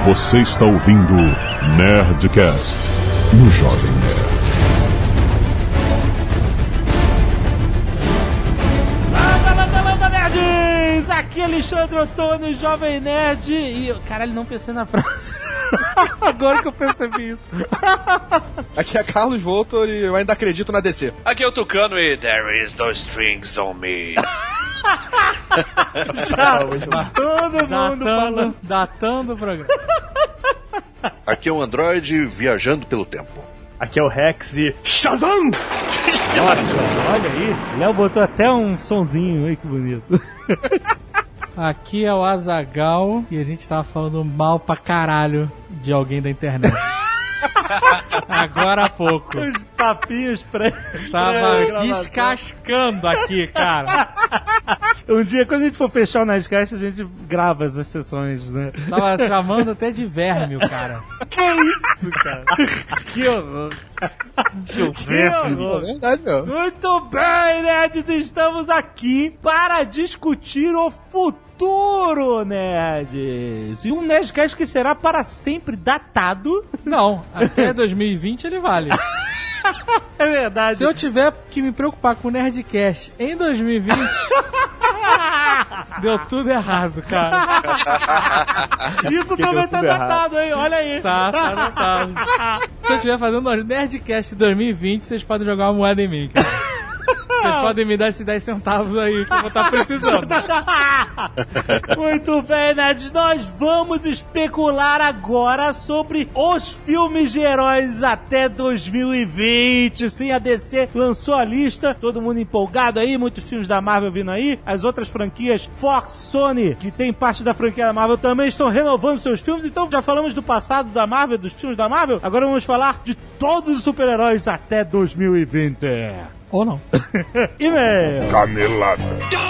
Você está ouvindo Nerdcast no Jovem Nerd. Landa, nerds! Aqui é Alexandre Ottoni, Jovem Nerd. E, caralho, não pensei na frase. Agora que eu percebi isso. Aqui é Carlos Voltor e eu ainda acredito na DC. Aqui é o Tucano e There is no strings on me. Todo mundo falando. Datando o programa. Aqui é o Android viajando pelo tempo. Aqui é o Rex e... Shazam! Nossa, olha aí. Léo botou até um sonzinho aí, que bonito. Aqui é o Azaghal e a gente tava falando mal pra caralho de alguém da internet. Agora há pouco. Os papinhos Tava descascando aqui, cara. Um dia, quando a gente for fechar o Nerdcast, a gente grava essas sessões, né? Tava chamando até de verme o cara. Que isso, cara? Que horror. Que horror. É verdade, não. Muito bem, nerds, estamos aqui para discutir o futuro, nerds. E um Nerdcast que será para sempre datado. Não, até 2020 ele vale. É verdade. Se eu tiver que me preocupar com o Nerdcast em 2020, deu tudo errado, cara. Isso também tá datado, hein? Olha aí. Tá datado. Se eu estiver fazendo o Nerdcast 2020, vocês podem jogar uma moeda em mim, cara. Vocês podem me dar esses 10 centavos aí que eu vou estar precisando. Muito bem, nerds. Nós vamos especular agora sobre os filmes de heróis até 2020. Sim, a DC lançou a lista. Todo mundo empolgado aí. Muitos filmes da Marvel vindo aí. As outras franquias, Fox, Sony, que tem parte da franquia da Marvel, também estão renovando seus filmes. Então já falamos do passado da Marvel, dos filmes da Marvel. Agora vamos falar de todos os super-heróis até 2020. Ou não. E-mail. Canelada.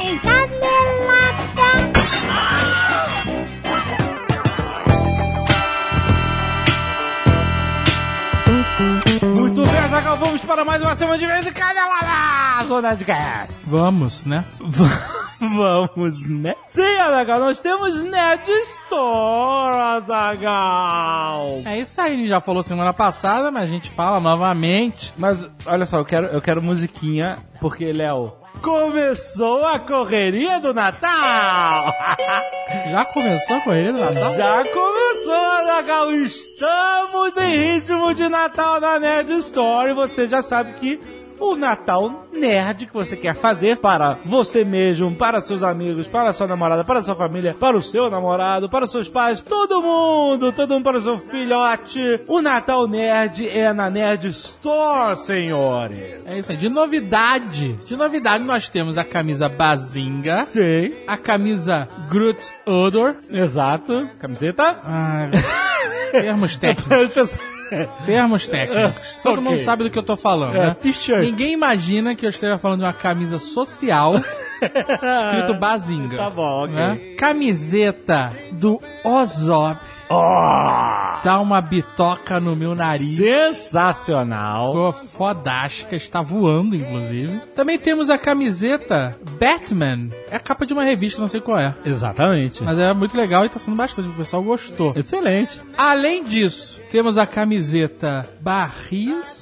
Muito bem, Azaghal, vamos para mais uma semana de vez e canelada do Nerdcast. Vamos, né? Vamos, né? Sim, Azaghal, nós temos Nerd Store, Azaghal. É isso aí, ele já falou semana passada, mas a gente fala novamente. Mas, olha só, eu quero musiquinha, porque, Léo, começou a correria do Natal! Já começou a correria do Natal? Já começou, Azaghal! Estamos em ritmo de Natal na Nerd Store. Você já sabe que o Natal nerd que você quer fazer para você mesmo, para seus amigos, para sua namorada, para sua família, para o seu namorado, para os seus pais, todo mundo para o seu filhote. O Natal nerd é na Nerd Store, senhores. É isso aí. De novidade nós temos a camisa Bazinga. Sim. A camisa Groot Odor. Exato. Camiseta. Termos técnicos. Termos técnicos. Todo mundo sabe do que eu tô falando, né? T-shirt. Ninguém imagina que eu esteja falando de uma camisa social escrito Bazinga. Tá bom, ok. Né? Camiseta do Ozop. Dá uma bitoca no meu nariz. Sensacional. Ficou fodástica, está voando, inclusive. Também temos a camiseta Batman. É a capa de uma revista, não sei qual é. Exatamente. Mas é muito legal e tá sendo bastante, o pessoal gostou. Excelente. Além disso, temos a camiseta Barris.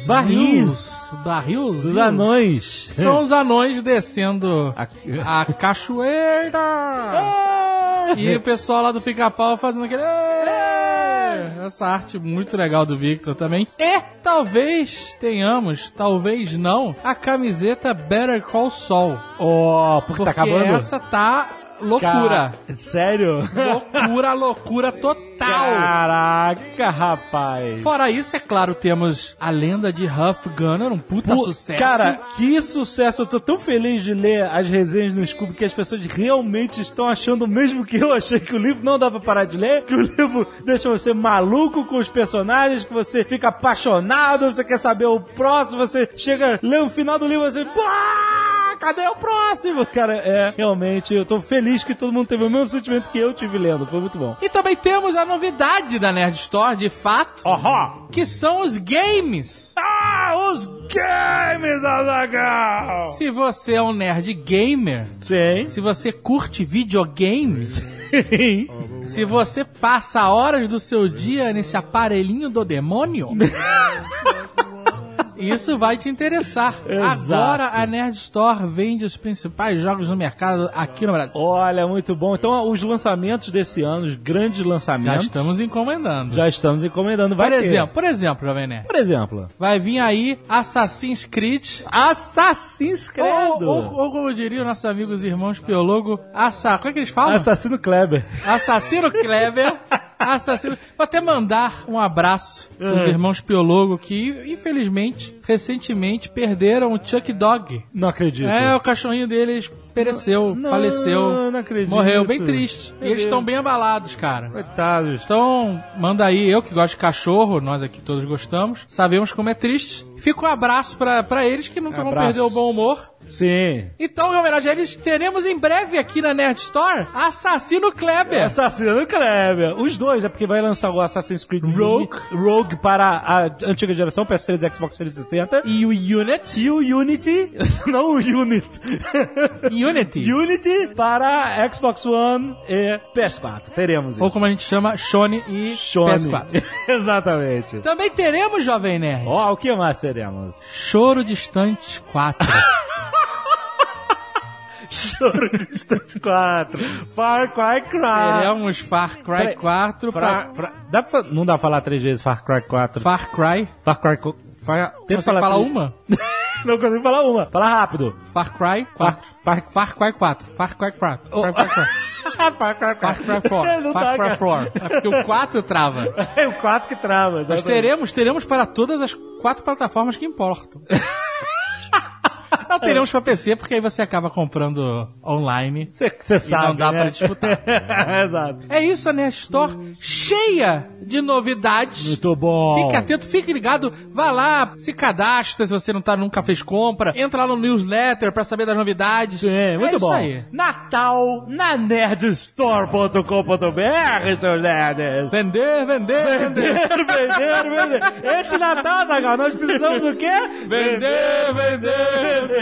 Dos anões. São os anões descendo a cachoeira. E o pessoal lá do Pica-Pau fazendo aquele... Essa arte muito legal do Victor também. E talvez tenhamos, talvez não, a camiseta Better Call Saul. Porque tá acabando? Essa tá... loucura. Sério? Loucura total. Caraca, rapaz. Fora isso, é claro, temos a lenda de Huff Gunner, um puta sucesso. Cara, que sucesso. Eu tô tão feliz de ler as resenhas no Scooby que as pessoas realmente estão achando o mesmo que eu achei, que o livro não dá pra parar de ler, que o livro deixa você maluco com os personagens, que você fica apaixonado, você quer saber o próximo, você chega, lê o final do livro e você... Cadê o próximo? Cara, realmente, eu tô feliz que todo mundo teve o mesmo sentimento que eu tive lendo. Foi muito bom. E também temos a novidade da Nerd Store, de fato, que são os games. Os games, Azaghal! Se você é um nerd gamer, sim, se você curte videogames, Se você passa horas do seu dia nesse aparelhinho do demônio, isso vai te interessar. Exato. Agora a Nerd Store vende os principais jogos no mercado aqui no Brasil. Olha, muito bom. Então, os lançamentos desse ano, os grandes Já lançamentos, estamos encomendando. já estamos encomendando. Vai ter. Por exemplo, Jovem Nerd, Por exemplo, vai vir aí Assassin's Creed. Assassin's Creed. Ou como diriam nossos amigos e irmãos Piologo, como é que eles falam? Assassino Kleber. Assassino Kleber. Assassino. Vou até mandar um abraço pros irmãos Piologo que, infelizmente, recentemente perderam o Chuck Dog. Não acredito. O cachorrinho deles pereceu, Não, faleceu, não acredito. morreu, bem triste. E eles estão bem abalados, cara. Coitados. Então, manda aí, eu que gosto de cachorro, nós aqui todos gostamos, sabemos como é triste. Fica um abraço pra eles que nunca vão perder o bom humor. Sim. Então, em homenagem a eles, teremos em breve aqui na Nerd Store Assassino Kleber. Assassino Kleber. Os dois, é porque vai lançar o Assassin's Creed Rogue para a antiga geração, PS3 e Xbox 360. E o Unity. E o Unity, não o Unit. Unity. Unity para Xbox One e PS4. Teremos isso. Ou como a gente chama, Shone e Shone. PS4. Exatamente. Também teremos, Jovem Nerd, Ó, o que mais teremos? Choro Distante 4. Choro Distante 4. Far Cry 4. Teremos Far Cry 4 Não dá pra falar 3 vezes Far Cry 4. Far Cry. Tenta Você fala 3. uma? Não consigo falar uma. Fala rápido. Far Cry 4. Far Cry 4. Far Cry 4. Far Cry 4. Far Cry 4. Far Cry 4. Far Cry 4. É porque o 4 trava. É o 4 que trava. Mas teremos para todas as 4 plataformas que importam. Não teremos pra PC, porque aí você acaba comprando online. Você sabe, não dá né? pra disputar. Exato. É isso, a Nerd Store cheia de novidades. Muito bom. Fique atento, fique ligado, vá lá, se cadastra se você nunca fez compra, entra lá no newsletter pra saber das novidades. Sim, muito bom. Isso aí. Natal na nerdstore.com.br, seus nerds. Vender. Vender. Esse Natal, Zagal, nós precisamos do quê? Vender.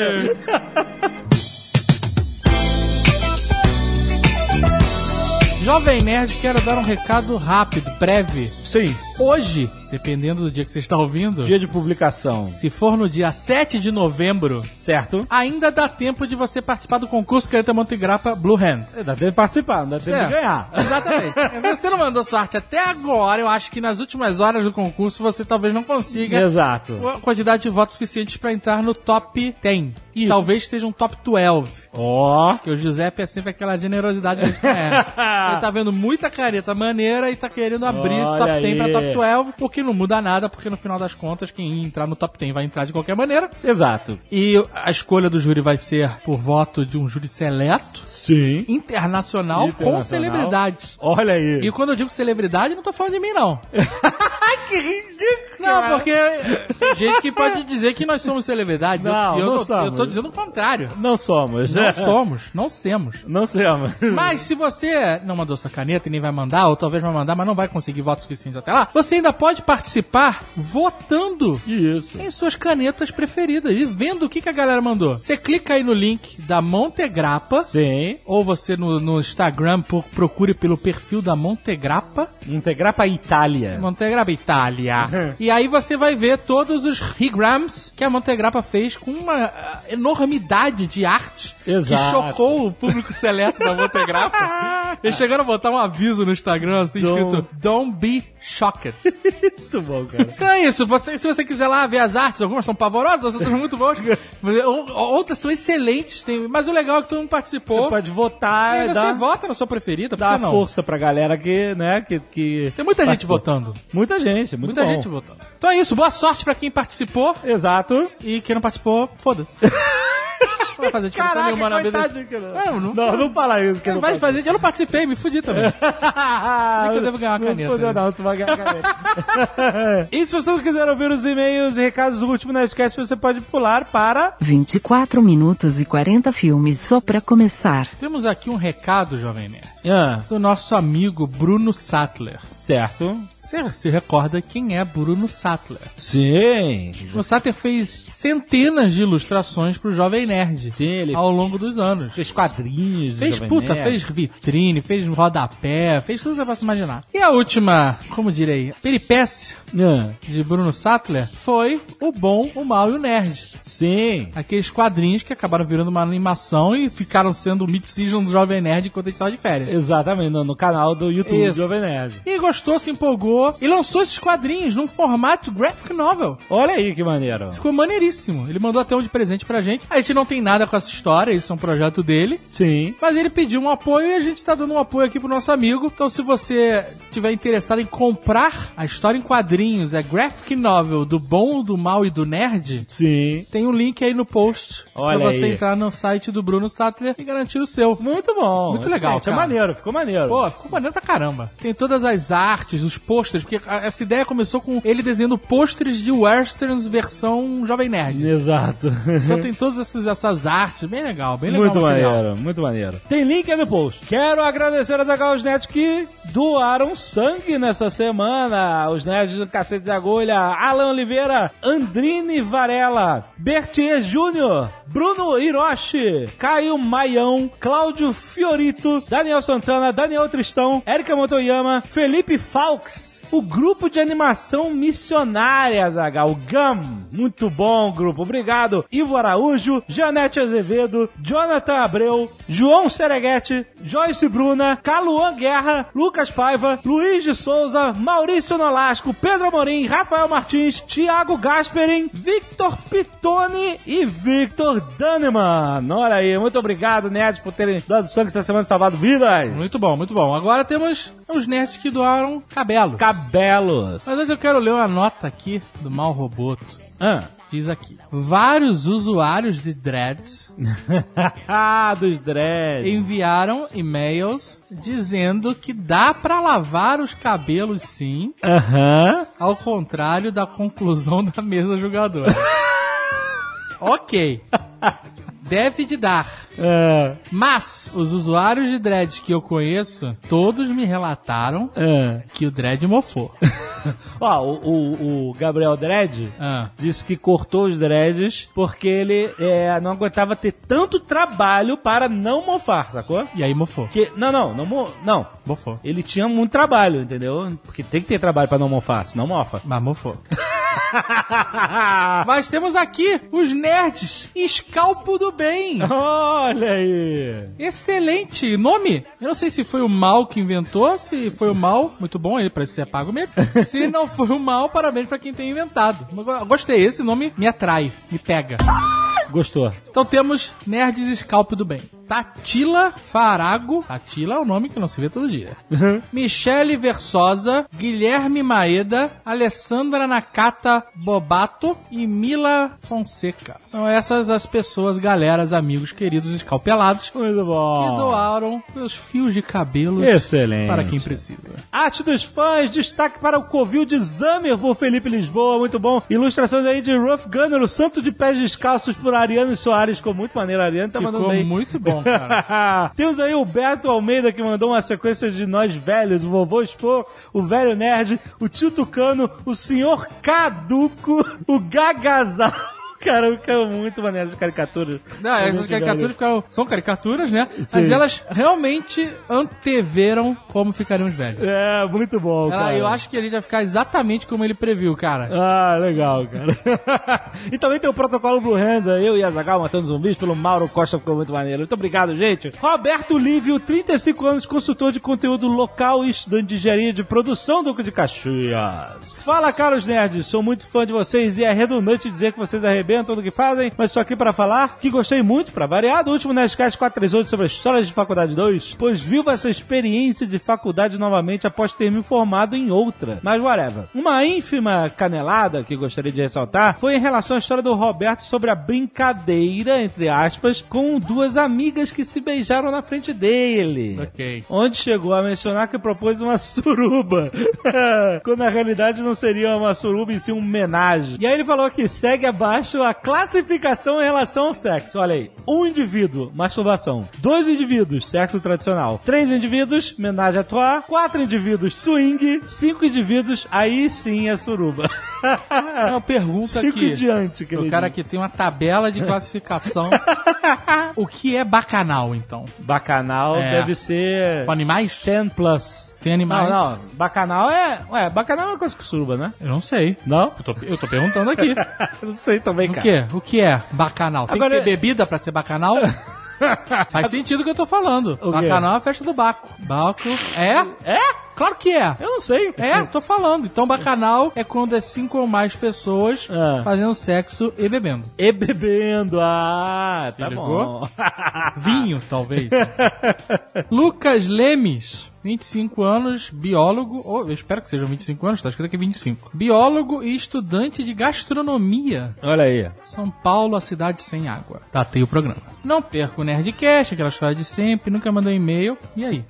Jovem Nerd, quero dar um recado rápido, breve. Sim. Hoje, dependendo do dia que você está ouvindo, Dia de publicação. se for no dia 7 de novembro, Certo? ainda dá tempo de você participar do concurso Caneta Monte Grappa Blue Hand. Dá tempo de participar, não dá tempo de ganhar. Exatamente. Se você não mandou sua arte até agora, eu acho que nas últimas horas do concurso você talvez não consiga Exato. a quantidade de votos suficientes para entrar no top 10. Isso. Talvez seja um top 12. Ó. Porque o Giuseppe é sempre aquela generosidade que a gente conhece. Ele tá vendo muita careta maneira e tá querendo abrir esse top Olha 10 pra aí. top 12, porque não muda nada, porque no final das contas, quem entrar no top 10 vai entrar de qualquer maneira. Exato. E a escolha do júri vai ser por voto de um júri seleto, Sim. internacional, com celebridades. Olha aí. E quando eu digo celebridade, não tô falando de mim, não. Que ridículo. Não, porque tem gente que pode dizer que nós somos celebridades. Não, eu não tô, somos. eu tô dizendo o contrário. Não somos. Não somos, não semos. Não somos. Mas se você não mandou sua caneta e nem vai mandar, ou talvez vai mandar, mas não vai conseguir votos suficientes até lá, você ainda pode participar votando Isso. em suas canetas preferidas e vendo o que a galera mandou. Você clica aí no link da Montegrappa, Sim. ou você no Instagram procure pelo perfil da Montegrappa, Montegrappa Itália. Montegrappa Itália. E aí você vai ver todos os regrams que a Montegrappa fez com uma enormidade de arte. Exato. Que chocou o público seleto da Montegrappa. Eles chegaram a botar um aviso no Instagram assim, escrito Don't be shocked. Muito bom, cara. Então é isso, se você quiser lá ver as artes, algumas são pavorosas, outras são muito boas, outras são excelentes, mas o legal é que todo mundo participou. Você pode votar E aí e você vota na sua preferida, por dá que não? força pra galera que, né, que Tem muita gente participou. votando. Muita gente, muito Muita bom. gente votando. Então é isso, boa sorte pra quem participou Exato. e quem não participou, foda-se. Não vai fazer diferença Caraca, nenhuma na vida. coitadinho que não. Não Não fala isso. Que não vai fazer. Eu não participei, me fudi também. que eu devo ganhar uma caneta, Não, né? não, tu vai ganhar a caneta. E se você quiser ouvir os e-mails e recados do último Nerdcast, você pode pular para... 24 minutos e 40 filmes só pra começar. Temos aqui um recado, Jovem Nerd, do nosso amigo Bruno Sattler. Certo. Você se recorda quem é Bruno Sattler? Sim. Bruno Sattler fez centenas de ilustrações pro Jovem Nerd. Sim, ele ao longo dos anos. fez quadrinhos. Fez fez vitrine, fez rodapé, fez tudo que você possa imaginar. E a última, como direi, peripécia de Bruno Sattler foi o bom, o mal e o nerd. Sim. Aqueles quadrinhos que acabaram virando uma animação e ficaram sendo o Mid-Season do Jovem Nerd enquanto a gente estava de férias. Exatamente, no canal do YouTube do Isso. Jovem Nerd. E gostou, se empolgou e lançou esses quadrinhos num formato graphic novel. Olha aí que maneiro. Ficou maneiríssimo. Ele mandou até um de presente pra gente. A gente não tem nada com essa história, isso é um projeto dele. Sim. Mas ele pediu um apoio e a gente tá dando um apoio aqui pro nosso amigo. Então se você tiver interessado em comprar a história em quadrinhos, é graphic novel do bom, do mal e do nerd, Sim. tem um link aí no post. Olha pra você aí. entrar no site do Bruno Sattler e garantir o seu. Muito bom. Muito legal, Gente, é cara. maneiro, ficou maneiro. Pô, ficou maneiro pra caramba. Tem todas as artes, os pôsteres, porque essa ideia começou com ele desenhando pôsteres de westerns versão Jovem Nerd. Exato. Então tem todas essas artes, bem legal o Muito material. maneiro, muito maneiro. Tem link aí no post. Quero agradecer aos Zagalos Nerds que doaram sangue nessa semana. Os nerds do Cacete de Agulha, Alan Oliveira, Andrine Varela, Bertier Júnior, Bruno Hiroshi, Caio Maião, Cláudio Fiorito, Daniel Santana, Daniel Tristão, Érica Motoyama, Felipe Falks, o grupo de animação missionária, Zagal, o GAM. Muito bom, grupo. Obrigado. Ivo Araújo, Janete Azevedo, Jonathan Abreu, João Sereguete, Joyce Bruna, Caluan Guerra, Lucas Paiva, Luiz de Souza, Maurício Nolasco, Pedro Amorim, Rafael Martins, Thiago Gasperin, Victor Pitone e Victor Daneman. Olha aí, muito obrigado, nerds, por terem dado sangue essa semana e salvado vidas. Muito bom, muito bom. Agora temos os nerds que doaram cabelo. Cabelos. Mas antes eu quero ler uma nota aqui do Mal Roboto. Diz aqui: vários usuários de Dreads Dos dreads. enviaram e-mails dizendo que dá pra lavar os cabelos sim, ao contrário da conclusão da mesa julgadora. Ok. Deve de dar. Mas os usuários de dreads que eu conheço, todos me relataram que o dread mofou. Ó, o Gabriel Dredd disse que cortou os dreads porque ele não aguentava ter tanto trabalho para não mofar, sacou? E aí mofou. Não. Mofou. Ele tinha muito trabalho, entendeu? Porque tem que ter trabalho para não mofar, senão mofa. Mas mofou. Mas temos aqui os nerds Escalpo do Bem. Olha aí. Excelente nome. Eu não sei se foi o Mal que inventou, se foi o Mal, muito bom, ele parece ser pago mesmo. Se não foi o Mal, parabéns pra quem tem inventado. Eu gostei, esse nome me atrai, me pega. Gostou. Então temos nerds Escalpo do Bem. Tatila Farago. Tatila é um nome que não se vê todo dia. Michele Versosa, Guilherme Maeda, Alessandra Nakata Bobato e Mila Fonseca. Então essas as pessoas, galeras, amigos, queridos escalpelados Muito bom. que doaram seus fios de cabelos Excelente. para quem precisa. Arte dos fãs, destaque para o Covil de Zamer por Felipe Lisboa, muito bom. Ilustrações aí de Ruff Gunner, o santo de pés descalços por Ariane Soares, ficou muito maneiro. A Ariane tá mandando bem. Ficou muito bom, cara. Temos aí o Beto Almeida que mandou uma sequência de nós velhos, o vovô Expor, o velho nerd, o tio Tucano, o senhor Caduco, o Gagazal. Cara, ficou muito maneiro de caricaturas. Não, essas caricaturas são caricaturas, né? Sim. Mas elas realmente anteveram como ficariam os velhos. É, muito bom, cara. Eu acho que ele vai ficar exatamente como ele previu, cara. Ah, legal, cara. E também tem o protocolo Blue Hands, eu e a Zagal matando zumbis pelo Mauro Costa, ficou muito maneiro. Muito obrigado, gente. Roberto Lívio, 35 anos, consultor de conteúdo local e estudante de engenharia de produção do Duque de Caxias. Fala, caros nerds, sou muito fã de vocês e é redundante dizer que vocês arrebentam tudo que fazem, mas estou aqui para falar que gostei muito, para variar, do último Nerdcast 438 sobre a história de faculdade 2, pois vivo essa experiência de faculdade novamente após ter me formado em outra. Mas whatever. Uma ínfima canelada que gostaria de ressaltar foi em relação à história do Roberto sobre a brincadeira, entre aspas, com duas amigas que se beijaram na frente dele. Ok. Onde chegou a mencionar que propôs uma suruba. Quando na realidade não seria uma suruba e sim um homenagem. E aí ele falou que segue abaixo a classificação em relação ao sexo. Olha aí. 1 indivíduo, masturbação. 2 indivíduos, sexo tradicional. 3 indivíduos, homenagem à trois. 4 indivíduos, swing. 5 indivíduos, aí sim é suruba. Eu pergunto 5 aqui. diante, O cara que tem uma tabela de classificação. O que é bacanal, então? Bacanal deve ser... Com animais? 10 plus. Tem animais? Não. Bacanal bacanal é uma coisa que suruba, né? Eu não sei. Não? Eu tô perguntando aqui. Eu não sei também, O cara. quê? O que é bacanal? Tem Agora, que ter bebida pra ser bacanal? Faz sentido o que eu tô falando. O quê? Bacanal é a festa do Baco. Baco é? É? Claro que é. Eu não sei. É, tô falando. Então, bacanal é quando é 5 ou mais pessoas fazendo sexo e bebendo. E bebendo, tá ligou? bom. Vinho, talvez. Lucas Lemes, 25 anos, biólogo, eu espero que sejam 25 anos, tá escrito aqui 25. Biólogo e estudante de gastronomia. Olha aí. São Paulo, a cidade sem água. Tatei o programa. Não perco o Nerdcast, aquela história de sempre, nunca mandou e-mail. E aí?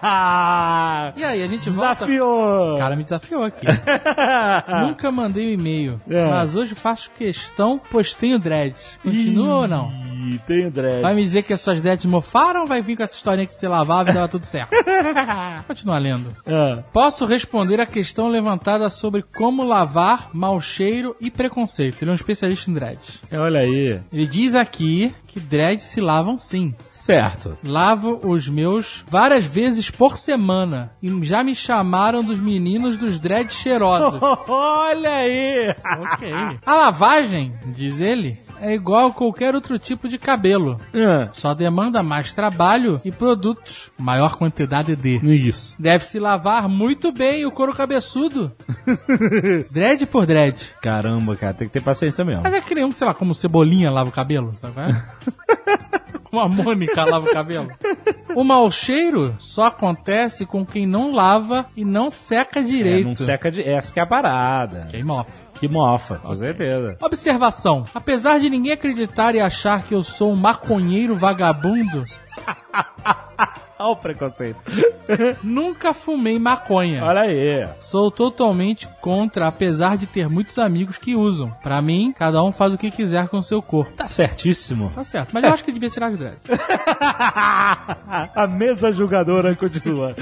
E aí, a gente Desafiou! volta... O cara me desafiou aqui. Nunca mandei o e-mail, mas hoje faço questão, pois tenho dreads. Continua ou não? Tenho dread. Vai me dizer que as suas dreads mofaram ou vai vir com essa historinha que você lavava e dava tudo certo? Continua lendo. Posso responder a questão levantada sobre como lavar, mau cheiro e preconceito. Ele é um especialista em dreads. Olha aí. Ele diz aqui que dreads se lavam sim. Certo. Lavo os meus várias vezes por semana. E já me chamaram dos meninos dos dreads cheirosos. Olha aí. Ok. A lavagem, diz ele, é igual a qualquer outro tipo de cabelo. Só demanda mais trabalho e produtos. Maior quantidade de. Isso. Deve-se lavar muito bem o couro cabeçudo. Dread por dread. Caramba, cara, tem que ter paciência mesmo. Mas é que nem um, sei lá, como Cebolinha lava o cabelo, sabe? Como a Mônica lava o cabelo. O mau cheiro só acontece com quem não lava e não seca direito. Não seca de... Essa que é a parada. Que mofa. Que mofa, com certeza. Observação. Apesar de ninguém acreditar e achar que eu sou um maconheiro vagabundo... Olha o preconceito. Nunca fumei maconha. Olha aí. Sou totalmente contra, apesar de ter muitos amigos que usam. Pra mim, cada um faz o que quiser com o seu corpo. Tá certíssimo. Tá certo, mas eu acho que devia tirar as dreads. A mesa julgadora continua.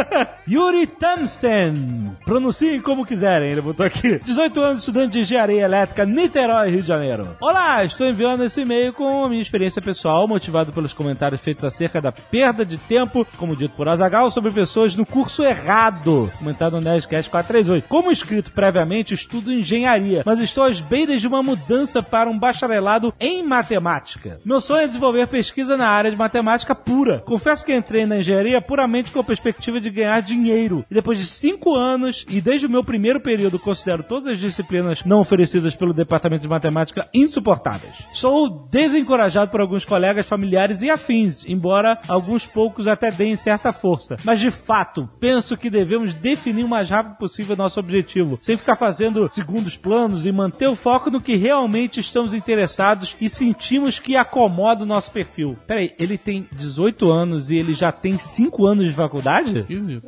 Yuri Tamsten. Pronunciem como quiserem, ele botou aqui. 18 anos, estudante de engenharia elétrica, Niterói, Rio de Janeiro. Olá, estou enviando esse e-mail com a minha experiência pessoal, motivado pelos comentários feitos acerca da perda de tempo, como dito por Azaghal, sobre pessoas no curso errado, comentado no Nerdcast 438. Como escrito previamente, estudo engenharia, mas estou às beiras de uma mudança para um bacharelado em matemática. Meu sonho é desenvolver pesquisa na área de matemática pura. Confesso que entrei na engenharia puramente com a perspectiva de ganhar dinheiro. E depois de 5 anos, e desde o meu primeiro período, considero todas as disciplinas não oferecidas pelo departamento de matemática insuportáveis. Sou desencorajado por alguns colegas, familiares e afins, embora alguns poucos até deem certa força. Mas, de fato, penso que devemos definir o mais rápido possível nosso objetivo, sem ficar fazendo segundos planos e manter o foco no que realmente estamos interessados e sentimos que acomoda o nosso perfil. Peraí, ele tem 18 anos e ele já tem 5 anos de faculdade? Esquisito.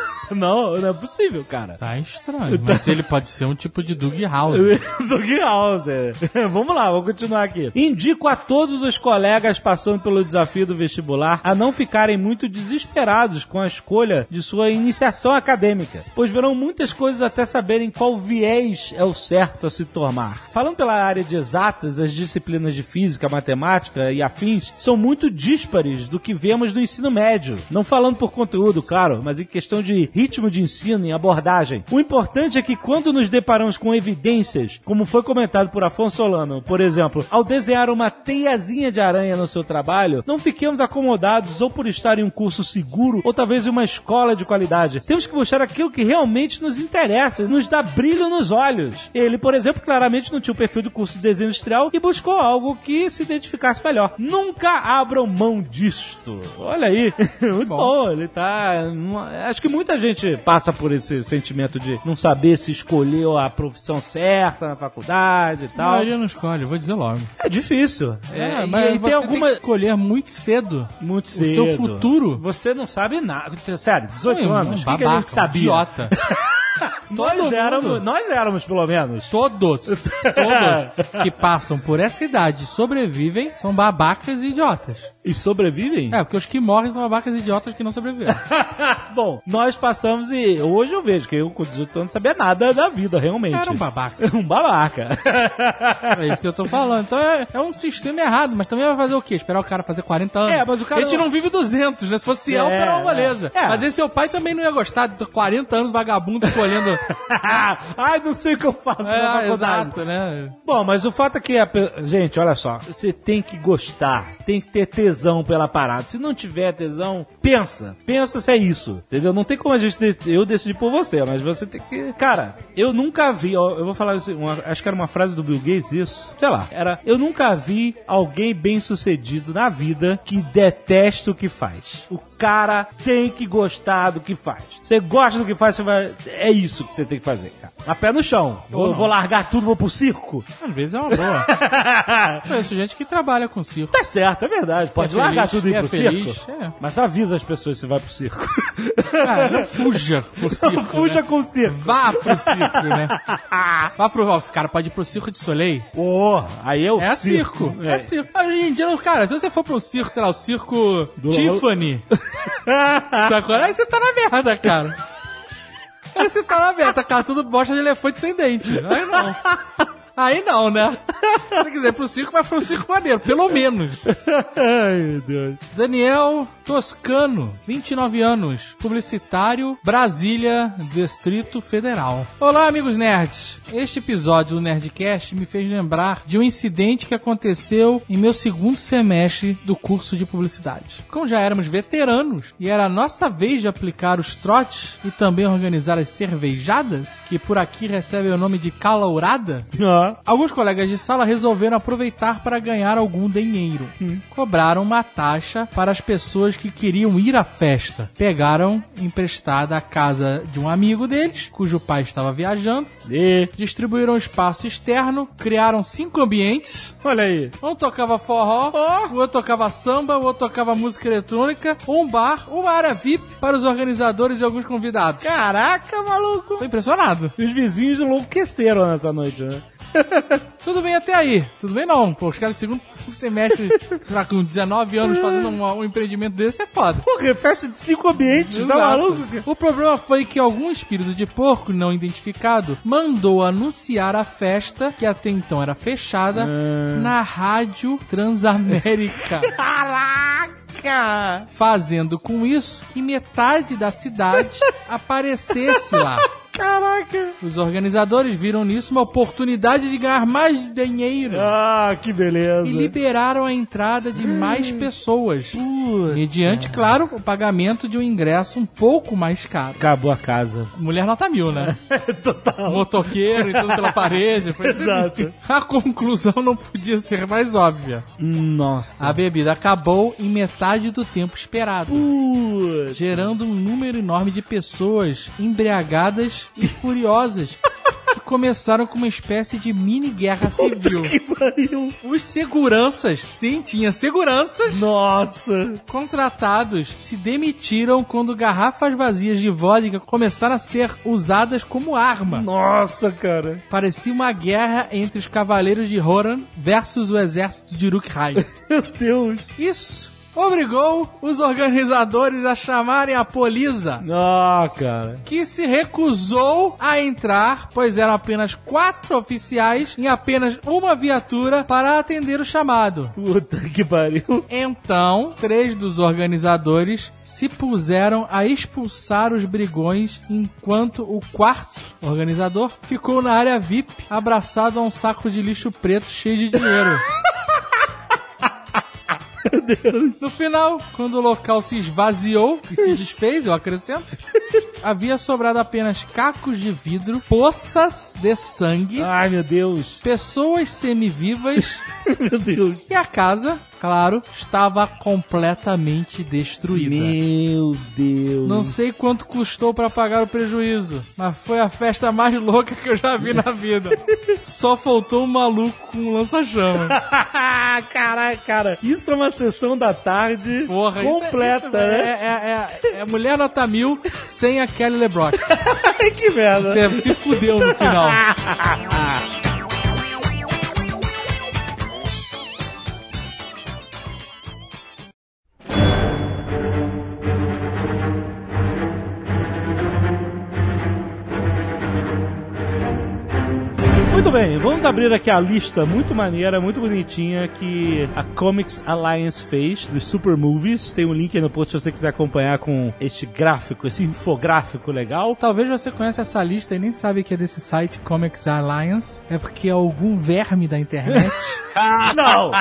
Não é possível, cara. Tá estranho, mas ele pode ser um tipo de Doug House. Doug House, Vamos lá, vamos continuar aqui. Indico a todos os colegas passando pelo desafio do vestibular a não ficarem muito desesperados com a escolha de sua iniciação acadêmica, pois verão muitas coisas até saberem qual viés é o certo a se tomar. Falando pela área de exatas, as disciplinas de física, matemática e afins são muito díspares do que vemos no ensino médio. Não falando por conteúdo, claro, mas em questão de ritmo de ensino e abordagem. O importante é que quando nos deparamos com evidências, como foi comentado por Afonso Solano, por exemplo, ao desenhar uma teiazinha de aranha no seu trabalho, não fiquemos acomodados ou por estar em um curso seguro ou talvez em uma escola de qualidade. Temos que buscar aquilo que realmente nos interessa, nos dá brilho nos olhos. Ele, por exemplo, claramente não tinha o perfil do curso de desenho industrial e buscou algo que se identificasse melhor. Nunca abram mão disto. Olha aí. Muito bom. Ele tá... Acho que muita gente passa por esse sentimento de não saber se escolheu a profissão certa na faculdade e tal. A maioria não escolhe, vou dizer logo. É difícil. Mas e você tem alguma... tem que escolher muito cedo. Muito o cedo. seu futuro. Você não sabe nada. Sério, 18 anos. O que a babaca, gente sabia? Idiota. Nós éramos, pelo menos. Todos que passam por essa idade e sobrevivem são babacas e idiotas. E sobrevivem? Porque os que morrem são babacas e idiotas que não sobreviveram. Bom, nós passamos e hoje eu vejo que eu com 18 anos não sabia nada da vida, realmente. Era um babaca. Um babaca. É isso que eu tô falando. Então é um sistema errado, mas também vai fazer o quê? Esperar o cara fazer 40 anos? Mas o cara... A gente não vive 200, né? Se fosse elfo, era uma beleza. Mas esse seu pai também não ia gostar de 40 anos vagabundo escolhendo... Ai, não sei o que eu faço na faculdade. Exato, né? Bom, mas o fato é que... Gente, olha só. Você tem que gostar. Tem que ter tesão pela parada. Se não tiver tesão, pensa se é isso. Entendeu? Não tem como eu decidir por você, mas você tem que... Cara, eu nunca vi... Eu vou falar assim, acho que era uma frase do Bill Gates, isso. Sei lá. Eu nunca vi alguém bem sucedido na vida que detesta o que faz. O cara tem que gostar do que faz. Você gosta do que faz, você vai... É isso que você tem que fazer, cara. A pé no chão. Vou largar tudo, vou pro circo. Às vezes é uma boa. Conheço gente que trabalha com circo. Tá certo, é verdade. Pode largar tudo e ir pro feliz, circo. Mas avisa as pessoas se vai pro circo. Cara, não fuja pro circo. Não fuja, né? Com o circo. Vá pro circo, né? Vá pro... O cara pode ir pro Circo de Soleil. Aí é o circo. É circo. Hoje em dia, cara, se você for pro circo, sei lá, o circo Tiffany... Sacou? Aí você tá na merda, cara. Aí você tá na merda, cara, tudo bosta de elefante sem dente. Aí não, né? Se quiser pro circo, vai pro circo maneiro, pelo menos. Ai, meu Deus. Daniel Toscano, 29 anos, publicitário, Brasília, Distrito Federal. Olá, amigos nerds. Este episódio do Nerdcast me fez lembrar de um incidente que aconteceu em meu segundo semestre do curso de publicidade. Como já éramos veteranos e era a nossa vez de aplicar os trotes e também organizar as cervejadas, que por aqui recebem o nome de calourada, alguns colegas de sala resolveram aproveitar para ganhar algum dinheiro. Cobraram uma taxa para as pessoas que queriam ir à festa. Pegaram emprestada a casa de um amigo deles, cujo pai estava viajando, e distribuíram espaço externo, criaram 5 ambientes. Olha aí. Um tocava forró, o outro tocava samba, o outro tocava música eletrônica, um bar, uma área VIP para os organizadores e alguns convidados. Caraca, maluco. Tô impressionado. E os vizinhos enlouqueceram nessa noite, né? Tudo bem até aí. Tudo bem não. Pô, os caras do segundo semestre, com 19 anos, fazendo um empreendimento desse é foda. Porra, festa de 5 ambientes, tá maluco? O problema foi que algum espírito de porco não identificado mandou anunciar a festa, que até então era fechada, na Rádio Transamérica. Caraca! Fazendo com isso que metade da cidade aparecesse lá. Caraca! Os organizadores viram nisso uma oportunidade de ganhar mais dinheiro. Ah, que beleza! E liberaram a entrada de mais pessoas. Mediante, claro, o pagamento de um ingresso um pouco mais caro. Acabou a casa. Mulher nota 1000, né? Total. Motoqueiro e tudo pela parede. Foi exato. A conclusão não podia ser mais óbvia. Nossa. A bebida acabou em metade do tempo esperado. Gerando um número enorme de pessoas embriagadas e furiosas que começaram com uma espécie de mini guerra civil. Que pariu. Os seguranças, sim, tinha seguranças. Nossa. Contratados se demitiram quando garrafas vazias de vodka começaram a ser usadas como arma. Nossa, cara. Parecia uma guerra entre os cavaleiros de Rohan versus o exército de Uruk-hai. Meu Deus. Isso obrigou os organizadores a chamarem a polícia. Cara. Que se recusou a entrar, pois eram apenas 4 oficiais em apenas uma viatura para atender o chamado. Puta que pariu. Então, 3 dos organizadores se puseram a expulsar os brigões, enquanto o 4º organizador ficou na área VIP, abraçado a um saco de lixo preto cheio de dinheiro. Meu Deus. No final, quando o local se esvaziou e se desfez, eu acrescento, havia sobrado apenas cacos de vidro, poças de sangue. Ai, meu Deus. Pessoas semivivas. Meu Deus. E a casa, claro, estava completamente destruída. Meu Deus. Não sei quanto custou pra pagar o prejuízo, mas foi a festa mais louca que eu já vi na vida. Só faltou um maluco com um lança-chama. Caraca, cara. Isso é uma sessão da tarde completa, isso né? É mulher nota 1000 sem a Kelly LeBrock. Que merda. Você se fudeu no final. Muito bem, vamos abrir aqui a lista muito maneira, muito bonitinha que a Comics Alliance fez dos Super Movies. Tem um link aí no post se você quiser acompanhar com este gráfico, esse infográfico legal. Talvez você conheça essa lista e nem sabe que é desse site Comics Alliance. É porque é algum verme da internet. Não!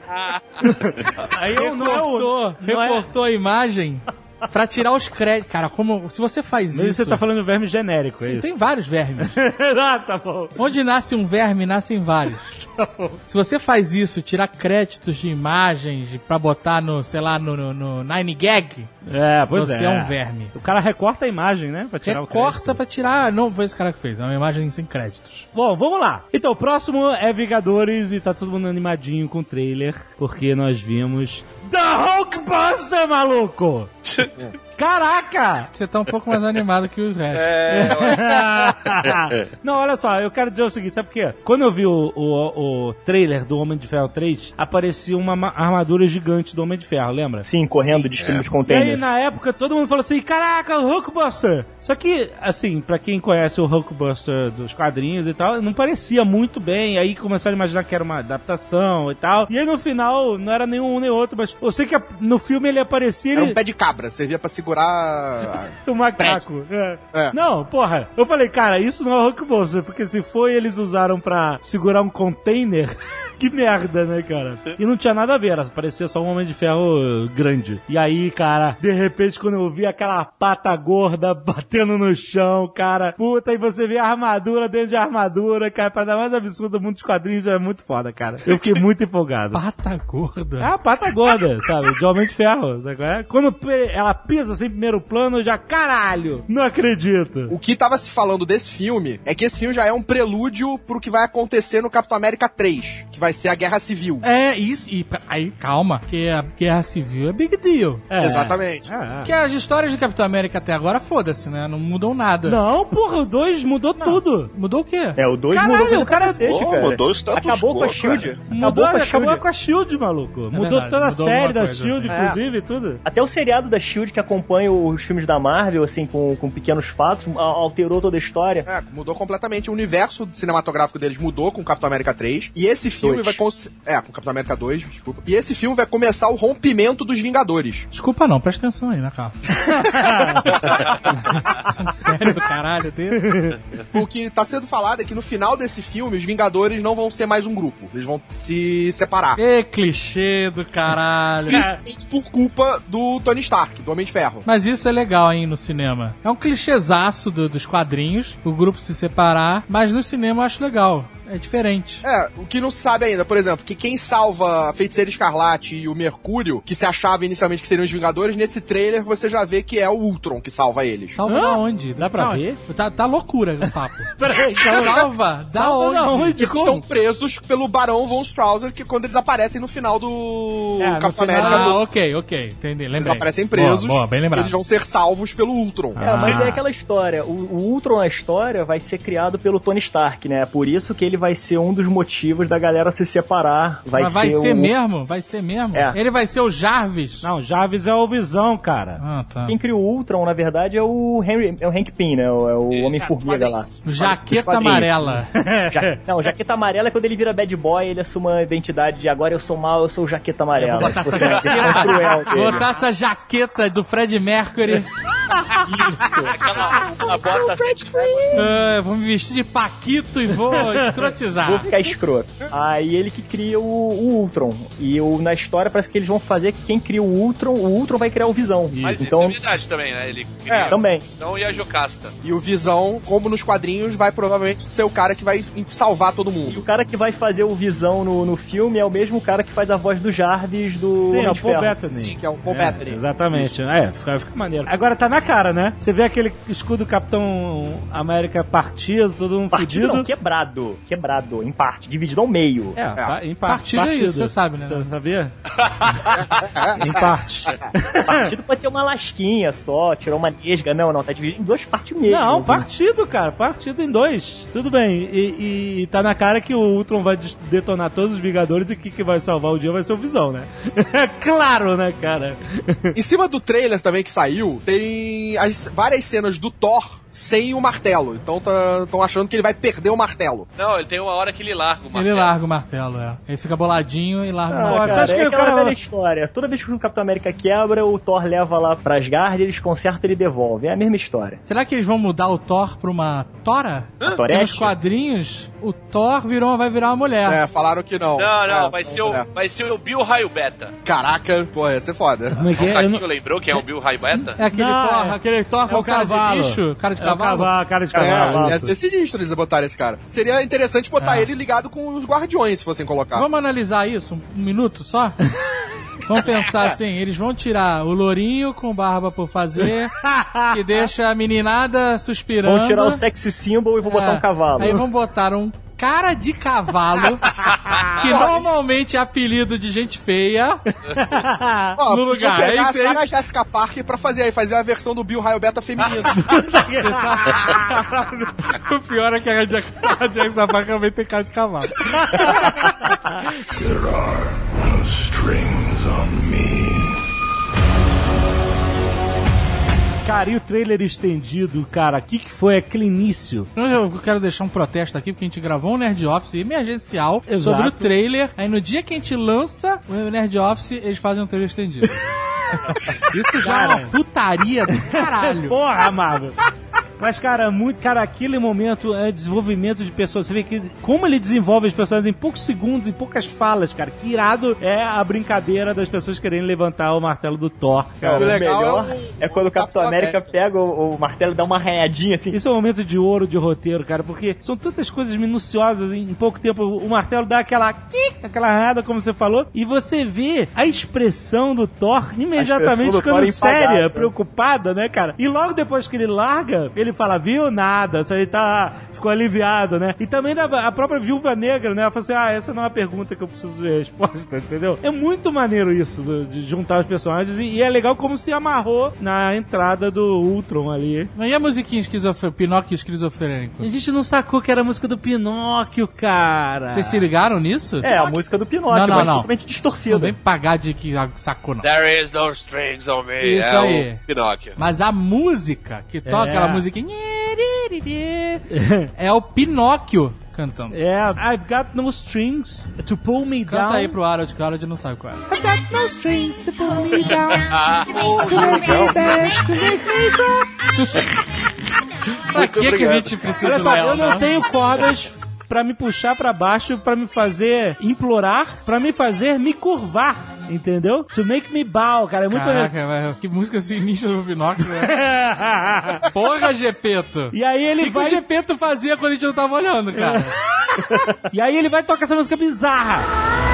Aí eu reportou a imagem pra tirar os créditos. Cara, como se você faz Mas isso... você tá falando de verme genérico, Sim, é isso? tem vários vermes. Ah, tá bom. Onde nasce um verme, nascem vários. Tá bom. Se você faz isso, tirar créditos de imagens pra botar no, sei lá, no 9gag, você é um verme. O cara recorta a imagem, né? Pra tirar o Recorta crédito. pra tirar... Não foi esse cara que fez, é uma imagem sem créditos. Bom, vamos lá. Então, o próximo é Vingadores e tá todo mundo animadinho com o trailer, porque nós vimos The Hulkbuster, maluco! Caraca! Você tá um pouco mais animado que o resto. Não, olha só, eu quero dizer o seguinte, sabe por quê? Quando eu vi o trailer do Homem de Ferro 3, aparecia uma armadura gigante do Homem de Ferro, lembra? Sim, correndo de E aí, containers. na época, todo mundo falou assim, caraca, o Hulkbuster! Só que, assim, pra quem conhece o Hulkbuster dos quadrinhos e tal, não parecia muito bem, aí começaram a imaginar que era uma adaptação e tal, e aí no final, não era nenhum nem outro, mas eu sei que no filme ele aparecia... Era um pé de cabra, servia pra segurar... o macaco. É. Não, porra, eu falei, cara, isso não é o Hulkbuster, porque se foi, eles usaram pra segurar um container... Que merda, né, cara? E não tinha nada a ver, parecia só um Homem de Ferro grande. E aí, cara, de repente, quando eu vi aquela pata gorda batendo no chão, cara, puta, e você vê a armadura dentro de armadura, cara, pra dar mais absurdo do mundo dos quadrinhos, é muito foda, cara. Eu fiquei muito empolgado. Pata gorda? É a pata gorda, sabe? De Homem de Ferro, sabe qual é? Quando ela pisa assim em primeiro plano, eu já, caralho, não acredito. O que tava se falando desse filme é que esse filme já é um prelúdio pro que vai acontecer no Capitão América 3, que vai ser a Guerra Civil. É, isso. E aí, calma, porque a Guerra Civil é big deal. Exatamente. Porque as histórias de Capitão América até agora, foda-se, né? Não mudam nada. Não, porra, o 2 mudou tudo. Mudou o quê? É, o 2 Caralho, mudou coisa o cara- pra cacete, cara. Mudou o status Acabou quo, com a SHIELD. cara. Acabou com a SHIELD, maluco. Mudou verdade, toda a mudou série alguma da coisa, SHIELD, assim. inclusive, e tudo. Até o seriado da SHIELD, que acompanha os filmes da Marvel, assim, com pequenos fatos, alterou toda a história. Mudou completamente. O universo cinematográfico deles mudou com o Capitão América 3. E esse filme vai... com o Capitão América 2, desculpa. E esse filme vai começar o rompimento dos Vingadores. Desculpa não, presta atenção aí, né, cara? Assunto sério do caralho dele. O que tá sendo falado é que no final desse filme, os Vingadores não vão ser mais um grupo. Eles vão se separar. Que clichê do caralho. Principalmente por culpa do Tony Stark, do Homem de Ferro. Mas isso é legal, hein, no cinema. É um clichêzaço dos quadrinhos, o grupo se separar, mas no cinema eu acho legal. É diferente. O que não se sabe ainda, por exemplo, que quem salva a Feiticeira Escarlate e o Mercúrio, que se achava inicialmente que seriam os Vingadores, nesse trailer você já vê que é o Ultron que salva eles. Salva da onde? Dá pra Calma, ver? Tá loucura o papo. Peraí, Salva da onde? Eles estão presos pelo Barão Von Strauser, que quando eles aparecem no final do Capitão América... ok, entendi, lembrei. Eles aparecem presos, boa, bem lembrado. eles vão ser salvos pelo Ultron. Mas é aquela história. O Ultron na história vai ser criado pelo Tony Stark, né? Por isso que ele vai ser um dos motivos da galera se separar. Mas vai ser mesmo? Vai ser mesmo? É. Ele vai ser o Jarvis? Não, Jarvis é o Visão, cara. Ah, tá. Quem cria o Ultron, na verdade, é o Hank Pym, né? É o Homem-Formiga lá. Jaqueta amarela. Jaqueta amarela é quando ele vira bad boy, ele assume a identidade de agora eu sou mal, eu sou o Jaqueta Amarela. Vou botar essa jaqueta. Botar essa jaqueta do Fred Mercury. Isso. Aquela bota sete Vou me vestir de Paquito e vou escrotizar. Vou ficar escroto. Aí ele que cria o Ultron. E na história parece que eles vão fazer que quem cria o Ultron vai criar o Visão. Mas então, isso é verdade também, né? Ele cria também. a Visão e a Jocasta. E o Visão, como nos quadrinhos, vai provavelmente ser o cara que vai salvar todo E mundo. o cara que vai fazer o Visão no filme é o mesmo cara que faz a voz do Jarvis do Sim, é Homem o de Paul Ferro. Bettany. Sim, que é o Paul Bettany. Exatamente. Fica maneiro. Agora, tá na na cara, né? Você vê aquele escudo do Capitão América partido, todo mundo Partido fudido. não, quebrado, em parte, dividido ao meio. Em parte. Partido é isso, você sabe, né? Você sabia? Em parte. Partido pode ser uma lasquinha só, tirou uma nesga. Não, tá dividido em duas partes mesmo. Não, assim. partido, cara. Partido em dois. Tudo bem. E tá na cara que o Ultron vai detonar todos os Vingadores e que vai salvar o dia vai ser o Visão, né? Claro, né, cara? Em cima do trailer também que saiu, tem várias cenas do Thor sem o martelo. Então estão achando que ele vai perder o martelo. Não, ele tem uma hora que ele larga o martelo. Ele larga o martelo, Ele fica boladinho e larga o martelo. Cara, você acha que é o cara velha história. Toda vez que o Capitão América quebra, o Thor leva lá pra Asgard, eles consertam e ele devolve. É a mesma história. Será que eles vão mudar o Thor pra uma Tora? Porque nos quadrinhos, o Thor vai virar uma mulher. Falaram que não. Não, vai ser o Bill Raio Beta. Caraca, pô, ia ser foda. Como é que é? O Caquinho lembrou quem é o Bill Raio Beta? É aquele Thor com cara de bicho, cara de cavalo. Cara de cavalo. Ia ser sinistro eles botarem esse cara. Seria interessante botar ele ligado com os Guardiões, se fossem colocar. Vamos analisar isso um minuto só? Vamos pensar assim, eles vão tirar o lourinho com barba por fazer, que deixa a meninada suspirando. Vão tirar o sexy symbol e vão botar um cavalo. Aí vão botar um cara de cavalo, que normalmente é apelido de gente feia, no lugar. Pegar a Sarah Jessica Parker pra fazer a versão do Bill Raio Beta feminino. O pior é que a Jessica Parker também tem cara de cavalo. There are no strings on me. Cara, e o trailer estendido, cara? O que foi aquele início? Eu quero deixar um protesto aqui, porque a gente gravou um Nerd Office emergencial sobre o trailer. Aí no dia que a gente lança o Nerd Office, eles fazem um trailer estendido. Isso já é uma putaria do caralho. Porra, amado. Mas, cara, aquele momento é desenvolvimento de pessoas. Você vê que como ele desenvolve as pessoas em poucos segundos, em poucas falas, cara. Que irado é a brincadeira das pessoas querendo levantar o martelo do Thor, cara. O melhor é quando o Capitão América pega o martelo e dá uma arranhadinha assim. Isso é um momento de ouro de roteiro, cara, porque são tantas coisas minuciosas em pouco tempo. O martelo dá aquela arranhada, como você falou, e você vê a expressão do Thor imediatamente ficando séria, preocupada, né, cara? E logo depois que ele larga, ele fala, viu? Nada. Isso aí ficou aliviado, né? E também a própria Viúva Negra, né? Ela fala assim, essa não é uma pergunta que eu preciso de resposta, entendeu? É muito maneiro isso, de juntar os personagens, e é legal como se amarrou na entrada do Ultron ali. E a musiquinha Pinóquio esquizofrênico? A gente não sacou que era a música do Pinóquio, cara. Vocês se ligaram nisso? É, a música do Pinóquio, mas totalmente distorcida. Não vem pagar de que sacou, não. There is no strings on me. Isso aí. O Pinóquio. Mas a música que toca, aquela musiquinha... é o Pinóquio cantando. I've got no strings to pull me down. Canta aí pro Harold, que o Harold não sabe qual é. I've got no strings to pull me down. Pra que a gente precisa Olha do só, Léo, eu não tenho cordas pra me puxar pra baixo, pra me fazer implorar, pra me fazer me curvar, entendeu? To make me bow, cara, é muito Caraca, que música sinistra do Pinóquio, né? Porra, Gepeto! E aí ele que o Gepeto fazia quando a gente não tava olhando, cara? E aí ele vai tocar essa música bizarra.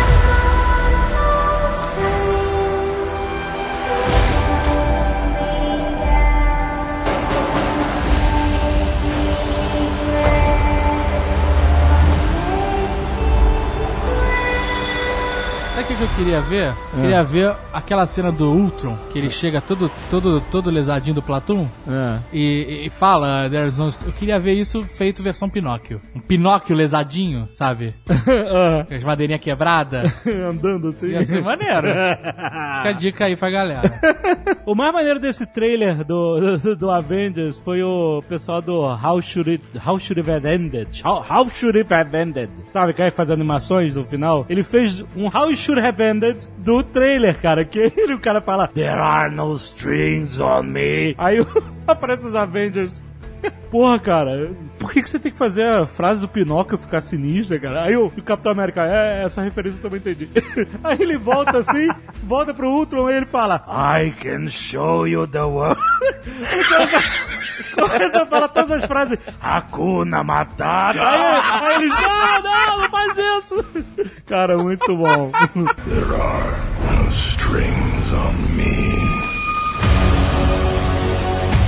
Sabe o que eu queria ver? Queria ver aquela cena do Ultron, que ele chega todo lesadinho do Platoon e fala, There's no... Eu queria ver isso feito versão Pinóquio. Um Pinóquio lesadinho, sabe? Com as madeirinhas quebradas. Andando assim. Ia ser maneiro. Fica a dica aí pra galera. O mais maneiro desse trailer do Avengers foi o pessoal do How Should It Have Ended. How Should It Have Ended. Sabe, que aí faz animações no final? Ele fez um How It Should Have Ended do trailer, cara, que o cara fala There are no strings on me. Aí aparece os Avengers. Porra, cara, por que você tem que fazer a frase do Pinóquio ficar sinistra, cara? Aí o Capitão América, essa referência eu também entendi. Aí ele volta assim, volta pro Ultron e ele fala I can show you the world. Começa a falar todas as frases Hakuna Matata. Aí eles, não faz isso. Cara, muito bom. There are no strings on me.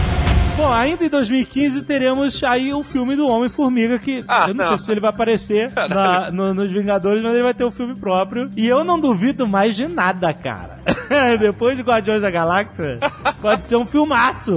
Bom, ainda em 2015 teremos aí o filme do Homem-Formiga, que eu não sei se ele vai aparecer nos Vingadores, mas ele vai ter um filme próprio. E eu não duvido mais de nada, cara. Depois de Guardiões da Galáxia, pode ser um filmaço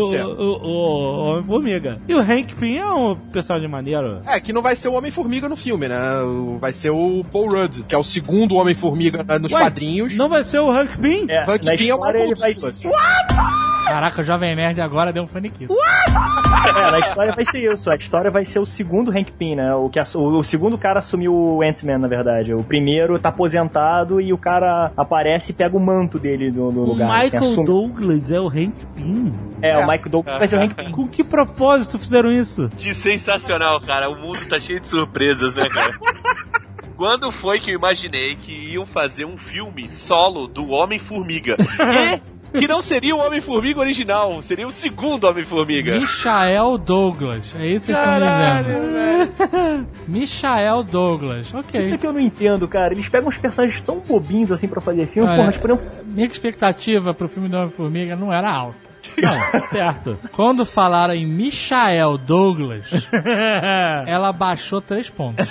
o Homem-Formiga. E o Hank Pym é um personagem maneiro. Que não vai ser o Homem-Formiga no filme, né? Vai ser o Paul Rudd, que é o segundo Homem-Formiga nos quadrinhos. Não vai ser o Hank Pym? Hank Pym é o Michael Douglas. What? Caraca, o Jovem Nerd agora deu um faniquito. Na história vai ser isso. A história vai ser o segundo Hank Pym, né? O segundo cara assumiu o Ant-Man, na verdade. O primeiro tá aposentado e o cara aparece e pega o manto dele no lugar. O Michael Douglas é o Hank Pym? O Michael Douglas vai ser o Hank Pym. Com que propósito fizeram isso? Que sensacional, cara. O mundo tá cheio de surpresas, né, cara? Quando foi que eu imaginei que iam fazer um filme solo do Homem-Formiga? Que não seria o Homem-Formiga original, seria o segundo Homem-Formiga. Michael Douglas. É isso que você está dizendo. Michael Douglas. Ok. Isso é que eu não entendo, cara. Eles pegam uns personagens tão bobinhos assim pra fazer filme. Minha expectativa pro filme do Homem-Formiga não era alta. Não, certo. Quando falaram em Michael Douglas, ela baixou 3 pontos.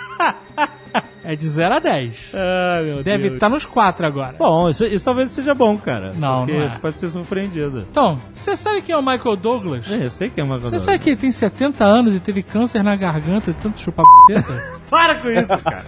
É de 0 a 10. Meu Deve estar nos 4 agora. Bom, isso talvez seja bom, cara. Não, porque não é. você pode ser surpreendido. Então, você sabe quem é o Michael Douglas? Eu sei quem é o Michael Douglas. Você sabe que ele tem 70 anos e teve câncer na garganta de tanto chupar p***. Para com isso, cara.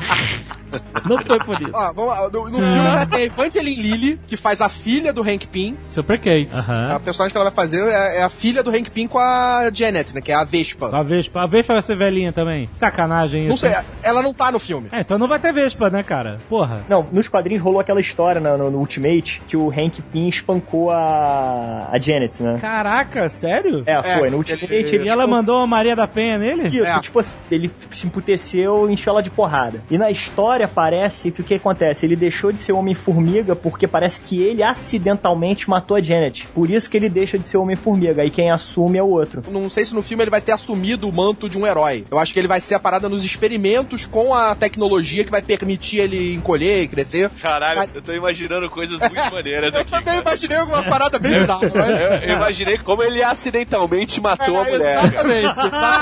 Não foi por isso. No filme ainda tem a Evangeline Lilly, que faz a filha do Hank Pym. Super Kate. A personagem que ela vai fazer é a filha do Hank Pym com a Janet, né? Que é a Vespa. A Vespa vai ser velhinha também. Sacanagem isso. Não sei, ela não tá no filme. Então não vai ter Vespa, né, cara? Porra. Não, nos quadrinhos rolou aquela história no Ultimate que o Hank Pym espancou a Janet, né? Caraca, sério? Foi. No Ultimate E ela mandou a Maria da Penha nele? Tipo assim, ele se emputeceu e encheu ela de porrada. E na história parece que o que acontece? Ele deixou de ser Homem-Formiga porque parece que ele acidentalmente matou a Janet. Por isso que ele deixa de ser Homem-Formiga. Aí quem assume é o outro. Não sei se no filme ele vai ter assumido o manto de um herói. Eu acho que ele vai ser a parada nos experimentos com a tecnologia que vai permitir ele encolher e crescer. Caralho, eu tô imaginando coisas muito maneiras aqui. Eu também imaginei alguma parada bem bizarra. Eu imaginei como ele acidentalmente matou a mulher. Exatamente.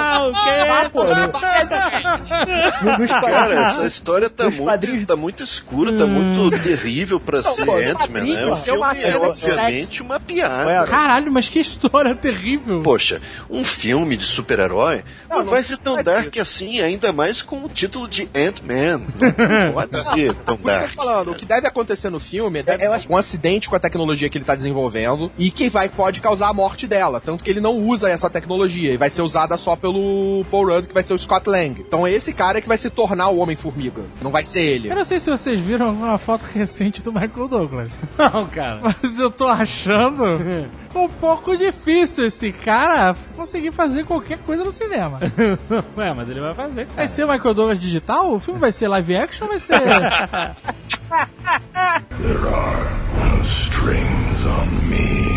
Cara, essa história tá muito escura, tá muito terrível pra ser Ant-Man, né? O filme é obviamente uma piada. Caralho, mas que história terrível. Poxa, um filme de super-herói não vai ser tão dark assim, ainda mais com o título de Ant-Man. Não pode ser tão dark. O que deve acontecer no filme deve ser um acidente com a tecnologia que ele tá desenvolvendo e que pode causar a morte dela. Tanto que ele não usa essa tecnologia e vai ser usada só pelo Paul Rudd, que vai ser o Scott Lang. Então é esse cara que vai se tornar o Homem-Formiga. Não vai ser ele. Eu não sei se vocês viram alguma foto recente do Michael Douglas. Não, cara. Mas eu tô achando um pouco difícil esse cara conseguir fazer qualquer coisa no cinema. Ué, mas ele vai fazer, cara. Vai ser o Michael Douglas digital? O filme vai ser live action ou vai ser... There are no strings on me.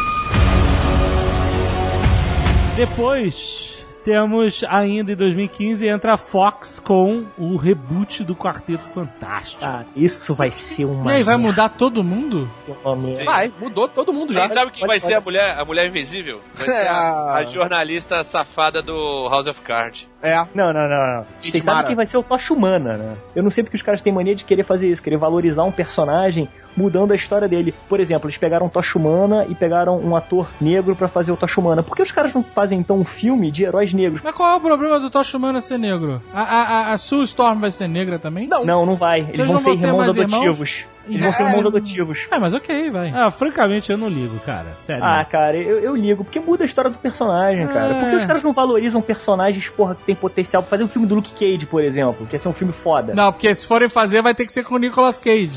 Depois... Temos ainda em 2015, entra a Fox com o reboot do Quarteto Fantástico. Isso vai ser uma... E aí, vai mudar todo mundo? Mudou todo mundo já. Você sabe quem vai ser a mulher invisível? Vai ser a jornalista safada do House of Cards. Não. Vocês sabem quem vai ser o Tocha Humana, né? Eu não sei porque os caras têm mania de querer fazer isso, querer valorizar um personagem mudando a história dele. Por exemplo, eles pegaram Tocha Humana e pegaram um ator negro pra fazer o Tocha Humana. Por que os caras não fazem, então, um filme de heróis negros? Mas qual é o problema do Tocha Humana ser negro? A Sue Storm vai ser negra também? Não vai. Eles vão ser irmãos adotivos. Eles vão ser irmãos adotivos. Mas ok, vai. Francamente, eu não ligo, cara. Sério. Cara, eu ligo, porque muda a história do personagem, cara. Por que os caras não valorizam personagens, que tem potencial pra fazer um filme do Luke Cage, por exemplo? Que ia ser um filme foda. Não, porque se forem fazer, vai ter que ser com o Nicolas Cage.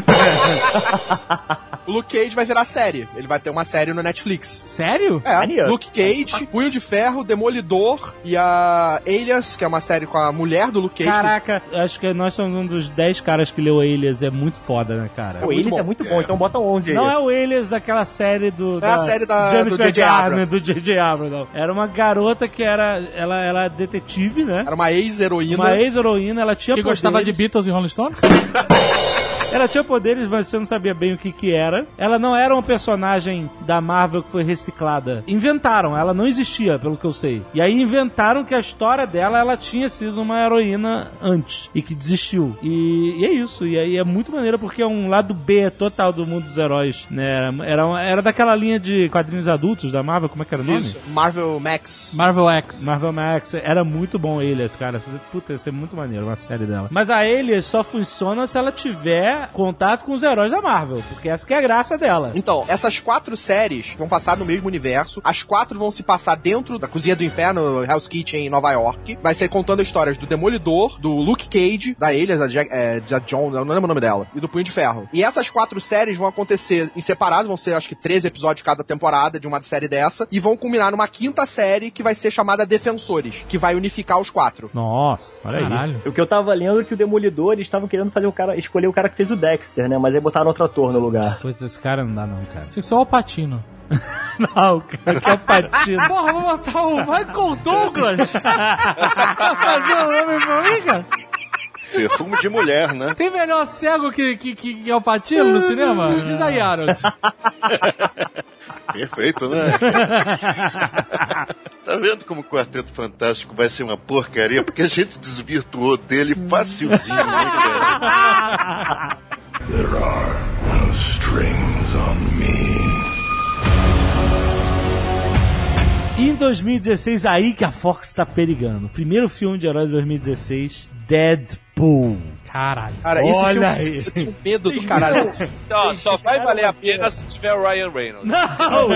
O Luke Cage vai virar série. Ele vai ter uma série no Netflix. Sério? Luke Cage, Punho de Ferro, Demolidor e a Alias, que é uma série com a mulher do Luke Cage. Caraca, acho que nós somos um dos 10 caras que leu Alias. É muito foda, né, cara? O Alias é muito bom, então bota 11 aí. Não é o Alias daquela série do... É a série do J.J. Abrams. Do J.J. Abrams, não. Era uma garota que era... Ela era detetive, né? Era uma ex-heroína. Ela tinha que poderes. gostava de Beatles e Rolling Stones? Ela tinha poderes, mas você não sabia bem o que era. Ela não era uma personagem da Marvel que foi reciclada. Inventaram, ela não existia, pelo que eu sei. E aí inventaram que a história dela, ela tinha sido uma heroína antes e que desistiu. E é isso. E aí é muito maneiro porque é um lado B total do mundo dos heróis, né? Era daquela linha de quadrinhos adultos da Marvel, como é que era o nome? Isso, Marvel Max. Marvel X. Marvel Max. Era muito bom Alias, cara. Puta, ia ser muito maneiro uma série dela. Mas a Alias só funciona se ela tiver contato com os heróis da Marvel, porque essa que é a graça dela. Então, essas 4 séries vão passar no mesmo universo. As 4 vão se passar dentro da Cozinha do Inferno, Hell's Kitchen, em Nova York. Vai ser contando histórias do Demolidor, do Luke Cage, da Alias, da John, eu não lembro o nome dela, e do Punho de Ferro. E essas 4 séries vão acontecer em separado, vão ser acho que 13 episódios cada temporada de uma série dessa, e vão culminar numa 5ª série que vai ser chamada Defensores, que vai unificar os 4. Nossa, olha aí. O que eu tava lendo é que o Demolidor, eles estavam querendo fazer escolher o cara que fez o Dexter, né? Mas aí botaram outro ator no lugar. Pois esse cara não dá não, cara. Tinha que ser o Alpatino. Não, cara, que é o Patino. Porra, vou botar o Michael Douglas pra fazer o Homem-Formiga? Perfume de mulher, né? Tem melhor cego que é o Patino no cinema? Diz aí, Harold. Perfeito, né? Tá vendo como o Quarteto Fantástico vai ser uma porcaria? Porque a gente desvirtuou dele facilzinho, né, cara? There are no strings on me. E em 2016, aí que a Fox tá perigando. Primeiro filme de heróis de 2016, Deadpool. Caralho. Cara, esse filme, eu tenho medo do caralho. Não, só vai valer a pena se tiver o Ryan Reynolds. Não!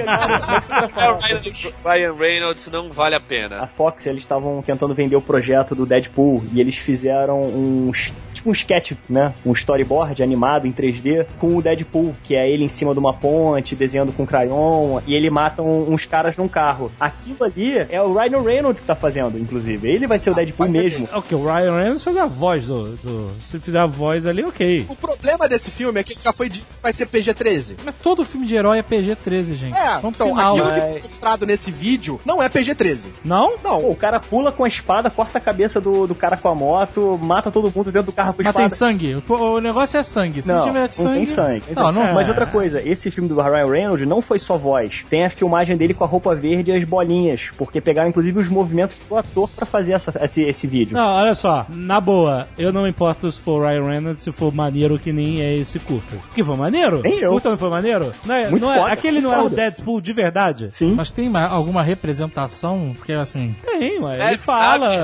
Ryan Reynolds não vale a pena. A Fox, eles estavam tentando vender o projeto do Deadpool e eles fizeram um sketch, né? Um storyboard animado em 3D com o Deadpool, que é ele em cima de uma ponte, desenhando com crayon, e ele mata uns caras num carro. Aquilo ali é o Ryan Reynolds que tá fazendo, inclusive. Ele vai ser o Deadpool mesmo. Ok, o Ryan Reynolds faz a voz do... Se fizer a voz ali, ok. O problema desse filme é que já foi dito que vai ser PG-13. Mas todo filme de herói é PG-13, gente. Então, final. Aquilo que foi mostrado nesse vídeo não é PG-13. Não? Não. Pô, o cara pula com a espada, corta a cabeça do cara com a moto, mata todo mundo dentro do carro com a espada. Mas tem sangue? O negócio é sangue. Se não tiver sangue... Não tem sangue. Não, não. Mas outra coisa, esse filme do Ryan Reynolds não foi só voz. Tem a filmagem dele com a roupa verde e as bolinhas, porque pegaram inclusive os movimentos do ator pra fazer esse vídeo. Não, olha só, na boa, eu não importo se for Ryan Reynolds, se for maneiro que nem é esse curta. Que foi maneiro? Nem eu. Curta não foi maneiro? Aquele não é o Deadpool de verdade? Sim. Mas tem alguma representação? Porque assim... Tem, ué. Ele fala...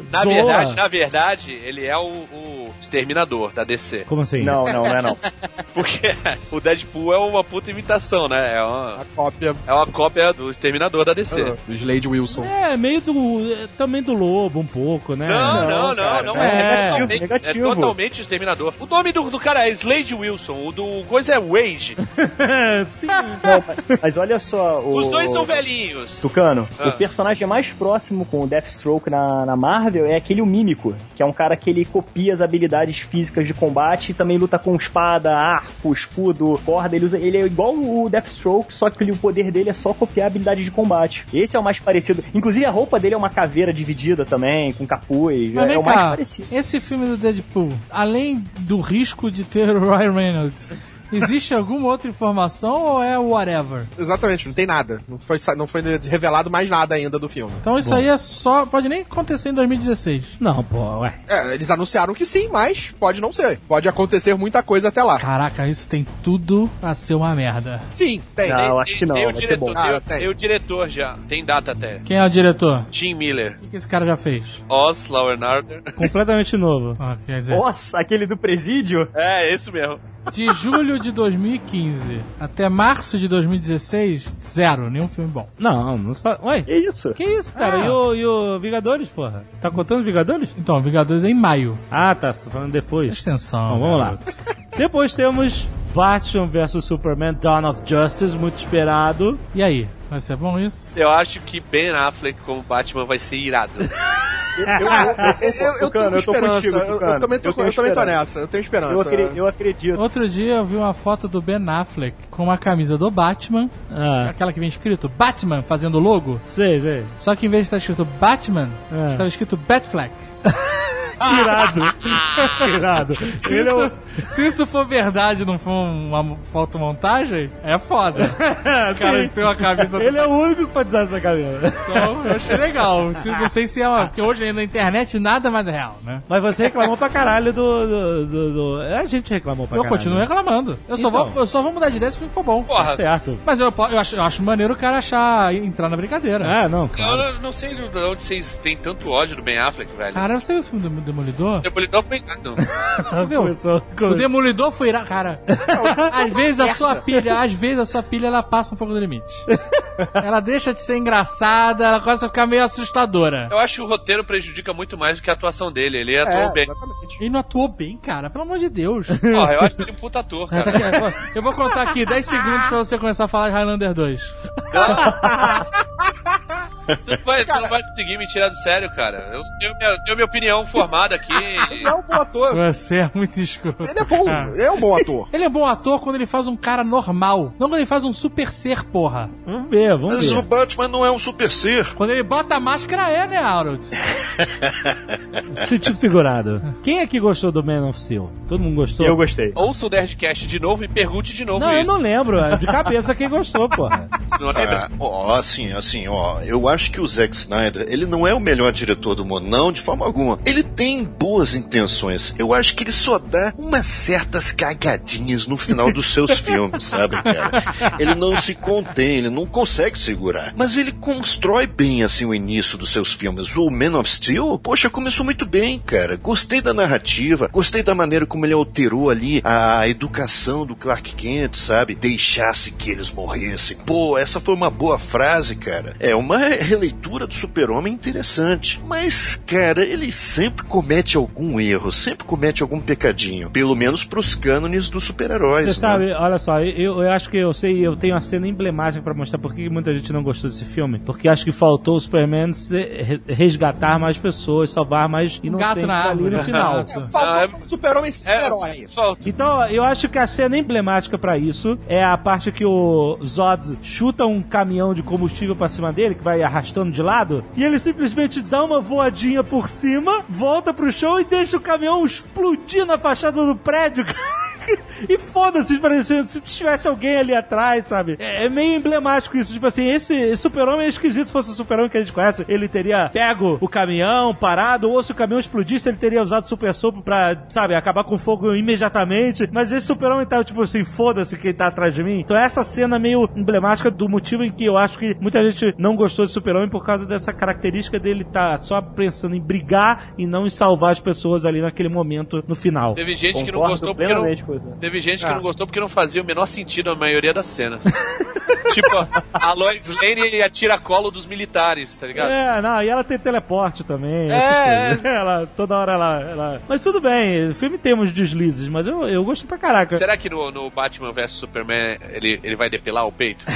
Na verdade, ele é o Exterminador da DC. Como assim? Não é não. Porque o Deadpool é uma puta imitação, né? A cópia. É uma cópia do Exterminador da DC. Do Slade Wilson. É, meio também do Lobo um pouco, né? Não é É negativo. totalmente Exterminador. O nome do cara é Slade Wilson, o do coisa é Wade. Sim. Não, mas olha só... Os dois são velhinhos. Tucano, o personagem mais próximo com o Deathstroke na Marvel é aquele o Mímico, que é um cara que ele copia as habilidades físicas de combate e também luta com espada, arco, escudo, corda. Ele é igual o Deathstroke, só que o poder dele é só copiar a habilidade de combate. Esse é o mais parecido. Inclusive a roupa dele é uma caveira dividida também, com capuz. Mas é o mais parecido. Esse filme do Deadpool, além do risco de ter o Ryan Reynolds, existe alguma outra informação ou é whatever? Exatamente, não tem nada. Não foi revelado mais nada ainda do filme. Então isso aí é só... Pode nem acontecer em 2016. Não, pô, ué. Eles anunciaram que sim, mas pode não ser. Pode acontecer muita coisa até lá. Caraca, isso tem tudo a ser uma merda. Sim, tem. Não, acho que não, vai ser bom. Tem o diretor já, tem data até. Quem é o diretor? Tim Miller. O que esse cara já fez? Oz, Law and Order. Completamente novo. Quer dizer... Nossa, aquele do presídio? É, esse mesmo. De julho de 2015 até março de 2016, zero, nenhum filme bom. Não sabe. Ué, que isso? Que isso, cara? E o Vingadores, porra? Tá contando Vingadores? Então, Vingadores é em maio. Ah, tá, você tá falando depois. Extensão. Então, vamos lá. Depois temos Batman vs Superman, Dawn of Justice, muito esperado. E aí, vai ser bom isso? Eu acho que Ben Affleck como Batman vai ser irado. Eu tô com esperança. Eu também tô nessa. Eu tenho esperança. Eu acredito. Outro dia eu vi uma foto do Ben Affleck com uma camisa do Batman, aquela que vem escrito Batman fazendo logo. Sei. Só que em vez de estar escrito Batman, estava escrito Batfleck. Tirado. Se isso for verdade e não for uma fotomontagem, é foda. O cara tem uma camisa... Ele é o único que pode usar essa camisa. Então, eu achei legal. Não sei se é porque hoje na internet nada mais é real, né? Mas você reclamou pra caralho do... A gente reclamou pra caralho. Eu continuo reclamando. Eu só vou mudar de ideia se o filme for bom. Porra. Tá certo. Mas eu acho maneiro o cara entrar na brincadeira. Não, claro. Eu não sei de onde vocês têm tanto ódio do Ben Affleck, velho. Cara, você viu o filme do Demolidor? O Demolidor foi irado. O Demolidor foi irado. Cara, às vezes a sua pilha, ela passa um pouco do limite. Ela deixa de ser engraçada, ela começa a ficar meio assustadora. Eu acho que o roteiro prejudica muito mais do que a atuação dele. Ele atuou bem. Exatamente. Ele não atuou bem, cara, pelo amor de Deus. Porra, eu acho ele um puta ator, cara. Eu vou contar aqui 10 segundos pra você começar a falar de Highlander 2. Tu não vai conseguir me tirar do sério, cara. Eu tenho minha opinião formada aqui. Ele é um bom ator. Você é muito escroto. Ele é bom, ele é um bom ator. Ele é bom ator quando ele faz um cara normal. Não quando ele faz um super ser, porra. Vamos ver. Mas o Batman não é um super ser. Quando ele bota a máscara né, Harold? Sentido figurado. Quem aqui gostou do Man of Steel? Todo mundo gostou? Eu gostei. Ouça o Nerdcast de novo e pergunte de novo Não, isso. eu não lembro. De cabeça quem gostou, porra. Não lembra? Eu acho que o Zack Snyder, ele não é o melhor diretor do mundo, não, de forma alguma. Ele tem boas intenções. Eu acho que ele só dá umas certas cagadinhas no final dos seus filmes, sabe, cara? Ele não se contém, ele não consegue segurar. Mas ele constrói bem, assim, o início dos seus filmes. O Man of Steel, poxa, começou muito bem, cara. Gostei da narrativa, gostei da maneira como ele alterou ali a educação do Clark Kent, sabe? Deixasse que eles morressem. Pô, essa foi uma boa frase, cara. É uma releitura do Super-Homem interessante. Mas, cara, ele sempre comete algum erro, sempre comete algum pecadinho. Pelo menos pros cânones dos super-heróis. Você sabe, olha só, eu acho que eu tenho uma cena emblemática pra mostrar por que muita gente não gostou desse filme. Porque acho que faltou o Superman resgatar mais pessoas, salvar mais inocentes ali no final. Faltou o Super-Homem ser herói. Então, eu acho que a cena emblemática pra isso é a parte que o Zod chuta um caminhão de combustível pra cima dele, que vai arrastando de lado, e ele simplesmente dá uma voadinha por cima, volta pro chão e deixa o caminhão explodir na fachada do prédio, cara. E foda-se, se tivesse alguém ali atrás, sabe? É meio emblemático isso. Tipo assim, esse Super-Homem é esquisito. Se fosse o Super-Homem que a gente conhece, ele teria pego o caminhão, parado, ou se o caminhão explodisse, ele teria usado super sopro pra, sabe, acabar com o fogo imediatamente. Mas esse Super-Homem tá, tipo assim, foda-se quem tá atrás de mim. Então essa cena meio emblemática do motivo em que eu acho que muita gente não gostou de Super-Homem por causa dessa característica dele tá só pensando em brigar e não em salvar as pessoas ali naquele momento no final. Teve gente que não gostou porque Teve gente que não gostou porque não fazia o menor sentido a maioria das cenas. Tipo, a Lois Lane a tiracolo dos militares, tá ligado? E ela tem teleporte também, essas coisas. Ela, toda hora ela... Mas tudo bem, o filme tem uns deslizes, mas eu gosto pra caraca. Será que no Batman vs Superman ele vai depilar o peito?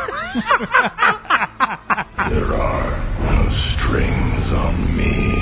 There are no strings on me.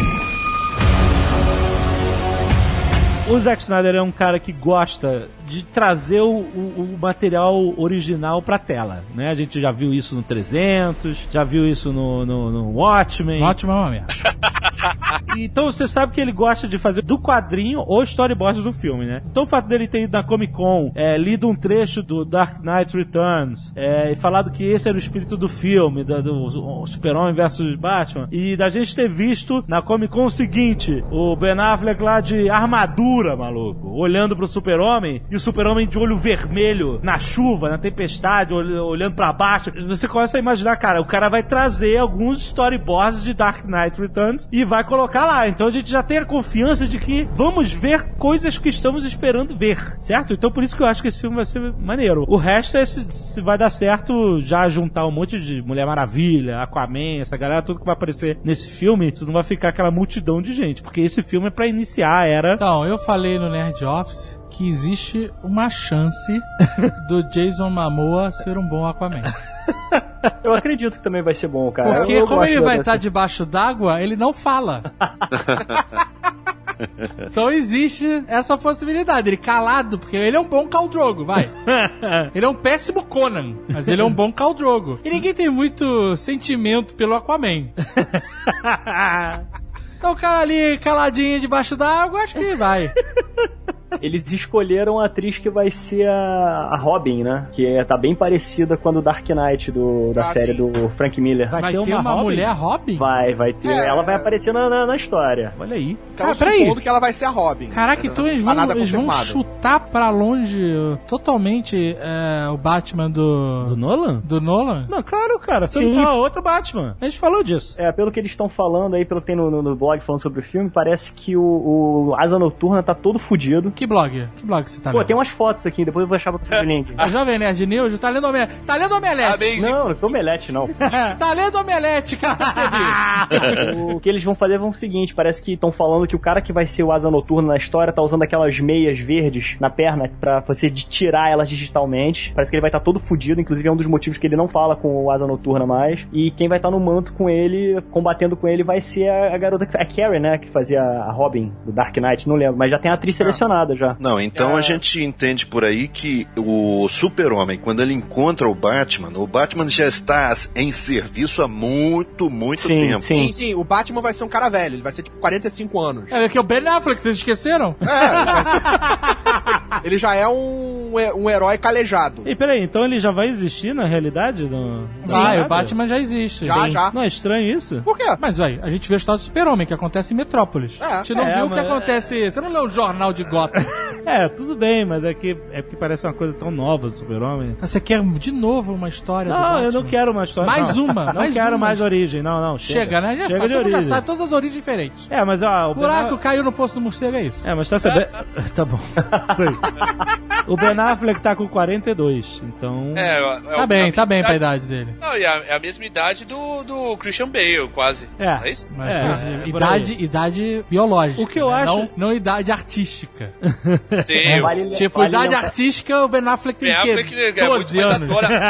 O Zack Snyder é um cara que gosta de trazer o material original pra tela, né? A gente já viu isso no 300, já viu isso no Watchmen. Watchmen é uma merda. Então você sabe que ele gosta de fazer do quadrinho ou storyboard do filme, né? Então o fato dele ter ido na Comic Con, lido um trecho do Dark Knight Returns, e falado que esse era o espírito do filme, do Super-Homem versus Batman, e da gente ter visto na Comic Con o seguinte, o Ben Affleck lá de armadura, maluco, olhando pro Super-Homem, e o Super-Homem de olho vermelho, na chuva, na tempestade, olhando pra baixo. Você começa a imaginar, cara, o cara vai trazer alguns storyboards de Dark Knight Returns e vai colocar lá. Então a gente já tem a confiança de que vamos ver coisas que estamos esperando ver, certo? Então por isso que eu acho que esse filme vai ser maneiro. O resto é se vai dar certo já juntar um monte de Mulher Maravilha, Aquaman, essa galera tudo que vai aparecer nesse filme, isso não vai ficar aquela multidão de gente, porque esse filme é pra iniciar a era... Então, eu falei no Nerd Office que existe uma chance do Jason Momoa ser um bom Aquaman. Eu acredito que também vai ser bom, cara. Porque como ele vai estar debaixo d'água, ele não fala. Então existe essa possibilidade. Ele calado, porque ele é um bom Khal Drogo, vai. Ele é um péssimo Conan, mas ele é um bom Khal Drogo. E ninguém tem muito sentimento pelo Aquaman. Então o cara ali caladinho debaixo d'água, acho que vai. Eles escolheram a atriz que vai ser a Robin, né? Que tá bem parecida com a do Dark Knight da série do Frank Miller. Vai ter uma mulher Robin? Vai ter. Ela vai aparecer na história. Olha aí. Então, supondo que ela vai ser a Robin. Caraca, então eles vão chutar pra longe totalmente o Batman do Nolan? Do Nolan? Não, claro, cara. Sim. Outro Batman. A gente falou disso. Pelo que eles estão falando aí, pelo que tem no blog falando sobre o filme, parece que o Asa Noturna tá todo fudido. Que blog? Que blog você tá lendo? Pô, tem umas fotos aqui, depois eu vou achar pra você o link. A Jovem Nerd News tá lendo Omelete. Tá lendo Omelete. Não tô Omelete, não. Tá lendo Omelete, que eu percebi. O que eles vão fazer é o seguinte, parece que estão falando que o cara que vai ser o Asa Noturna na história tá usando aquelas meias verdes na perna pra você tirar elas digitalmente. Parece que ele vai estar todo fudido, inclusive é um dos motivos que ele não fala com o Asa Noturna mais. E quem vai estar no manto com ele, combatendo com ele, vai ser a garota, a Carrie, né, que fazia a Robin do Dark Knight, não lembro, mas já tem a atriz selecionada já. Não, então a gente entende por aí que o Super-Homem, quando ele encontra o Batman já está em serviço há muito tempo. Sim, o Batman vai ser um cara velho, ele vai ser tipo 45 anos. É que é o Ben Affleck, vocês esqueceram? Ele já é um herói calejado. E peraí, então ele já vai existir na realidade? Sim, o Batman já existe. Já. Não é estranho isso? Por quê? Mas, a gente vê a história do Super-Homem, que acontece em Metrópolis. A gente não viu o que acontece... Você não leu o jornal de Gotham? Tudo bem, mas é porque parece uma coisa tão nova do Super-Homem. Você quer de novo uma história do Batman? Não, eu não quero uma história. Mais uma. Não quero mais origem. Não, chega, né? Chega de origem. Já sabe todas as origens diferentes. Mas o buraco caiu no poço do morcego, é isso. Mas tá sabendo... Tá bom. Sei. O Ben Affleck tá com 42, então... Tá bem pra idade dele. Não, é a mesma idade do Christian Bale, quase. É isso? Mas idade biológica. O que eu acho... Não idade artística. Sim. Idade artística, o Ben Affleck tem que 12 anos.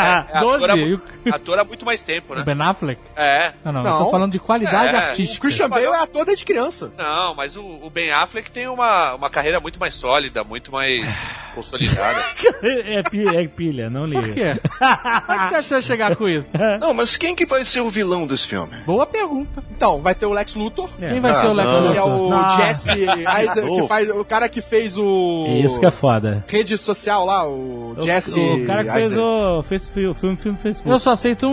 12? Ator há muito mais tempo, né? O Ben Affleck? Não, eu tô falando de qualidade artística. O Christian Bale é ator desde criança. Não, mas o Ben Affleck tem uma carreira muito mais sólida, muito mais consolidada. É pilha, não liga. Por quê? Como é que você achou chegar com isso? Não, mas quem que vai ser o vilão desse filme? Boa pergunta. Então, vai ter o Lex Luthor. Quem vai ser o Lex Luthor? Que é o Jesse Eisenberg, que faz o cara que fez o... Isso que é foda. Rede social lá, o Jesse... O cara que fez o filme Facebook. Eu só aceito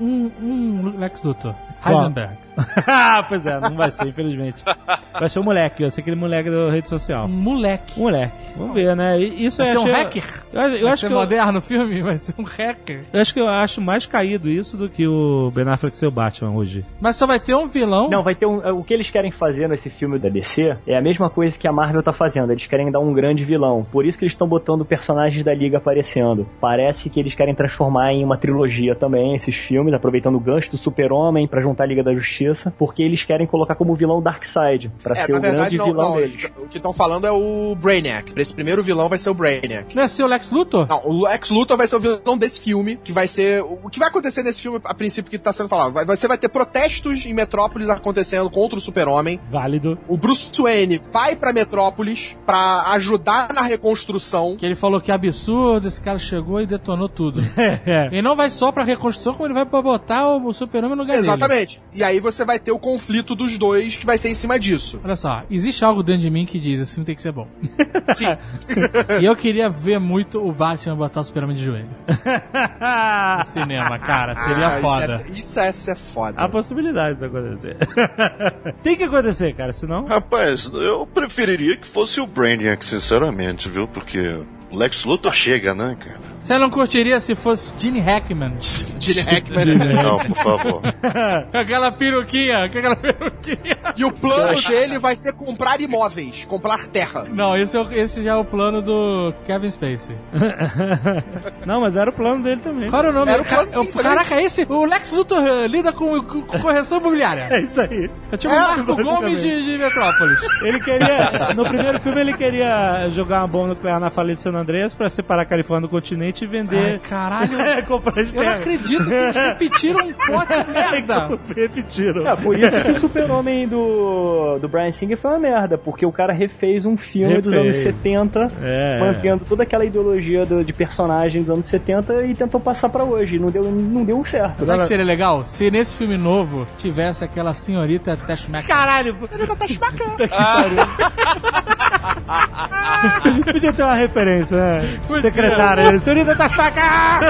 um Lex Luthor. Heisenberg. Pois não vai ser, infelizmente. Vai ser o moleque, vai ser aquele moleque da rede social. Moleque. Vamos ver, né? Isso vai ser um hacker? Eu acho que moderno o filme, vai ser um hacker. Eu acho mais caído isso do que o Ben Affleck ser o Batman hoje. Mas só vai ter um vilão? Não, vai ter o que eles querem fazer nesse filme da DC é a mesma coisa que a Marvel tá fazendo. Eles querem dar um grande vilão. Por isso que eles estão botando personagens da Liga aparecendo. Parece que eles querem transformar em uma trilogia também esses filmes, aproveitando o gancho do Super-Homem pra juntar a Liga da Justiça, porque eles querem colocar como vilão o Darkseid, pra ser o grande vilão deles. O que estão falando é o Brainiac. Pra esse primeiro vilão vai ser o Brainiac. Não é ser o Lex Luthor? Não, o Lex Luthor vai ser o vilão desse filme, que vai ser... O que vai acontecer nesse filme, a princípio, que tá sendo falado? Você vai ter protestos em Metrópolis acontecendo contra o Super-Homem. Válido. O Bruce Wayne vai pra Metrópolis pra ajudar na reconstrução. Que ele falou que absurdo, esse cara chegou e detonou tudo. Ele não vai só pra reconstrução, como ele vai pra botar o Super-Homem no lugar dele. Exatamente. E aí você vai ter o conflito dos dois que vai ser em cima disso. Olha só, existe algo dentro de mim que diz, esse filme tem que ser bom. Sim. E eu queria ver muito o Batman botar o Super-Homem de joelho. No cinema, cara, seria foda. Isso é foda. Há possibilidades de acontecer. Tem que acontecer, cara, senão... Rapaz, eu preferiria que fosse o Brainiac, sinceramente, viu? Porque... o Lex Luthor chega, né, cara? Você não curtiria se fosse Gene Hackman? Gene Hackman. Não, por favor. Com aquela peruquinha. E o plano dele vai ser comprar imóveis, comprar terra. Não, esse já é o plano do Kevin Spacey. Não, mas era o plano dele também. Qual era o nome? Era o plano dele Caraca, o Lex Luthor lida com correção imobiliária. É isso aí. É tipo o Marco Gomes de Metrópolis. Ele queria... No primeiro filme ele queria jogar uma bomba nuclear na falha de San Andreas pra separar a Califórnia do continente e vender... Ai, caralho. Comprar eu não acredito que eles repetiram um pote de merda. Repetiram. Por isso que o Super-Homem do Bryan Singer foi uma merda, porque o cara refez um filme dos anos 70, mantendo toda aquela ideologia de personagem dos anos 70 e tentou passar pra hoje. Não deu certo. Sabe o que seria legal? Se nesse filme novo tivesse aquela senhorita Tashmaker. Caralho! Podia ter uma referência, né? Secretária, senhorita das facas!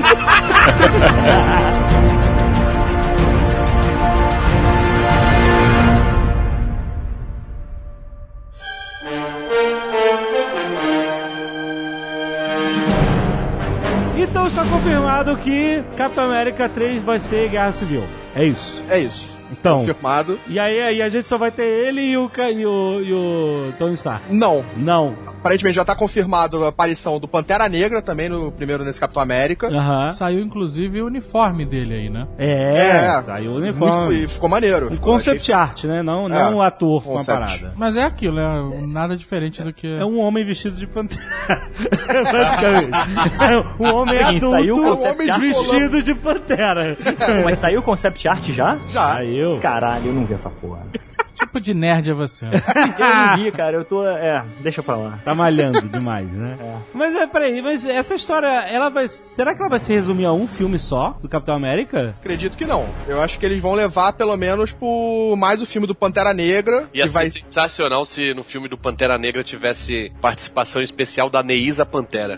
Então está confirmado que Capitão América 3 vai ser Guerra Civil. É isso. É isso. Então, confirmado. E aí a gente só vai ter ele e o Tony Stark. Não. Aparentemente já tá confirmado a aparição do Pantera Negra também nesse Capitão América. Saiu inclusive o uniforme dele aí, né? Saiu o uniforme. Ficou maneiro. Um concept art, né? Não um ator com a parada. Mas é aquilo, nada diferente do que... É um homem vestido de pantera. Basicamente. Um homem adulto, um homem vestido de pantera. Mas saiu o concept art já? Já. Saiu. Caralho, eu não vi essa porra. Tipo de nerd é você. Eu não vi, cara. Eu tô... deixa pra lá. Tá malhando demais, né? Mas peraí, essa história, será que ela vai se resumir a um filme só, do Capitão América? Acredito que não. Eu acho que eles vão levar, pelo menos, por mais o filme do Pantera Negra. Ia ser sensacional se no filme do Pantera Negra tivesse participação especial da Neísa Pantera.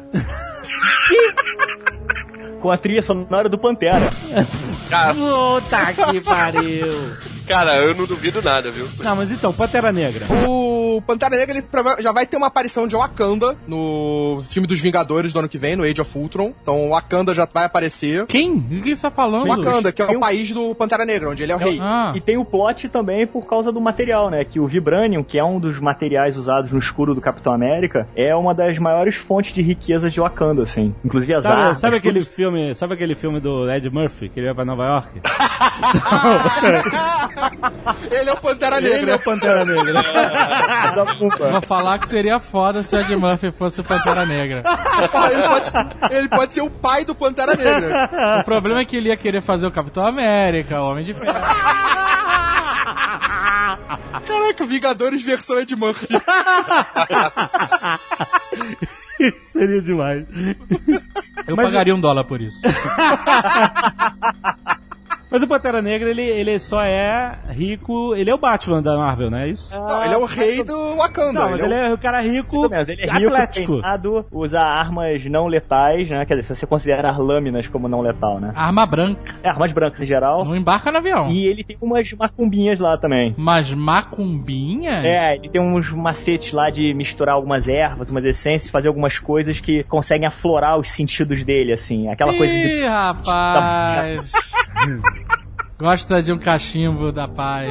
Com a trilha sonora do Pantera. Puta que pariu. Cara, eu não duvido nada, viu? Não, mas então, Pantera Negra. O Pantera Negra, ele já vai ter uma aparição de Wakanda no filme dos Vingadores do ano que vem, no Age of Ultron. Então, Wakanda já vai aparecer. Quem? O que você tá falando? Wakanda, que é o país do Pantera Negra, onde ele é o rei. E tem o plot também por causa do material, né? Que o Vibranium, que é um dos materiais usados no escudo do Capitão América, é uma das maiores fontes de riquezas de Wakanda, assim. Inclusive as armas. Sabe aquele filme do Ed Murphy, que ele vai pra Nova York? Ele é o Pantera Negra. Ele é o Pantera Negra. Vou falar que seria foda se o Ed Murphy fosse o Pantera Negra. Ele pode ser o pai do Pantera Negra. O problema é que ele ia querer fazer o Capitão América, o Homem de Ferro. Caraca, Vingadores versão Ed Murphy. Isso seria demais. Eu pagaria $1 por isso. Mas o Pantera Negra, ele só é rico... Ele é o Batman da Marvel, não é isso? Não, ele é o rei do Wakanda. Não, mas ele é o cara rico, ele é rico, atlético. Treinado, usa armas não letais, né? Quer dizer, se você considerar lâminas como não letal, né? Arma branca. Armas brancas em geral. Não embarca no avião. E ele tem umas macumbinhas lá também. Mas macumbinha? Ele tem uns macetes lá de misturar algumas ervas, umas essências, fazer algumas coisas que conseguem aflorar os sentidos dele, assim. Aquela coisa de... Ih, rapaz... Gosta de um cachimbo da paz.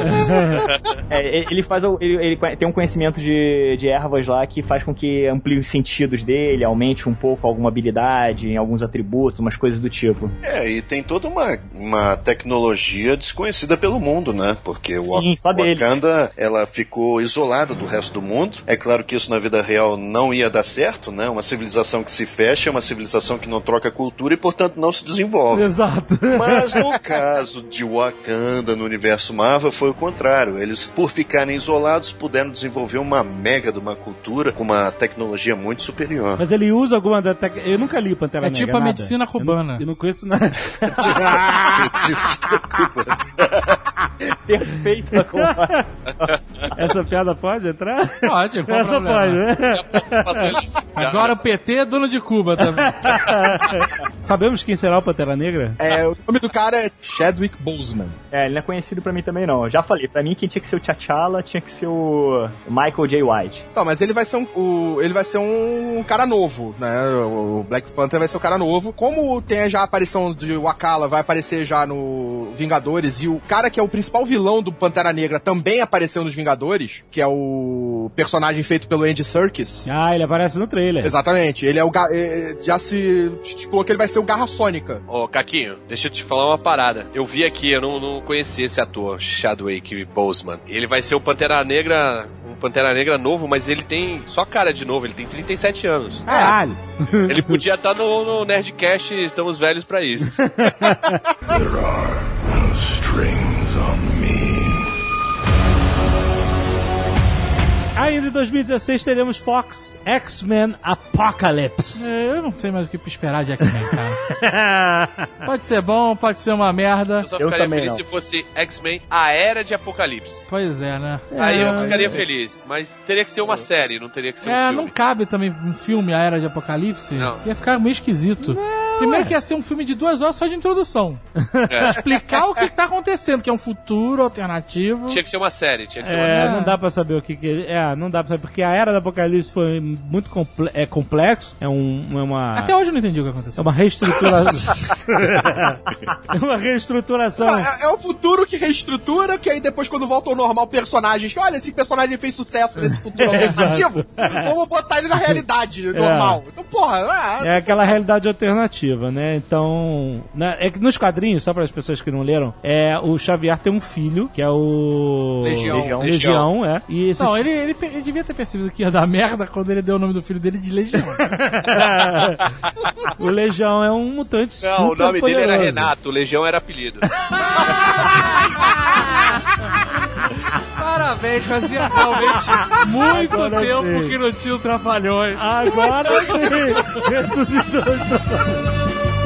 Ele tem um conhecimento de ervas lá que faz com que amplie os sentidos dele, aumente um pouco alguma habilidade em alguns atributos, umas coisas do tipo. E tem toda uma tecnologia desconhecida pelo mundo, né? Porque o Wakanda, ela ficou isolada do resto do mundo. É claro que isso na vida real não ia dar certo, né? Uma civilização que se fecha é uma civilização que não troca cultura e, portanto, não se desenvolve. Exato. Mas no caso de Wakanda no universo Marvel foi o contrário. Eles, por ficarem isolados, puderam desenvolver uma mega de uma cultura com uma tecnologia muito superior. Mas ele usa alguma da eu nunca li Pantera Negra. É tipo a medicina cubana. Eu não conheço nada. Medicina cubana. Perfeita conversa. Essa piada pode entrar? Pode, qual essa problema? pode, né? Agora o PT é dono de Cuba também. Sabemos quem será o Pantera Negra? O nome do cara é Chadwick Boseman. Ele não é conhecido pra mim também, não. Eu já falei, pra mim quem tinha que ser o T'Challa tinha que ser o Michael J. White. Não, mas ele vai ser um cara novo, né? O Black Panther vai ser o cara novo. Como tem já a aparição de Wakala, vai aparecer já no Vingadores, e o cara que é o principal vilão do Pantera Negra também apareceu nos Vingadores, que é o personagem feito pelo Andy Serkis. Ele aparece no trailer. Exatamente. Ele é o já se estipulou que ele vai ser o Garra Sônica. Caquinho, deixa eu te falar uma parada. Eu vi aqui, eu não conhecia esse ator, Chadwick Boseman. Ele vai ser o Pantera Negra novo, mas ele tem só cara de novo, ele tem 37 anos. Caralho! Ele podia estar no Nerdcast, estamos velhos pra isso. There are no strings on me. Ainda em 2016 teremos Fox X-Men Apocalypse. Eu não sei mais o que esperar de X-Men, cara. Pode ser bom, pode ser uma merda. Eu só ficaria feliz se fosse X-Men A Era de Apocalipse. Pois é, né? Aí eu ficaria feliz. Mas teria que ser uma série, não teria que ser um filme. Não cabe também um filme A Era de Apocalipse. Não. Ia ficar meio esquisito. Primeiro que ia ser um filme de 2 horas só de introdução. Explicar o que tá acontecendo, que é um futuro alternativo. Tinha que ser uma série, não dá pra saber o que ele... não dá pra saber, porque a Era do Apocalipse foi muito complexo. Uma... Até hoje eu não entendi o que aconteceu. É uma reestruturação. Uma reestruturação. É o futuro que reestrutura, que aí depois quando volta ao normal, personagens... Olha, esse personagem fez sucesso nesse futuro alternativo, vamos botar ele na realidade normal. Então, porra... É aquela realidade alternativa. Né? Então, é que nos quadrinhos, só para as pessoas que não leram, o Xavier tem um filho, que é o Legião, é. E esse ele devia ter percebido que ia dar merda quando ele deu o nome do filho dele de Legião. O Legião é um mutante super poderoso. Não, o nome dele era Renato, o Legião era apelido. Parabéns, fazia realmente muito tempo que não tinha o Trapalhões. Agora sim, ressuscitou o Trapalhões.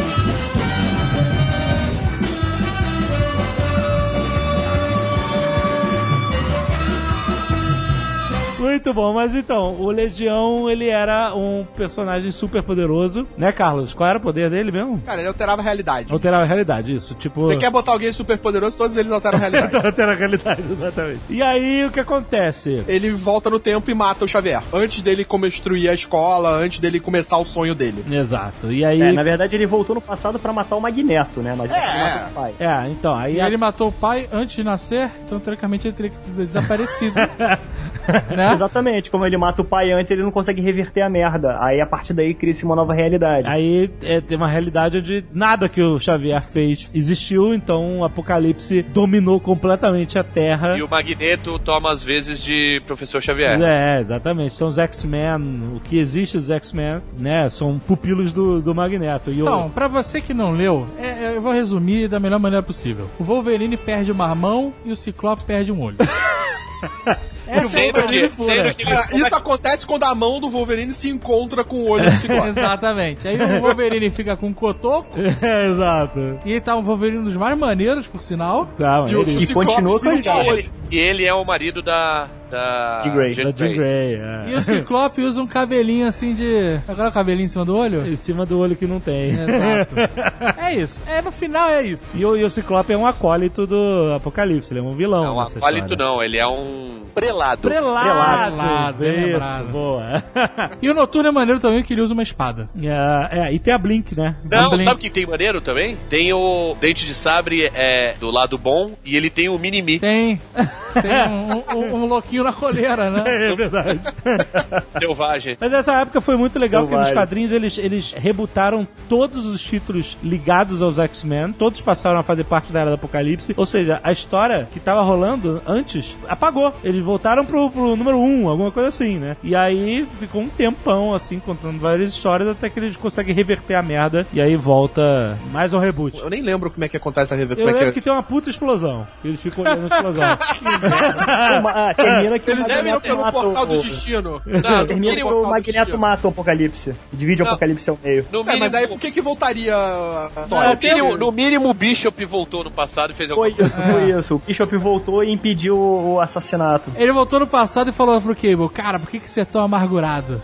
Muito bom, mas então, o Legião, ele era um personagem super poderoso, né, Carlos? Qual era o poder dele mesmo? Cara, ele alterava a realidade. Alterava a realidade, isso, tipo... Você quer botar alguém super poderoso, todos eles alteram a realidade. Alteram a realidade, exatamente. E aí, o que acontece? Ele volta no tempo e mata o Xavier. Antes dele construir a escola, antes dele começar o sonho dele. Exato, e aí... na verdade, ele voltou no passado pra matar o Magneto, né? Mas ele matou o pai. Então, aí... E ele matou o pai antes de nascer, então, teoricamente, ele teria que ter desaparecido. Né? Exatamente, como ele mata o pai antes, ele não consegue reverter a merda. Aí a partir daí cria-se uma nova realidade. Aí tem uma realidade onde nada que o Xavier fez existiu, então o Apocalipse dominou completamente a Terra. E o Magneto toma as vezes de Professor Xavier. Exatamente. Então os X-Men, o que existe dos X-Men, né, são pupilos do Magneto. Então, pra você que não leu, eu vou resumir da melhor maneira possível. O Wolverine perde uma mão e o Ciclope perde um olho. Isso acontece quando a mão do Wolverine se encontra com o olho do Ciclope. Exatamente. Aí o Wolverine fica com um cotoco. Exato. E tá um Wolverine dos mais maneiros, por sinal. Tá, e continua com E ele é o marido da Jean Grey. E o Ciclope usa um cabelinho assim de... Agora o cabelinho em cima do olho? Em cima do olho que não tem. Exato. É isso. No final é isso. E o Ciclope é um acólito do Apocalipse. Ele é um vilão. Não, acólito não. Ele é um prelado. Prelado. Isso, boa. E o Noturno é maneiro também, que ele usa uma espada. E tem a Blink, né? Não, sabe quem tem maneiro também? Tem o Dente de Sabre do lado bom e ele tem o Mini-Me. Tem um louquinho na coleira, né? É verdade. Selvagem. Mas essa época foi muito legal, porque nos quadrinhos eles rebutaram todos os títulos ligados aos X-Men, todos passaram a fazer parte da Era do Apocalipse, ou seja, a história que tava rolando antes apagou. Eles voltaram pro número 1, alguma coisa assim, né? E aí ficou um tempão, assim, contando várias histórias, até que eles conseguem reverter a merda, e aí volta mais um reboot. Eu nem lembro como é que acontece a reverter. Eu lembro que tem uma puta explosão. Eles ficam olhando a explosão. Termina que eles terminam pelo portal do destino. Termina que o Magneto mata o Apocalipse. Divide o Apocalipse ao meio. Mas aí por que voltaria a no mínimo o Bishop voltou no passado e fez alguma coisa. Foi isso. O Bishop voltou e impediu o assassinato. Ele voltou no passado e falou pro Cable: cara, por que você é tão amargurado?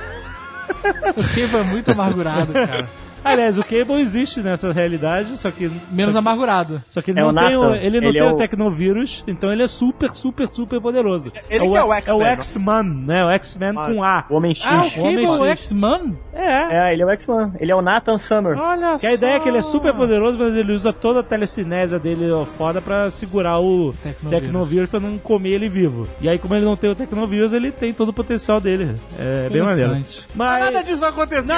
O Cable é muito amargurado, cara. Aliás, o Cable existe nessa realidade, só que... Menos amargurado. Só que ele não tem o Tecnovírus, então ele é super poderoso. Ele que é o X-Men. É o X-Man, né? O X-Men com A. O Homem X. O Cable é o X-Man? Ele é o X-Man. Ele é o Nathan Summer. Olha que a ideia é que ele é super poderoso, mas ele usa toda a telecinésia dele foda pra segurar o Tecnovírus pra não comer ele vivo. E aí, como ele não tem o Tecnovírus, ele tem todo o potencial dele. É bem maneiro. Mas nada disso vai acontecer.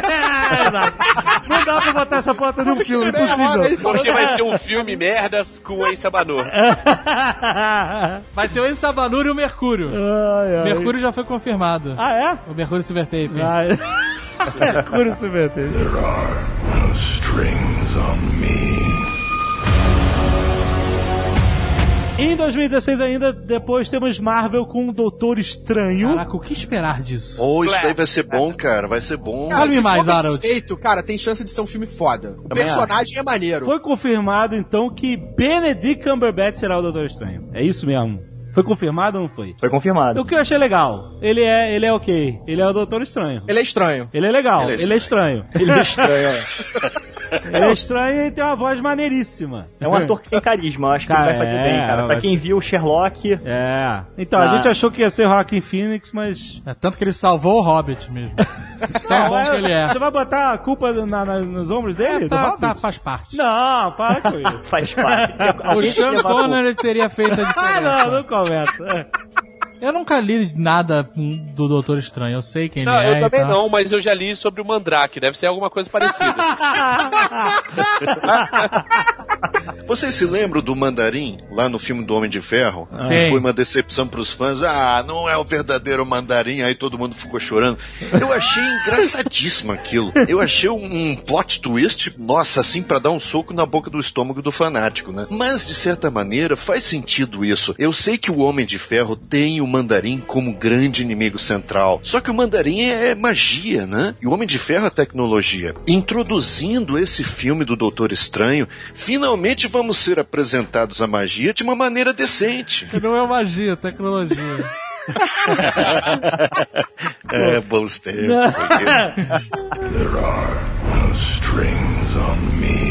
Não dá pra botar essa foto no filme, impossível. Porque vai ser um filme merdas com o Ace Sabanur. Vai ter o Ace Sabanur e o Mercúrio. O Mercúrio já foi confirmado. Ah, é? O Mercúrio Silvertape. Mercúrio Silvertape. There are no strings on me. Em 2016 ainda, depois temos Marvel com o Doutor Estranho. Caraca, o que esperar disso? Isso daí vai ser bom, cara. Vai ser bom. Fale mais, Harold. Feito, cara, tem chance de ser um filme foda. O personagem é maneiro. Foi confirmado, então, que Benedict Cumberbatch será o Doutor Estranho. É isso mesmo? Foi confirmado ou não foi? Foi confirmado. O que eu achei legal. Ele é ok. Ele é o Doutor Estranho. Ele é estranho. Ele é legal. Ele é estranho. Ele é estranho, Ele é estranho e tem uma voz maneiríssima. É um ator que tem carisma, eu acho que ele vai fazer bem, cara. Pra quem viu o Sherlock... Então, a gente achou que ia ser Joaquin Phoenix, mas... Tanto que ele salvou o Hobbit mesmo. Tão bom que ele é. Você vai botar a culpa nos ombros dele? Faz parte. Não, para com isso. Faz parte. O Sean Connery teria feito a diferença. Não começa. Eu nunca li nada do Doutor Estranho, eu sei quem ele é. Eu também não, mas eu já li sobre o Mandrake, deve ser alguma coisa parecida. Vocês se lembram do Mandarim, lá no filme do Homem de Ferro? Sim. Foi uma decepção pros fãs. Não é o verdadeiro Mandarim, aí todo mundo ficou chorando. Eu achei engraçadíssimo aquilo. Eu achei um plot twist, nossa, assim, pra dar um soco na boca do estômago do fanático, né? Mas, de certa maneira, faz sentido isso. Eu sei que o Homem de Ferro tem o Mandarim como grande inimigo central. Só que o Mandarim é magia, né? E o Homem de Ferro é tecnologia. Introduzindo esse filme do Doutor Estranho, finalmente vamos ser apresentados à magia de uma maneira decente. Não é magia, é tecnologia. Bons tempos. There are no strings on me.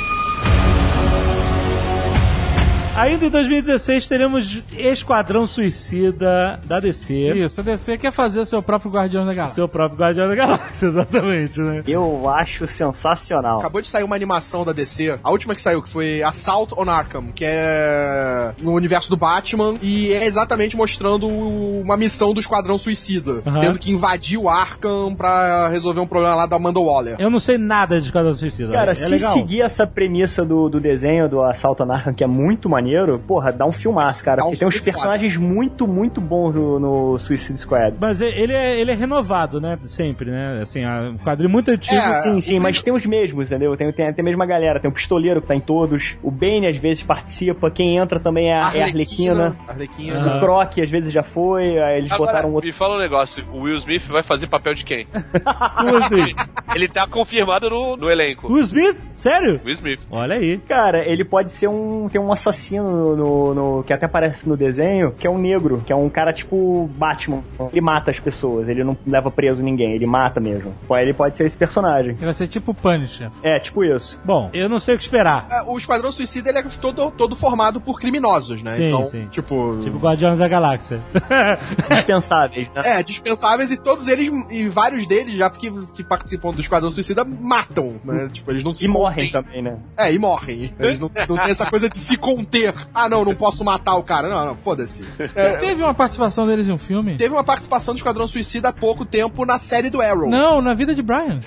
Ainda em 2016 teremos Esquadrão Suicida da DC. Isso, a DC quer fazer seu próprio Guardião da Galáxia. Seu próprio Guardião da Galáxia, exatamente, né? Eu acho sensacional. Acabou de sair uma animação da DC, a última que saiu, que foi Assault on Arkham, que é no universo do Batman, e é exatamente mostrando uma missão do Esquadrão Suicida, tendo que invadir o Arkham pra resolver um problema lá da Amanda Waller. Eu não sei nada de Esquadrão Suicida. Cara, se legal. seguir essa premissa do desenho do Assault on Arkham, que é muito maneiro, porra, dá um filmaço, cara. Porque tem uns personagens muito, muito bons no Suicide Squad. Mas ele é renovado, né? Sempre, né? Assim, um quadrinho muito antigo. Sim, mas tem os mesmos, entendeu? Tem a mesma galera. Tem o Pistoleiro que tá em todos. O Bane às vezes participa. Quem entra também é a Arlequina. O Croc às vezes já foi. Aí eles botaram outro. Me fala um negócio. O Will Smith vai fazer papel de quem? Como assim? Ele tá confirmado no elenco. Will Smith? Sério? Will Smith. Olha aí. Cara, ele pode ser tem um assassino que até aparece no desenho, que é um negro, que é um cara tipo Batman. Ele mata as pessoas, ele não leva preso ninguém, ele mata mesmo. Ele pode ser esse personagem. Ele vai ser tipo Punisher. É, tipo isso. Bom, eu não sei o que esperar. O Esquadrão Suicida, ele é todo formado por criminosos, né? Sim, então, sim. Tipo Guardiões da Galáxia. Dispensáveis, né? Dispensáveis, e todos eles, e vários deles, já porque que participam do Esquadrão Suicida, matam, né? Tipo, eles não se morrem também, né? E morrem. Eles não tem essa coisa de se conter. Não posso matar o cara. Não, foda-se. Teve uma participação deles em um filme? Teve uma participação do Esquadrão Suicida há pouco tempo na série do Arrow. Não, na vida de Brian.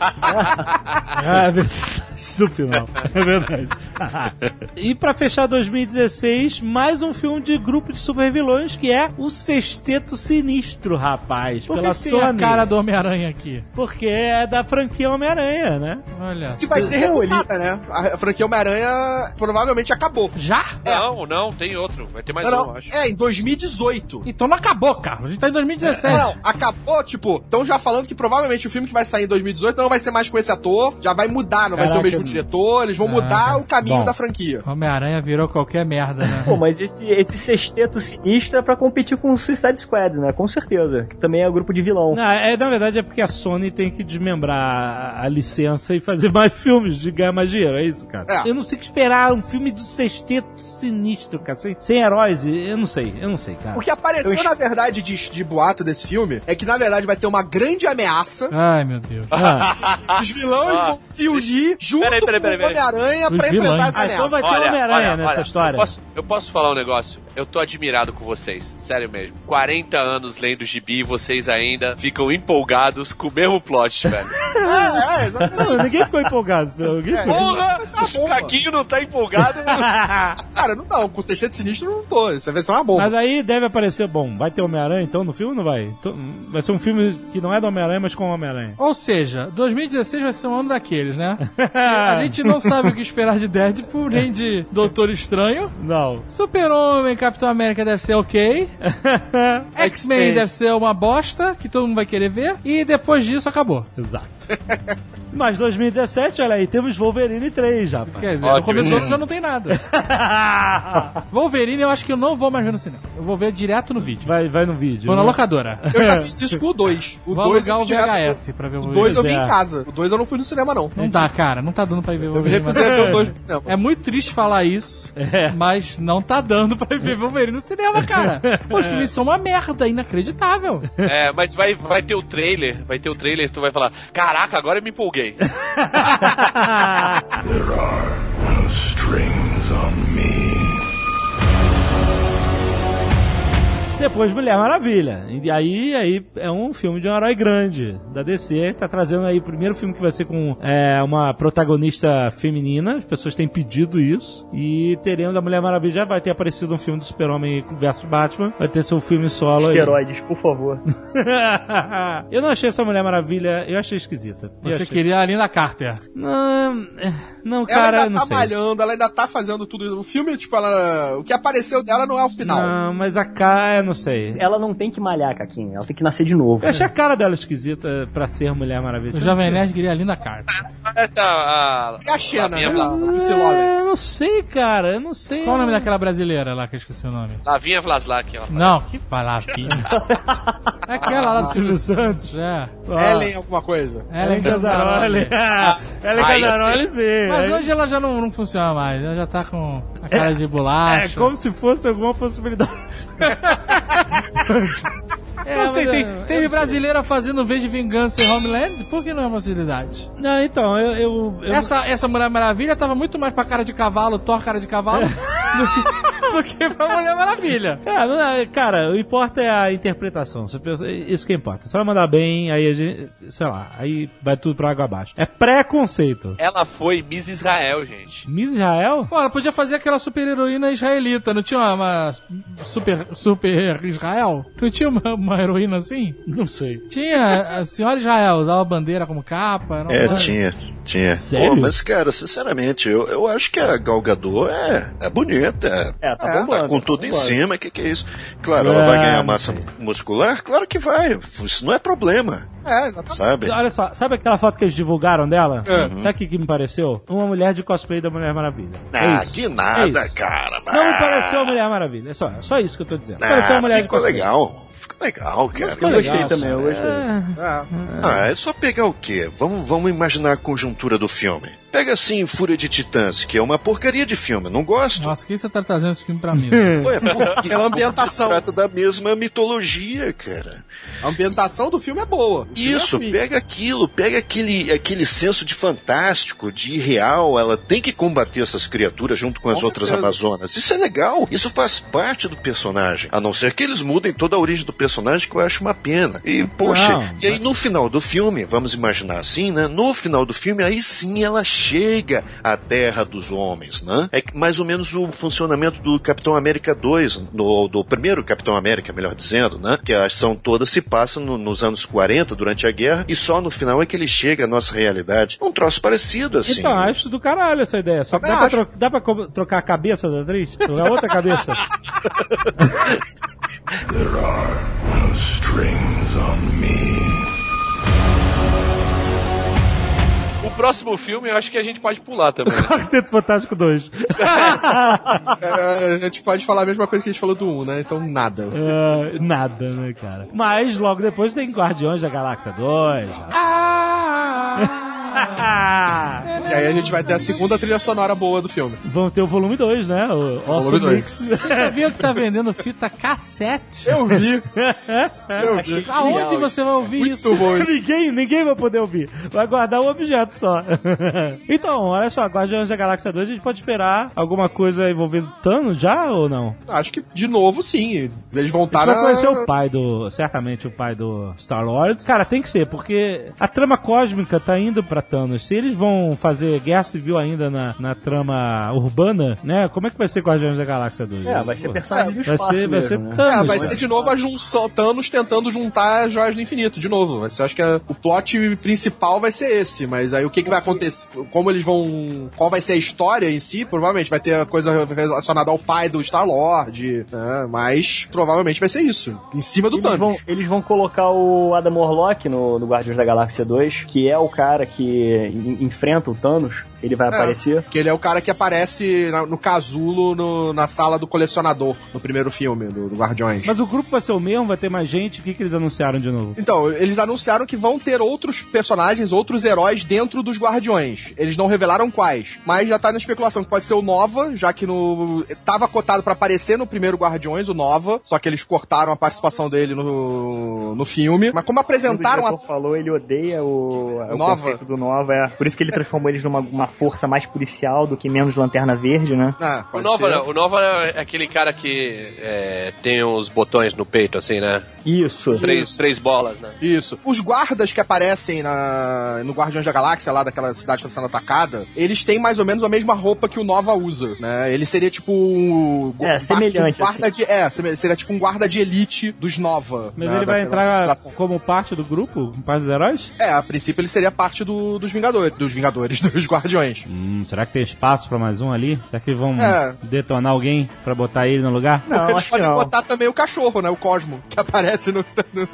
É verdade. No final. É verdade. E pra fechar 2016, mais um filme de grupo de supervilões, que é o Sexteto Sinistro, rapaz. Por que pela tem Sony. a cara do Homem-Aranha aqui? Porque é da franquia Homem-Aranha, né? Olha. Que vai ser rebutada, né? A franquia Homem-Aranha provavelmente acabou. Já? Não, tem outro. Vai ter mais um, acho. Em 2018. Então não acabou, cara. A gente tá em 2017. Não, acabou, tipo, estão já falando que provavelmente o filme que vai sair em 2018 não vai ser mais com esse ator, já vai mudar, não vai ser o mesmo diretor, eles vão mudar o caminho da franquia. Homem-Aranha virou qualquer merda, né? Pô, mas esse Sexteto Sinistro é pra competir com o Suicide Squad, né? Com certeza. Que também é grupo de vilão. Não, na verdade é porque a Sony tem que desmembrar a licença e fazer mais filmes de ganhar mais dinheiro, é isso, cara? Eu não sei o que esperar, um filme do Sexteto Sinistro, cara, sem heróis, eu não sei, cara. O que apareceu, na verdade, de boato desse filme é que, na verdade, vai ter uma grande ameaça. Ai, meu Deus. Os vilões vão se unir junto com o Homem-Aranha pra enfrentar essa ameaça. Então vai ter Homem-Aranha nessa história. Eu posso falar um negócio? eu tô admirado com vocês. Sério mesmo. 40 anos lendo gibi e vocês ainda ficam empolgados com o mesmo plot, velho. Exatamente. Não, ninguém ficou empolgado. Porra! O Caquinho não tá empolgado. Cara, não, com o Sexteto Sinistro não tô. Isso vai ser uma bomba. Mas aí deve aparecer, bom, vai ter Homem-Aranha então no filme ou não vai? Vai ser um filme que não é do Homem-Aranha, mas com o Homem-Aranha. Ou seja, 2016 vai ser um ano daqueles, né? A gente não sabe o que esperar de Deadpool, nem de Doutor Estranho. Não. Super-Homem, Capitão América deve ser ok. X-Men deve ser uma bosta, que todo mundo vai querer ver. E depois disso, acabou. Exato. Mas 2017, olha aí, temos Wolverine 3 já. Quer dizer, no começo do ano já não tem nada. Wolverine eu acho que eu não vou mais ver no cinema. Eu vou ver direto no vídeo. Vai no vídeo. Vou na locadora. Eu já fiz isso com o 2. Vou alugar o VHS pra ver o Wolverine. O 2 eu vi em casa. O 2 eu não fui no cinema, não. Não dá, cara. Não tá dando pra ir ver o Wolverine. Eu recusei ver o 2 no cinema. É muito triste falar isso, mas não tá dando pra ir ver o Wolverine no cinema, cara. Os filmes são uma merda, inacreditável. Mas vai ter o trailer. Vai ter o trailer, tu vai falar, caraca, agora eu me empolguei. There are no strings on me. Depois Mulher Maravilha. E aí é um filme de um herói grande da DC. Tá trazendo aí o primeiro filme que vai ser com uma protagonista feminina. As pessoas têm pedido isso. E teremos a Mulher Maravilha. Já vai ter aparecido um filme do Super-Homem versus Batman. Vai ter seu filme solo aí. Esteroides, por favor. Eu não achei essa Mulher Maravilha. Eu achei esquisita. Você queria a Linda Carter. Não, cara, ela ainda não tá sei. malhando, ela ainda tá fazendo tudo. O filme, tipo, o que apareceu dela não é o final. Não, mas a cara, não sei. Ela não tem que malhar, Caquinho. Ela tem que nascer de novo. Eu achei a cara dela esquisita pra ser Mulher Maravilha. O Jovem Nerd queria a Linda Carter. Essa É a Xena, né? Eu não sei, cara. Eu não sei. Qual o nome daquela brasileira lá que eu esqueci o nome? Lavinha Vlaslak. Não, que Lavinha. É aquela lá do Silvio Santos. Ellen alguma coisa. Ellen Gazzaroli. Ellen Gazzaroli, sim. Mas hoje ela já não funciona mais. Ela já tá com a cara de bolacha. É como se fosse alguma possibilidade. Não sei, teve brasileira fazendo V de Vingança em Homeland? Por que não é possibilidade? Não, então, Essa Mulher Maravilha tava muito mais pra cara de cavalo, Thor cara de cavalo, do que pra Mulher Maravilha. Cara, o importa é a interpretação. Isso que importa. Se ela mandar bem, aí a gente, sei lá, aí vai tudo pra água abaixo. É preconceito. Ela foi Miss Israel, gente. Miss Israel? Pô, ela podia fazer aquela super heroína israelita. Não tinha uma super Israel? Não tinha uma heroína assim? Não sei. Tinha a senhora Israel, usava a bandeira como capa. Tinha. Sério? Pô, mas, cara, sinceramente, eu acho que a Gal Gadot é bonita. Tá com tudo em cima, o que é isso? Claro, ela vai ganhar massa muscular? Claro que vai. Isso não é problema. Exatamente. Sabe? Olha só, sabe aquela foto que eles divulgaram dela? Sabe o que me pareceu? Uma mulher de cosplay da Mulher Maravilha. Que nada, cara. Não me pareceu a Mulher Maravilha. É só isso que eu tô dizendo. Pareceu uma mulher ficou de cosplay. legal. Legal, cara. Eu gostei também, eu gostei. É só pegar o quê? Vamos imaginar a conjuntura do filme. Pega assim Fúria de Titãs, que é uma porcaria de filme, não gosto. Nossa, que você tá trazendo esse filme pra mim? Ué, porque Pela ambientação. trata da mesma mitologia, cara. A ambientação do filme é boa. Isso, pega aquilo, pega aquele senso de fantástico, de irreal. Ela tem que combater essas criaturas junto com as outras Amazonas. Isso é legal, isso faz parte do personagem. A não ser que eles mudem toda a origem do personagem, que eu acho uma pena. E, poxa, e aí no final do filme, vamos imaginar assim, né? No final do filme, aí sim ela chega à Terra dos Homens, né? É mais ou menos o funcionamento do Capitão América 2, do primeiro Capitão América, melhor dizendo, né? Que a ação toda se passa nos anos 40, durante a guerra, e só no final é que ele chega à nossa realidade. Um troço parecido, assim. Então, acho do caralho essa ideia. Só que dá pra trocar a cabeça da atriz? É outra cabeça. There are no strings on me. O próximo filme eu acho que a gente pode pular também. Quarteto Fantástico 2. A gente pode falar a mesma coisa que a gente falou do 1, né? Então, nada. Nada, né, cara? Mas logo depois tem Guardiões da Galáxia 2. E aí a gente vai ter a segunda trilha sonora boa do filme. Vamos ter o volume 2, né? O volume 2. Você sabia que tá vendendo fita cassete? Eu vi. Aonde você vai ouvir isso? Muito bom isso. Ninguém vai poder ouvir. Vai guardar um objeto só. Então, olha só, Guardiões da Galáxia 2, a gente pode esperar alguma coisa envolvendo Thanos já ou não? Acho que, de novo, sim. Eles voltaram vai conhecer o pai certamente o pai do Star-Lord. Cara, tem que ser, porque a trama cósmica tá indo pra Thanos. Se eles vão fazer guerra civil ainda na trama urbana, né? Como é que vai ser Guardiões da Galáxia 2? Vai ser personagem do espaço vai ser mesmo, Thanos. Vai ser de novo a junção, Thanos tentando juntar as joias do infinito, de novo. Vai ser, acho que o plot principal vai ser esse, mas aí o que vai acontecer, como eles vão, qual vai ser a história em si, provavelmente vai ter coisa relacionada ao pai do Star-Lord, né? Mas provavelmente vai ser isso, em cima do Thanos. Eles vão colocar o Adam Warlock no Guardiões da Galáxia 2, que é o cara que enfrenta o Thanos. Ele vai aparecer. Que ele é o cara que aparece no casulo na sala do colecionador, no primeiro filme do Guardiões. Mas o grupo vai ser o mesmo? Vai ter mais gente? O que eles anunciaram de novo? Então, eles anunciaram que vão ter outros personagens, outros heróis dentro dos Guardiões. Eles não revelaram quais, mas já tá na especulação que pode ser o Nova, já que tava cotado pra aparecer no primeiro Guardiões, o Nova, só que eles cortaram a participação dele no filme. Mas como apresentaram... O diretor falou, ele odeia o Nova. conceito do Nova, por isso que ele transformou eles numa força mais policial do que menos Lanterna Verde, né? O Nova é aquele cara que tem uns botões no peito, assim, né? Isso. Três bolas, né? Isso. Os guardas que aparecem no Guardiões da Galáxia, lá daquela cidade que está sendo atacada, eles têm mais ou menos a mesma roupa que o Nova usa, né? Ele seria tipo semelhante. Seria tipo um guarda de elite dos Nova. Mas ele vai entrar como parte do grupo? Parte dos heróis? A princípio ele seria parte dos Vingadores. Dos Guardiões. Será que tem espaço pra mais um ali? Será que vão detonar alguém pra botar ele no lugar? Não, eles podem botar também o cachorro, né? O Cosmo, que aparece no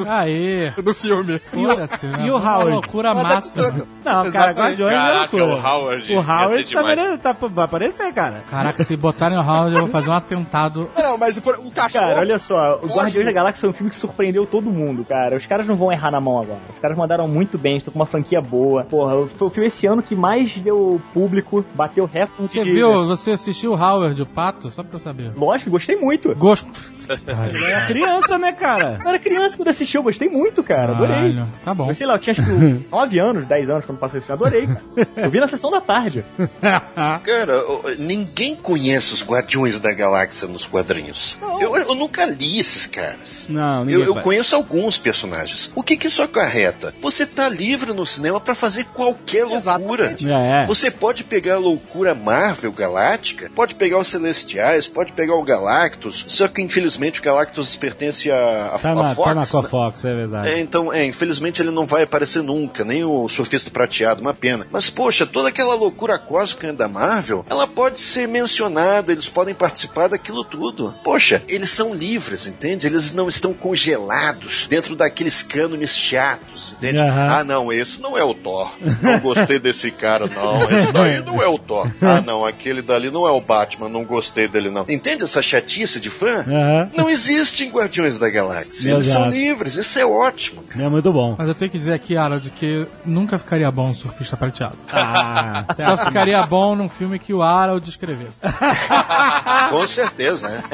filme. E o Howard? Loucura máxima. Não, cara, Guardiões é loucura. O Howard vai aparecer, cara. Caraca, se botarem o Howard, eu vou fazer um atentado. Não, mas o cachorro... Cara, olha só, o Guardiões da Galáxia foi um filme que surpreendeu todo mundo, cara. Os caras não vão errar na mão agora. Os caras mandaram muito bem, estão com uma franquia boa. Porra, foi o filme esse ano que mais deu público, bateu recorde. Você assistiu o Howard, o Pato? Só pra eu saber. Lógico, gostei muito. Ele era criança, né, cara? Eu era criança quando assisti, eu gostei muito, cara. Adorei. Tá bom. Eu sei lá, eu tinha acho que 9 anos, 10 anos quando passou esse filme. Adorei, cara. Eu vi na sessão da tarde. Cara, ninguém conhece os Guardiões da Galáxia nos quadrinhos. Eu nunca li esses caras. Não, eu conheço alguns personagens. O que isso acarreta? Você tá livre no cinema pra fazer qualquer loucura. Você pode pegar a loucura Marvel Galáctica, pode pegar os Celestiais, pode pegar o Galactus, só que infelizmente o Galactus pertence a Fox. Tá na Fox, é verdade. Então, infelizmente ele não vai aparecer nunca, nem o Surfista Prateado, uma pena. Mas, poxa, toda aquela loucura cósmica da Marvel, ela pode ser mencionada, eles podem participar daquilo tudo. Poxa, eles são livres, entende? Eles não estão congelados dentro daqueles cânones chatos, entende? Não, esse não é o Thor. Não gostei desse cara, não. Esse daí não é o Thor. Não, aquele dali não é o Batman, não gostei dele, não. Entende essa chatice de fã? Não existe em Guardiões da Galáxia. Eles são livres, isso é ótimo, cara. É muito bom. Mas eu tenho que dizer aqui, Harold, que nunca ficaria bom um Surfista Prateado. Só ficaria bom num filme que o Harold escrevesse. Com certeza, né?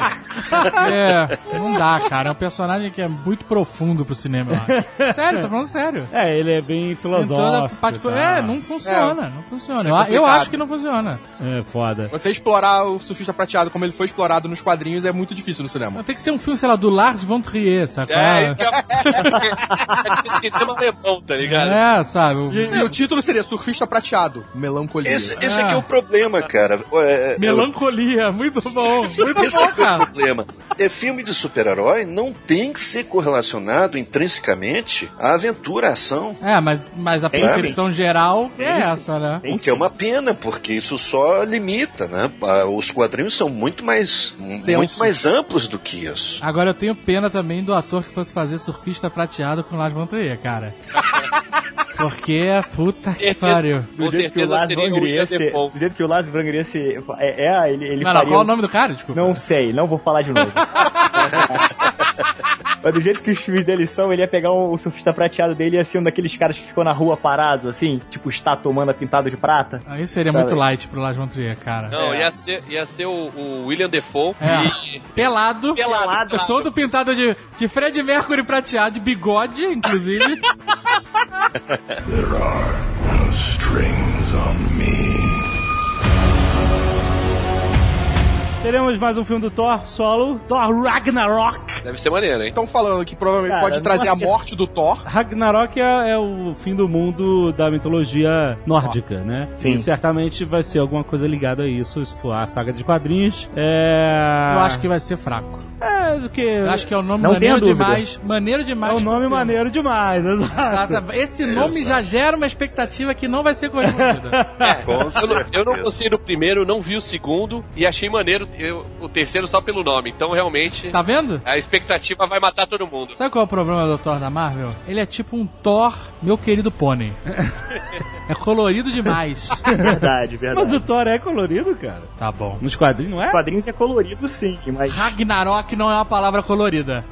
Não dá, cara. É um personagem que é muito profundo pro cinema, eu acho. Sério, tô falando sério. Ele é bem filosófico. Não funciona. Não funciona. Eu acho que não funciona. É foda. Você explorar o Surfista Prateado como ele foi explorado nos quadrinhos é muito difícil no cinema. Tem que ser um filme, sei lá, do Lars von Trier, sabe? Isso que é tema alemão, tá ligado? Sabe? E o título seria Surfista Prateado, Melancolia. Esse aqui é o problema, cara. Melancolia, muito bom. Esse é o problema. Filme de super-herói não tem que ser correlacionado intrinsecamente à aventura, à ação. Mas a percepção geral é essa, né? O que é uma pena, porque isso só limita, né? Os quadrinhos são muito mais amplos do que isso. Agora eu tenho pena também do ator que fosse fazer Surfista Prateado com Lars von Trier, cara. Porque puta que pariu. Com certeza seria o William Dafoe. Do jeito que o Lars von Trier ele faria... Qual é o nome do cara? Desculpa. Não sei, não vou falar de novo. Mas do jeito que os filmes dele são, ele ia pegar o surfista prateado dele e ia ser um daqueles caras que ficou na rua parados, assim, tipo estátua humana pintada de prata. Aí seria muito light pro Lars von Trier, cara. Não, ia ser o William Defoe pelado, todo pintado de Fred Mercury prateado, de bigode, inclusive. There are no strings on me. Teremos mais um filme do Thor solo, Thor Ragnarok. Deve ser maneiro, hein? Estão falando que provavelmente pode trazer a morte do Thor. Ragnarok é o fim do mundo da mitologia nórdica, né? Sim. E certamente vai ser alguma coisa ligada a isso, se for a saga de quadrinhos. Eu acho que vai ser fraco. Eu acho que é o nome maneiro demais. Maneiro demais. É o nome maneiro demais, exato. Esse nome já gera uma expectativa que não vai ser correspondida. Eu não gostei do primeiro, não vi o segundo e achei maneiro o terceiro só pelo nome. Então, realmente... Tá vendo? A expectativa vai matar todo mundo. Sabe qual é o problema do Thor da Marvel? Ele é tipo um Thor, meu querido pônei. É colorido demais. Verdade. Mas o Thor é colorido, cara. Tá bom. Nos quadrinhos, não é? Nos quadrinhos é colorido, sim, mas... Ragnarok não é uma palavra colorida.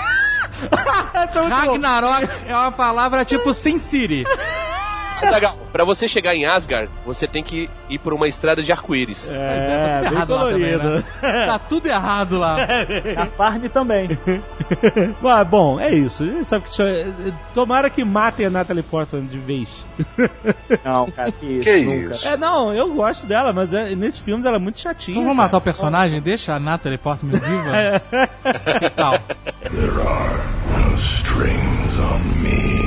Ragnarok é uma palavra tipo Sin City. Legal. Pra você chegar em Asgard, você tem que ir por uma estrada de arco-íris. Tá tudo errado lá também, né? Tá tudo errado lá. A Farm também. Bom, é isso. A gente sabe que tomara que matem a Natalie Portman de vez. Não, cara, que isso? Não, eu gosto dela, mas nesses filmes ela é muito chatinha. Então vamos matar o personagem, deixa a Natalie Portman viva. Que tal? There are no strings on me.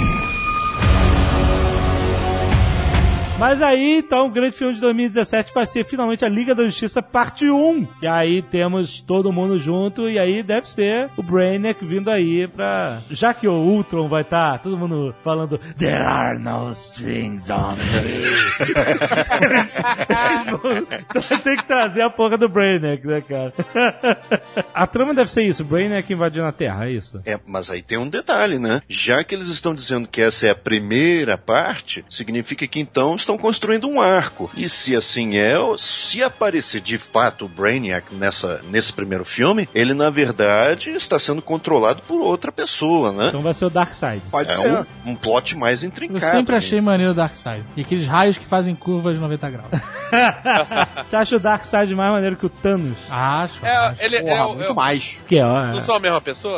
Mas aí, então, o grande filme de 2017 vai ser finalmente a Liga da Justiça parte 1. E aí temos todo mundo junto, e aí deve ser o Brainiac vindo aí pra... Já que o Ultron vai estar, todo mundo falando There are no strings on me. Então tem que trazer a porra do Brainiac, né, cara? A trama deve ser isso, o Brainiac invadindo a Terra, é isso? Mas aí tem um detalhe, né? Já que eles estão dizendo que essa é a primeira parte, significa que então estão construindo um arco. E se assim se aparecer de fato o Brainiac nesse primeiro filme, ele na verdade está sendo controlado por outra pessoa, né? Então vai ser o Darkseid. Pode ser. Um plot mais intrincado. Eu sempre achei maneiro o Darkseid. E aqueles raios que fazem curvas de 90 graus. Você acha o Darkseid mais maneiro que o Thanos? Acho. Ele muito mais. Não são a mesma pessoa?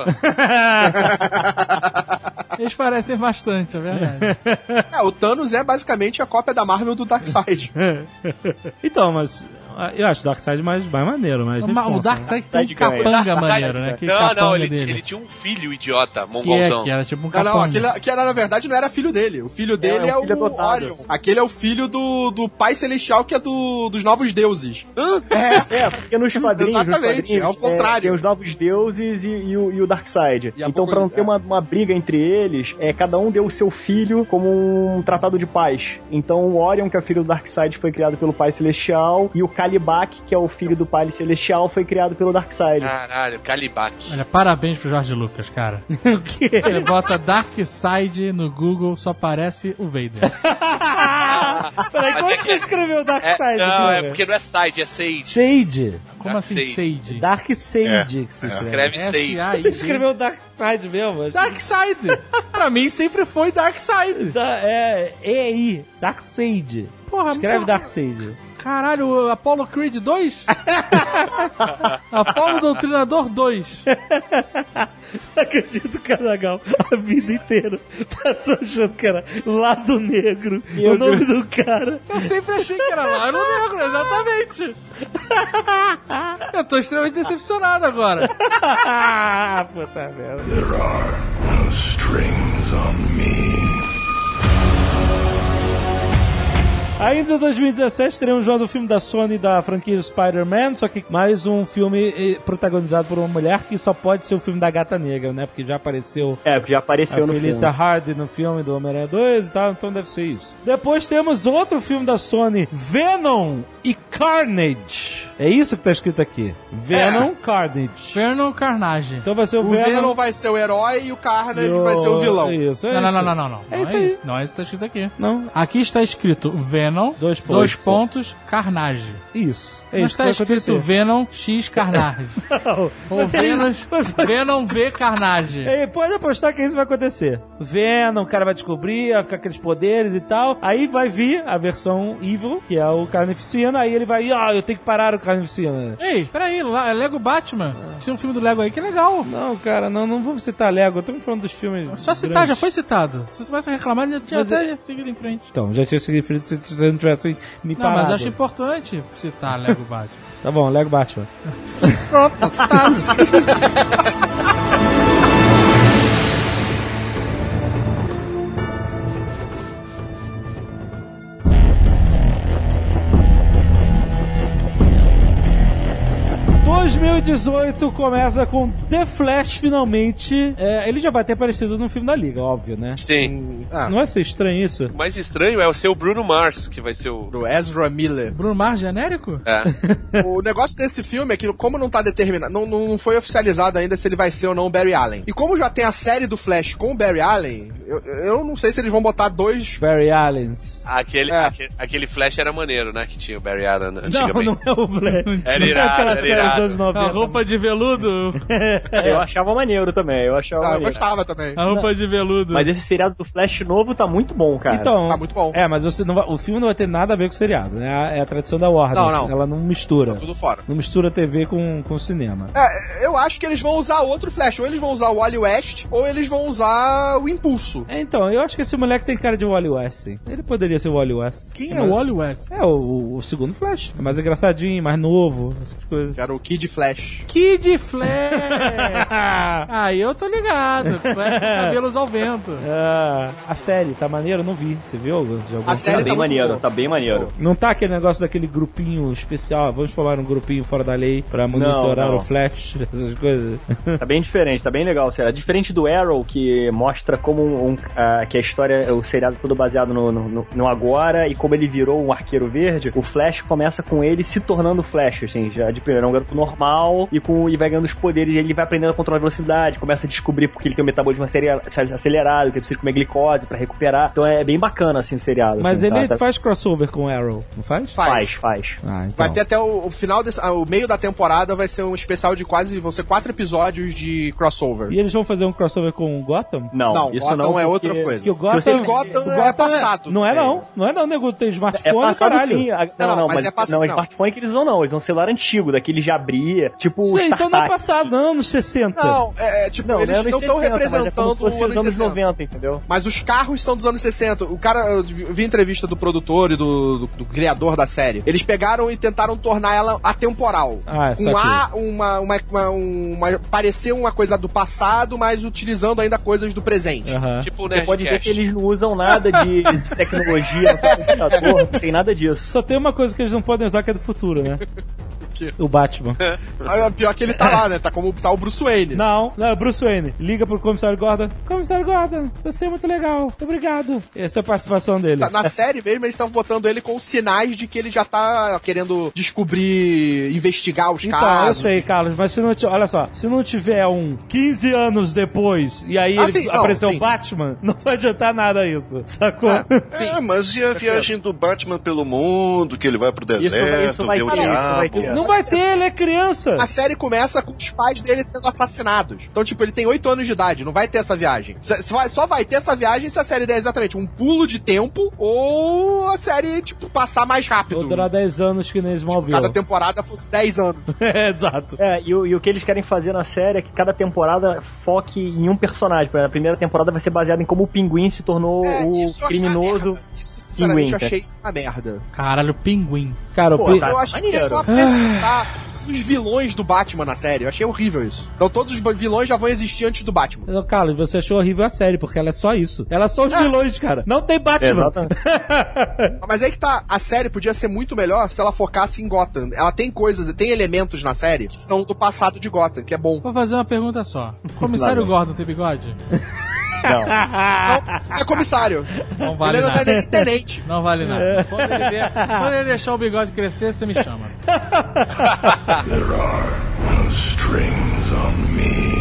Eles parecem bastante, é verdade. O Thanos é basicamente a cópia da Marvel do Darkseid. Então, mas eu acho o Darkseid mais maneiro, mas o Darkseid tem um capanga maneiro, né? Não, ele tinha um filho idiota, mongolzão. Que era tipo um capanga. Aquele na verdade não era filho dele. O filho dele é o Orion. Aquele é o filho do pai celestial que é dos novos deuses. Porque nos quadrinhos... Exatamente, é o contrário. Tem os novos deuses e o Darkseid. Então, pra não ter uma briga entre eles, cada um deu o seu filho como um tratado de paz. Então, o Orion, que é o filho do Darkseid, foi criado pelo pai celestial, e o Kalibak, que é o filho do pai celestial, foi criado pelo Darkseid. Caralho, Kalibak. Olha, parabéns pro Jorge Lucas, cara. O quê? Você bota Darkseid no Google, só aparece o Vader. Peraí, como é que escreveu Darkseid? Não, porque não é Side, é Sage. Sage? Como assim Sage? Darkseid que se escreve Sage. Você escreveu Darkseid mesmo? Darkseid! Pra mim sempre foi Darkseid. EI, Darkseid. Porra, escreve Darkseid. Caralho, Apollo Creed 2? Apollo Doutrinador 2. Acredito, Caragal, a vida inteira passou achando que era Lado Negro, o nome do cara. Eu sempre achei que era Lado Negro, exatamente. Eu tô extremamente decepcionado agora. Puta merda. There are no strings on me. Ainda em 2017 teremos mais um filme da Sony da franquia Spider-Man, só que mais um filme protagonizado por uma mulher que só pode ser o filme da Gata Negra, né? Porque já apareceu no Felicia filme. Hardy no filme do Homem-Aranha 2 e tal, então deve ser isso. Depois temos outro filme da Sony, Venom e Carnage. É isso que tá escrito aqui. Venom Carnage. Venom Carnage. Então vai ser o Venom vai ser o herói e o Carnage vai ser o vilão. Isso, não. É isso aí. Não é isso que tá escrito aqui. Não. Aqui está escrito Venom, dois pontos, Carnage. Isso. Não está escrito Venom X Carnage. Não. Ou Venom V Carnage. Pode apostar que isso vai acontecer. Venom, o cara vai descobrir, vai ficar aqueles poderes e tal. Aí vai vir a versão Evil, que é o Carnificina. Aí ele vai, eu tenho que parar o Carnificina. Ei, peraí, é Lego Batman. Tinha um filme do Lego aí que é legal. Não, cara, não vou citar Lego. Eu tô falando dos filmes. Só citar, grandes. Já foi citado. Se você vai reclamar, já tinha até seguido em frente. Então, já tinha seguido em frente se você não tivesse me parado. Não, mas eu acho importante citar Lego Batman. Tá bom, Lego Batman. Pronto, tá citado. 2018 começa com The Flash, finalmente. Ele já vai ter aparecido no filme da Liga, óbvio, né? Sim. Não vai ser estranho isso? O mais estranho é o seu Bruno Mars, que vai ser o Ezra Miller. Bruno Mars genérico? É. O negócio desse filme é que, como não tá determinado, não foi oficializado ainda se ele vai ser ou não o Barry Allen. E como já tem a série do Flash com o Barry Allen, eu não sei se eles vão botar dois Barry Allens. Aquele Flash era maneiro, né? Que tinha o Barry Allen antigamente. Não é o Flash. Era irado. A roupa de veludo. Eu achava maneiro também. Eu gostava também. A roupa de veludo. Mas esse seriado do Flash novo tá muito bom, cara. Então, tá muito bom. Mas o filme não vai ter nada a ver com o seriado, né? É a tradição da Warner. Não. Ela não mistura. Tá tudo fora. Não mistura TV com cinema. Eu acho que eles vão usar outro Flash. Ou eles vão usar o Wally West, ou eles vão usar o Impulso. Então, eu acho que esse moleque tem cara de Wally West, sim. Ele poderia ser o Wally West. Quem é o Wally West? É o segundo Flash. É mais engraçadinho, mais novo, essas coisas. Era o Kid Flash. Kid Flash! Aí eu tô ligado. Flash com cabelos ao vento. A série, tá maneiro? Não vi. Você viu? A série tá bem maneiro. Não tá aquele negócio daquele grupinho especial, vamos formar um grupinho fora da lei pra monitorar o Flash, essas coisas. Tá bem diferente, tá bem legal, sério. Diferente do Arrow, que mostra como que a história, o seriado é todo baseado no agora e como ele virou um arqueiro verde, o Flash começa com ele se tornando Flash, assim, já de primeiro, é um garoto normal e vai ganhando os poderes, e ele vai aprendendo a controlar a velocidade, começa a descobrir porque ele tem um metabolismo acelerado, que ele precisa comer glicose pra recuperar. Então é bem bacana, assim, o seriado. Mas assim, ele faz crossover com o Arrow, não faz? Faz. Então. Vai ter até o final, o meio da temporada vai ser um especial de vão ser 4 episódios de crossover. E eles vão fazer um crossover com o Gotham? Não, isso Gotham não, é outra coisa. Que o Gotham é passado. Não é não, nego, tem smartphone, passado, caralho. Sim. Mas é passado. Não, é smartphone que eles usam não, eles usam celular antigo, daquele já abria, tipo o Sim, então não é passado, não, anos 60. Não, eles não estão representando os anos 90, entendeu? Mas os carros são dos anos 60. O cara, eu vi entrevista do produtor e do criador da série. Eles pegaram e tentaram tornar ela atemporal. Parecer uma coisa do passado, mas utilizando ainda coisas do presente. Tipo Você pode ver que eles não usam nada de tecnologia no computador, não tem nada disso. Só tem uma coisa que eles não podem usar que é do futuro, né? O Batman. Pior que ele tá lá, né? Tá como tá o Bruce Wayne. Não, é o Bruce Wayne. Liga pro Comissário Gordon. Comissário Gordon, você é muito legal. Obrigado. Essa é a participação dele. Na série mesmo, eles estão botando ele com sinais de que ele já tá querendo descobrir, investigar os casos. Então, eu sei, Carlos, mas se não olha só, se não tiver 15 anos depois e aí apareceu o Batman, não vai adiantar nada isso, sacou? Mas e a viagem do Batman pelo mundo, que ele vai pro deserto, isso vai ver o diabo? Não vai ter, ele é criança. A série começa com os pais dele sendo assassinados. Então, tipo, ele tem 8 anos de idade, não vai ter essa viagem. Só vai ter essa viagem se a série der exatamente um pulo de tempo ou a série, tipo, passar mais rápido. Ou durar 10 anos que nem Smallville. Cada temporada fosse 10 anos. Exato. E o que eles querem fazer na série é que cada temporada foque em um personagem. A primeira temporada vai ser baseada em como o Pinguim se tornou o criminoso. Isso, sinceramente, eu achei uma merda. Caralho, Pinguim. Cara, eu achei que é só apresentar os vilões do Batman na série. Eu achei horrível isso. Então todos os vilões já vão existir antes do Batman. Carlos, você achou horrível a série, porque ela é só isso. Ela é só os vilões, cara. Não tem Batman. Mas aí que tá, a série podia ser muito melhor se ela focasse em Gotham. Ela tem tem elementos na série que são do passado de Gotham, que é bom. Vou fazer uma pergunta só. O Comissário Gordon tem bigode? Não, é comissário. Não vale ele nada. Ele é tenente. Não vale nada. Quando ele deixar o bigode crescer, você me chama. There are no strings on me.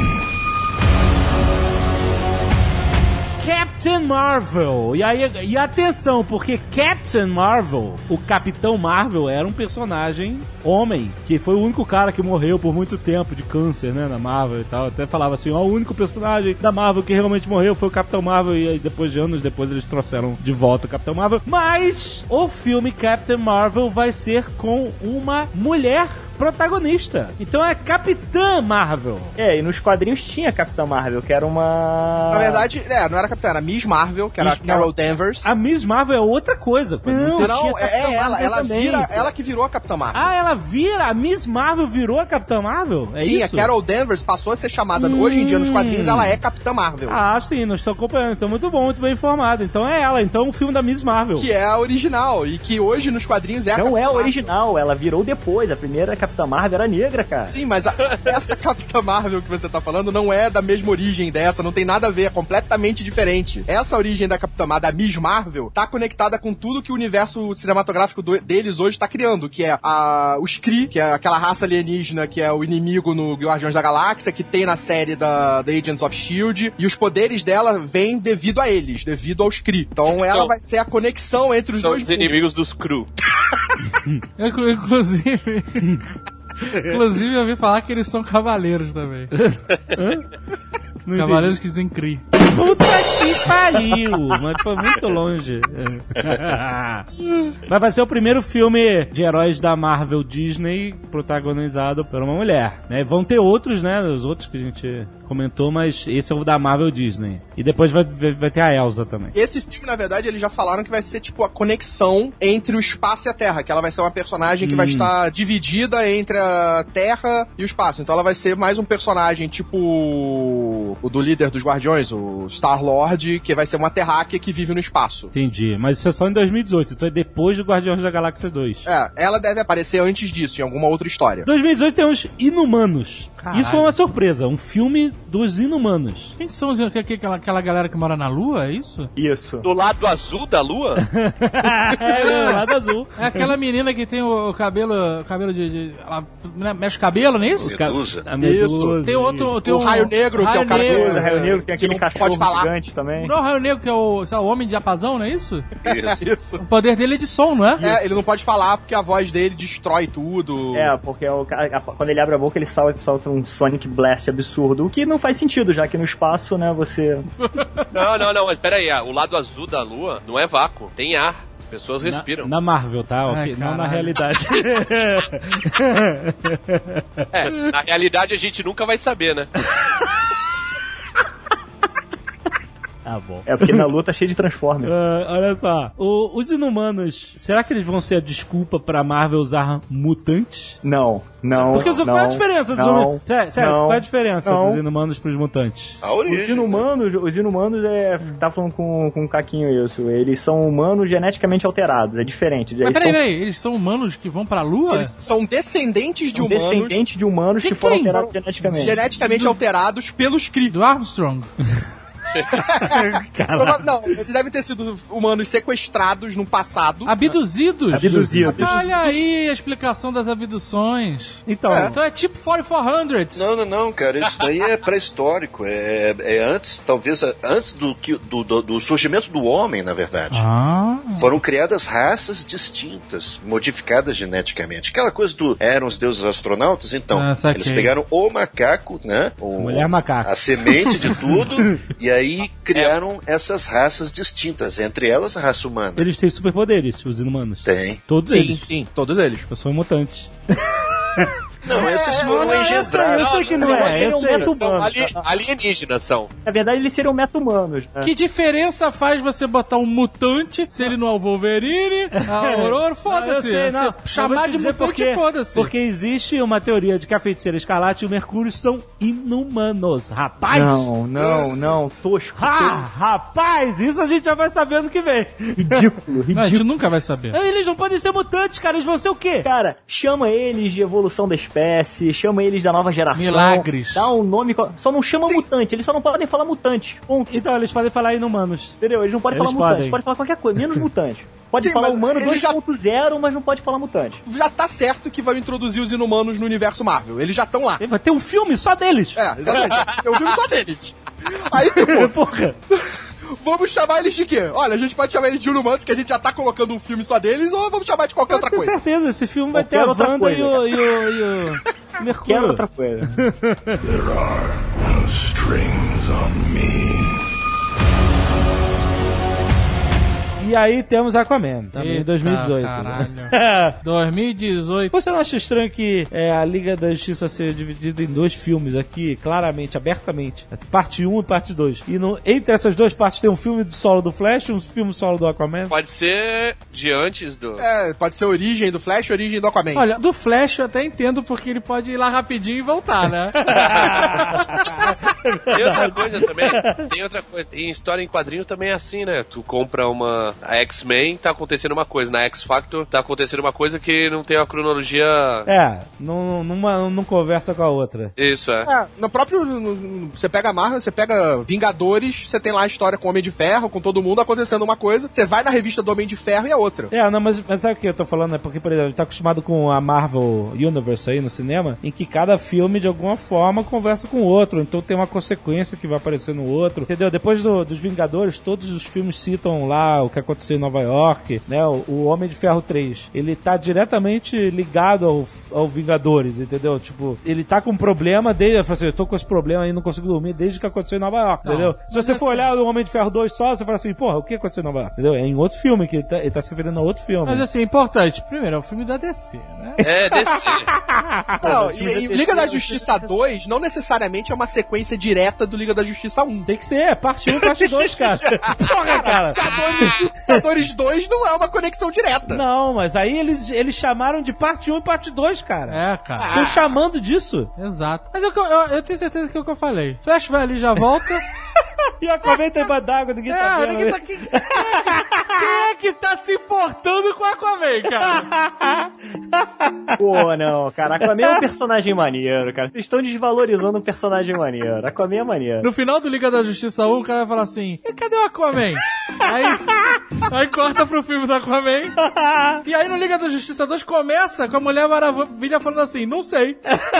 Captain Marvel. E atenção, porque Captain Marvel, o Capitão Marvel, era um personagem homem, que foi o único cara que morreu por muito tempo de câncer, né, na Marvel e tal. Até falava assim, ó, o único personagem da Marvel que realmente morreu foi o Capitão Marvel, e aí depois de anos depois eles trouxeram de volta o Capitão Marvel. Mas o filme Captain Marvel vai ser com uma mulher protagonista. Então é Capitã Marvel. E nos quadrinhos tinha Capitã Marvel, que era uma... Na verdade, não era Capitã, era Miss Marvel, que era a Carol Danvers. A Miss Marvel é outra coisa. Não, é ela que virou a Capitã Marvel. Ah, ela vira? A Miss Marvel virou a Capitã Marvel? É sim, isso? A Carol Danvers passou a ser chamada, hoje em dia nos quadrinhos, ela é Capitã Marvel. Ah, sim, nós estamos acompanhando. Então, muito bom, muito bem informado. Então é ela, então o filme da Miss Marvel. Que é a original, e que hoje nos quadrinhos é a Não Capitã é a Marvel. original, ela virou depois. A primeira Capitã Marvel era negra, cara. Sim, mas essa Capitã Marvel que você tá falando não é da mesma origem dessa, não tem nada a ver, é completamente diferente. Essa origem da Capitã Marvel, da Miss Marvel, tá conectada com tudo que o universo cinematográfico deles hoje tá criando, que é os Kree, que é aquela raça alienígena que é o inimigo no Guardiões da Galáxia, que tem na série da Agents of S.H.I.E.L.D., e os poderes dela vêm devido a eles, devido aos Kree. Então ela vai ser a conexão entre os dois. São os inimigos dos Kree. Inclusive, eu ouvi falar que eles são cavaleiros também. Cavaleiros que dizem Kree. Puta que pariu! Mas foi muito longe. Mas vai ser o primeiro filme de heróis da Marvel Disney protagonizado por uma mulher, né? Vão ter outros, né? Os outros que a gente comentou, mas esse é o da Marvel Disney. E depois vai ter a Elsa também. Esse filme, na verdade, eles já falaram que vai ser tipo a conexão entre o espaço e a Terra, que ela vai ser uma personagem que vai estar dividida entre a Terra e o espaço. Então ela vai ser mais um personagem tipo o do líder dos Guardiões, o Star-Lord, que vai ser uma terráquea que vive no espaço. Entendi, mas isso é só em 2018, então é depois do Guardiões da Galáxia 2. Ela deve aparecer antes disso, em alguma outra história. 2018 tem os Inumanos. Caralho. Isso foi uma surpresa, um filme dos Inumanos. Quem são aquela galera que mora na Lua, é isso? Isso. Do lado azul da Lua? É, lado azul. É aquela menina que tem o cabelo ela mexe o cabelo, não é isso? Medusa. A Medusa. Isso. Tem outro... Tem O Raio Negro, que é o cara O Raio Negro tem aquele não cachorro pode falar. gigante também. Não, o Raio Negro que é o homem de diapasão, não é isso? Isso. O poder dele é de som, não é? Ele não pode falar porque a voz dele destrói tudo. Porque quando ele abre a boca, ele solta um Sonic Blast absurdo, o que não faz sentido, já que no espaço, né, você... Não, mas peraí, o lado azul da Lua não é vácuo, tem ar. As pessoas respiram. Na Marvel, tá? Okay. Não na realidade. Na realidade a gente nunca vai saber, né? Ah, bom. É porque na Lua tá cheio de Transformers. Olha só, os Inumanos, será que eles vão ser a desculpa pra Marvel usar mutantes? Não. Porque qual é a diferença dos Inumanos? Sério, qual é a diferença dos Inumanos pros mutantes? A origem. Os Inumanos tá falando com o Caquinho isso. Eles são humanos geneticamente alterados. É diferente. Mas peraí, eles são humanos que vão pra Lua? Eles são descendentes de humanos. Descendentes de humanos que foram alterados geneticamente. Geneticamente alterados pelos Kree. Do Armstrong. Não, eles devem ter sido humanos sequestrados no passado. Abduzidos. Olha aí a explicação das abduções. Então é tipo 4400. Não, cara, isso daí é pré-histórico. É antes, talvez antes do surgimento do homem, na verdade. Foram criadas raças distintas, modificadas geneticamente. Aquela coisa eram os deuses astronautas, então. Eles pegaram o macaco, né? Mulher macaco. A semente de tudo, e aí criaram essas raças distintas, entre elas a raça humana. Eles têm superpoderes, os Inumanos. Tem. Todos eles. Sim, todos eles. Eu sou mutantes. Não, esses foram engendrados. Eu sei que não é. São alienígenas, são. Na verdade, eles seriam meta-humanos. Né? Que diferença faz você botar um mutante se ele não é o Wolverine, a Aurora? Foda-se. Chamar de mutante, foda-se. Porque existe uma teoria de que a Feiticeira Escarlate e o Mercúrio são inumanos. Rapaz! Não. Tosco. Rapaz! Isso a gente já vai saber no que vem. Ridículo. A gente nunca vai saber. Eles não podem ser mutantes, cara. Eles vão ser o quê? Cara, chama eles de evolução da espécie. espécie, chama eles da nova geração. Milagres. Dá um nome, só não chama mutante, eles só não podem falar mutante. Então, eles podem falar inumanos. Entendeu? Eles não podem falar mutante, pode falar qualquer coisa, menos mutante. Pode falar humano 2.0, mas não pode falar mutante. Já tá certo que vai introduzir os inumanos no universo Marvel. Eles já estão lá. Vai ter um filme só deles. É, exatamente. Tem um filme só deles. Aí, tipo... Porra. Vamos chamar eles de quê? Olha, a gente pode chamar eles de inumanos, que a gente já tá colocando um filme só deles, ou vamos chamar de qualquer outra coisa? Com certeza, esse filme vai ter a Wanda e o Mercúrio. Qualquer outra coisa. There are no strings on me. E aí temos Aquaman, também em 2018. Caralho. 2018. Você não acha estranho que a Liga da Justiça seja dividida em 2 filmes aqui, claramente, abertamente? Parte 1 e parte 2. E entre essas 2 partes tem um filme solo do Flash e um filme solo do Aquaman? Pode ser de antes do... pode ser origem do Flash e origem do Aquaman. Olha, do Flash eu até entendo porque ele pode ir lá rapidinho e voltar, né? Tem outra coisa. Em história em quadrinho também é assim, né? Tu compra a X-Men, tá acontecendo uma coisa. Na X-Factor tá acontecendo uma coisa que não tem uma cronologia... não conversa com a outra. Isso, No próprio... Você pega a Marvel, você pega Vingadores, você tem lá a história com o Homem de Ferro, com todo mundo acontecendo uma coisa. Você vai na revista do Homem de Ferro e é outra. Mas sabe o que eu tô falando? É porque, por exemplo, a gente tá acostumado com a Marvel Universe aí no cinema, em que cada filme, de alguma forma, conversa com o outro. Então tem uma consequência que vai aparecer no outro. Entendeu? Depois dos Vingadores, todos os filmes citam lá o que aconteceu em Nova York, né? O Homem de Ferro 3. Ele tá diretamente ligado ao Vingadores, entendeu? Tipo, ele tá com um problema desde... Eu tô com esse problema aí, não consigo dormir desde que aconteceu em Nova York, entendeu? Se você for olhar o Homem de Ferro 2 só, você fala assim, porra, o que aconteceu em Nova York? Entendeu? É em outro filme, que ele tá se referindo a outro filme. Mas assim, é importante. Primeiro, é o filme da DC, né? DC. Não, e Liga da Justiça 2 não necessariamente é uma sequência direta do Liga da Justiça 1. Tem que ser, parte 1, parte 2, cara. Porra, cara. Vingadores 2 não é uma conexão direta. Não, mas aí eles chamaram de parte 1 e parte 2, cara. Cara. Estão chamando disso. Exato. Mas eu tenho certeza que é o que eu falei. Flash vai ali, já volta. E o Aquaman tá embaixo d'água, ninguém tá vendo. Ninguém tá aqui. Quem é que tá se importando com o Aquaman, cara? Pô, não, cara. Aquaman é um personagem maneiro, cara. Vocês estão desvalorizando um personagem maneiro. Aquaman é maneiro. No final do Liga da Justiça 1, o cara vai falar assim, e cadê o Aquaman? Aí corta pro filme do Aquaman. E aí no Liga da Justiça 2 começa com a Mulher Maravilha falando assim, não sei.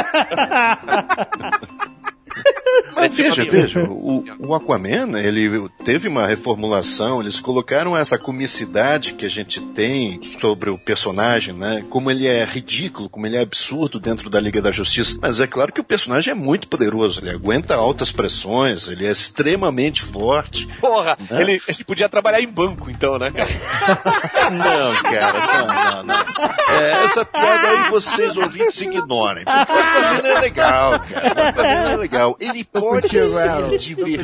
Mas veja, o Aquaman, ele teve uma reformulação, eles colocaram essa comicidade que a gente tem sobre o personagem, né? Como ele é ridículo, como ele é absurdo dentro da Liga da Justiça. Mas é claro que o personagem é muito poderoso, ele aguenta altas pressões, ele é extremamente forte. Porra, né? Ele podia trabalhar em banco, então, né, cara? Não, cara, não. Essa piada aí vocês ouvintes ignorem. O Aquaman é legal, cara. O Aquaman é legal. Ele pode ser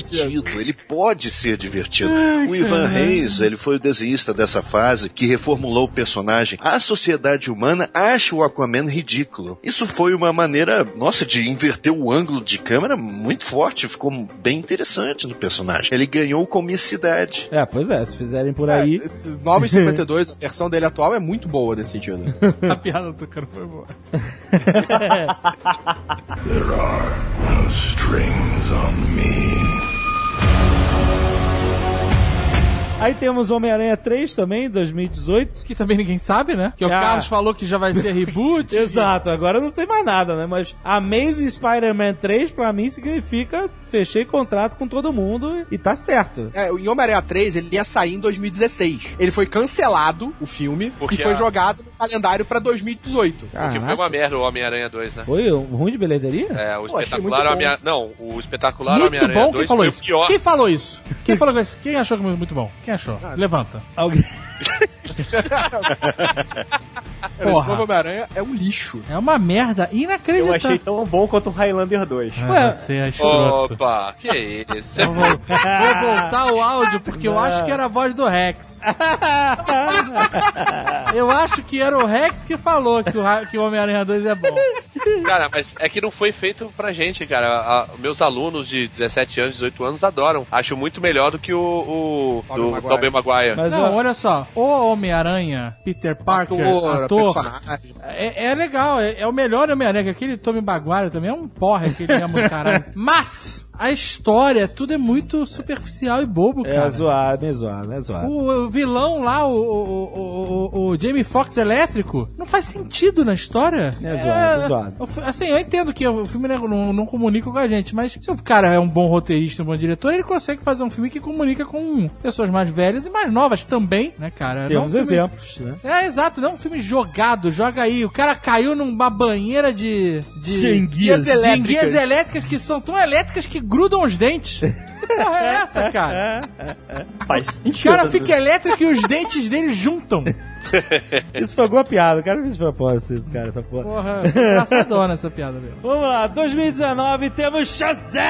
divertido. O Ivan Reis, ele foi o desenhista dessa fase que reformulou o personagem. A sociedade humana acha o Aquaman ridículo. Isso foi uma maneira, de inverter o ângulo de câmera muito forte. Ficou bem interessante no personagem. Ele ganhou comicidade. Pois é, se fizerem por aí... Esse 952, a versão dele atual é muito boa nesse sentido. A piada do cara foi boa. There are no strings on me. Aí temos Homem-Aranha 3 também, 2018. Que também ninguém sabe, né? Que o Carlos falou que já vai ser reboot. Exato, agora eu não sei mais nada, né? Mas Amazing Spider-Man 3, pra mim, significa fechei contrato com todo mundo e tá certo. Em Homem-Aranha 3, ele ia sair em 2016. Ele foi cancelado, o filme, e foi jogado no calendário pra 2018. Porque foi uma merda o Homem-Aranha 2, né? Foi ruim de bilheteria? O espetacular Homem-Aranha... Não, o espetacular Homem-Aranha 2 foi o pior. Quem falou isso? Quem falou isso? Quem achou que foi muito bom? Quem achou? Levanta. Alguém... Esse novo Homem-Aranha é um lixo. É uma merda inacreditável. Eu achei tão bom quanto o Highlander 2. Você é escroto. Opa, que isso? Vou voltar o áudio porque eu acho que era a voz do Rex. Eu acho que era o Rex que falou que o Homem-Aranha 2 é bom. Cara, mas é que não foi feito pra gente, cara. Meus alunos de 17 anos, 18 anos adoram. Acho muito melhor do que o Tobey Maguire. Mas olha só, o Homem-Aranha, Peter Parker, ator. É legal, é o melhor Homem-Aranha. Aquele Tobey Maguire também é um porra, aquele é muito caralho. Mas a história, tudo é muito superficial e bobo, cara. É zoado. O vilão lá, o Jamie Foxx elétrico, não faz sentido na história. É zoado. Assim, eu entendo que o filme não comunica com a gente, mas se o cara é um bom roteirista, um bom diretor, ele consegue fazer um filme que comunica com pessoas mais velhas e mais novas também, né, cara? Temos exemplos, né? Exato, não é um filme jogado, joga aí. O cara caiu numa banheira de enguias elétricas que são tão elétricas que grudam os dentes. Que porra é essa, cara? Faz sentido. O cara fica elétrico e os dentes dele juntam. Isso foi alguma piada, o cara fez propósito, isso, cara, essa porra. Porra, engraçadona essa piada mesmo. Vamos lá, 2019 temos Shazam!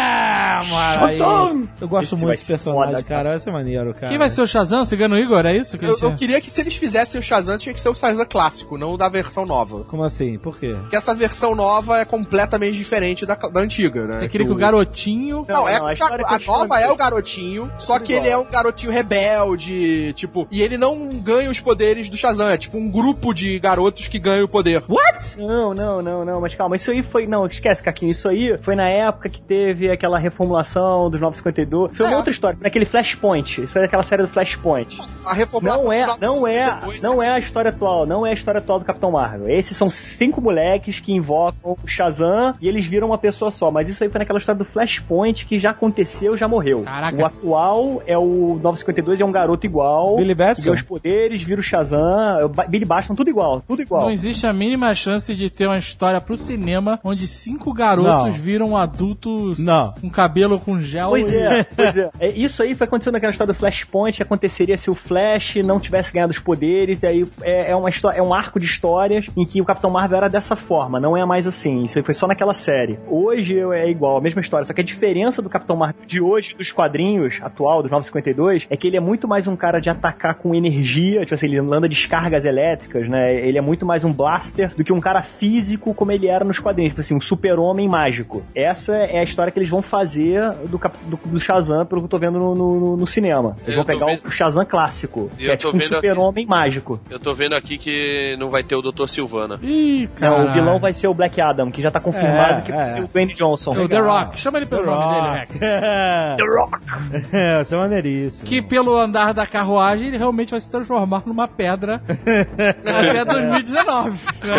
Eu gosto muito desse personagem, cara, vai ser maneiro, cara. Quem vai ser o Shazam? Cigano Igor, é isso? Eu queria que se eles fizessem o Shazam, tinha que ser o Shazam clássico, não o da versão nova. Como assim? Por quê? Porque essa versão nova é completamente diferente da antiga, né? Você queria que o garotinho... A nova é o garotinho, só que ele é um garotinho rebelde, tipo, e ele não ganha os poderes do Shazam, é tipo um grupo de garotos que ganham o poder. What? Não, mas calma, isso aí foi... Não, esquece, Caquinho, isso aí foi na época que teve aquela reformulação dos 952, foi uma outra história, naquele Flashpoint, isso foi aquela série do Flashpoint. A reformulação não é a história atual, não é a história atual do Capitão Marvel. Esses são 5 moleques que invocam o Shazam e eles viram uma pessoa só, mas isso aí foi naquela história do Flashpoint que já aconteceu, já morreu. Caraca. O atual é o 952, é um garoto igual, Billy Batson, que ganha os poderes, vira o Shazam, Billy Batson, tudo igual. Não existe a mínima chance de ter uma história pro cinema onde 5 garotos viram adultos com cabelo com gel. Pois é. Isso aí foi acontecendo naquela história do Flashpoint, que aconteceria se o Flash não tivesse ganhado os poderes, e aí é um arco de histórias em que o Capitão Marvel era dessa forma, não é mais assim. Isso aí foi só naquela série. Hoje é igual, a mesma história, só que a diferença do Capitão Marvel de hoje, dos quadrinhos atual, dos 952, é que ele é muito mais um cara de atacar com energia, tipo assim, ele anda descargas elétricas, né? Ele é muito mais um blaster do que um cara físico como ele era nos quadrinhos, tipo assim, um super-homem mágico. Essa é a história que eles vão fazer do Shazam, pelo que eu tô vendo no cinema. Eles vão pegar o Shazam clássico, que é tipo um super-homem mágico. Eu tô vendo aqui que não vai ter o Dr. Silvana. Ih, cara. Não, o vilão vai ser o Black Adam, que já tá confirmado que vai ser o Dwayne Johnson. O The Rock. Chama ele pelo nome dele, Rex. The Rock. Isso é maneiríssimo. Que pelo andar da carruagem ele realmente vai se transformar numa pedra até 2019.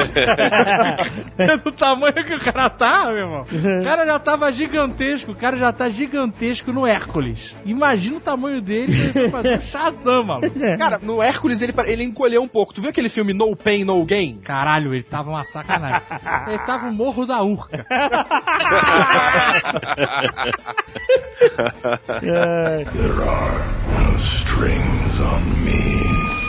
Do tamanho que o cara tá, meu irmão. O cara já tava gigantesco, o cara já tá gigantesco no Hércules. Imagina o tamanho dele pra fazer o Shazam, maluco. Cara, no Hércules ele encolheu um pouco. Tu viu aquele filme No Pain, No Gain? Caralho, ele tava uma sacanagem. Ele tava o Morro da Urca. There are no strings on me.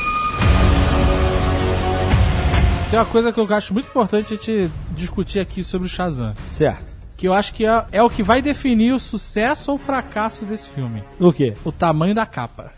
Tem uma coisa que eu acho muito importante a gente discutir aqui sobre o Shazam. Certo. Que eu acho que é o que vai definir o sucesso ou o fracasso desse filme. O quê? O tamanho da capa.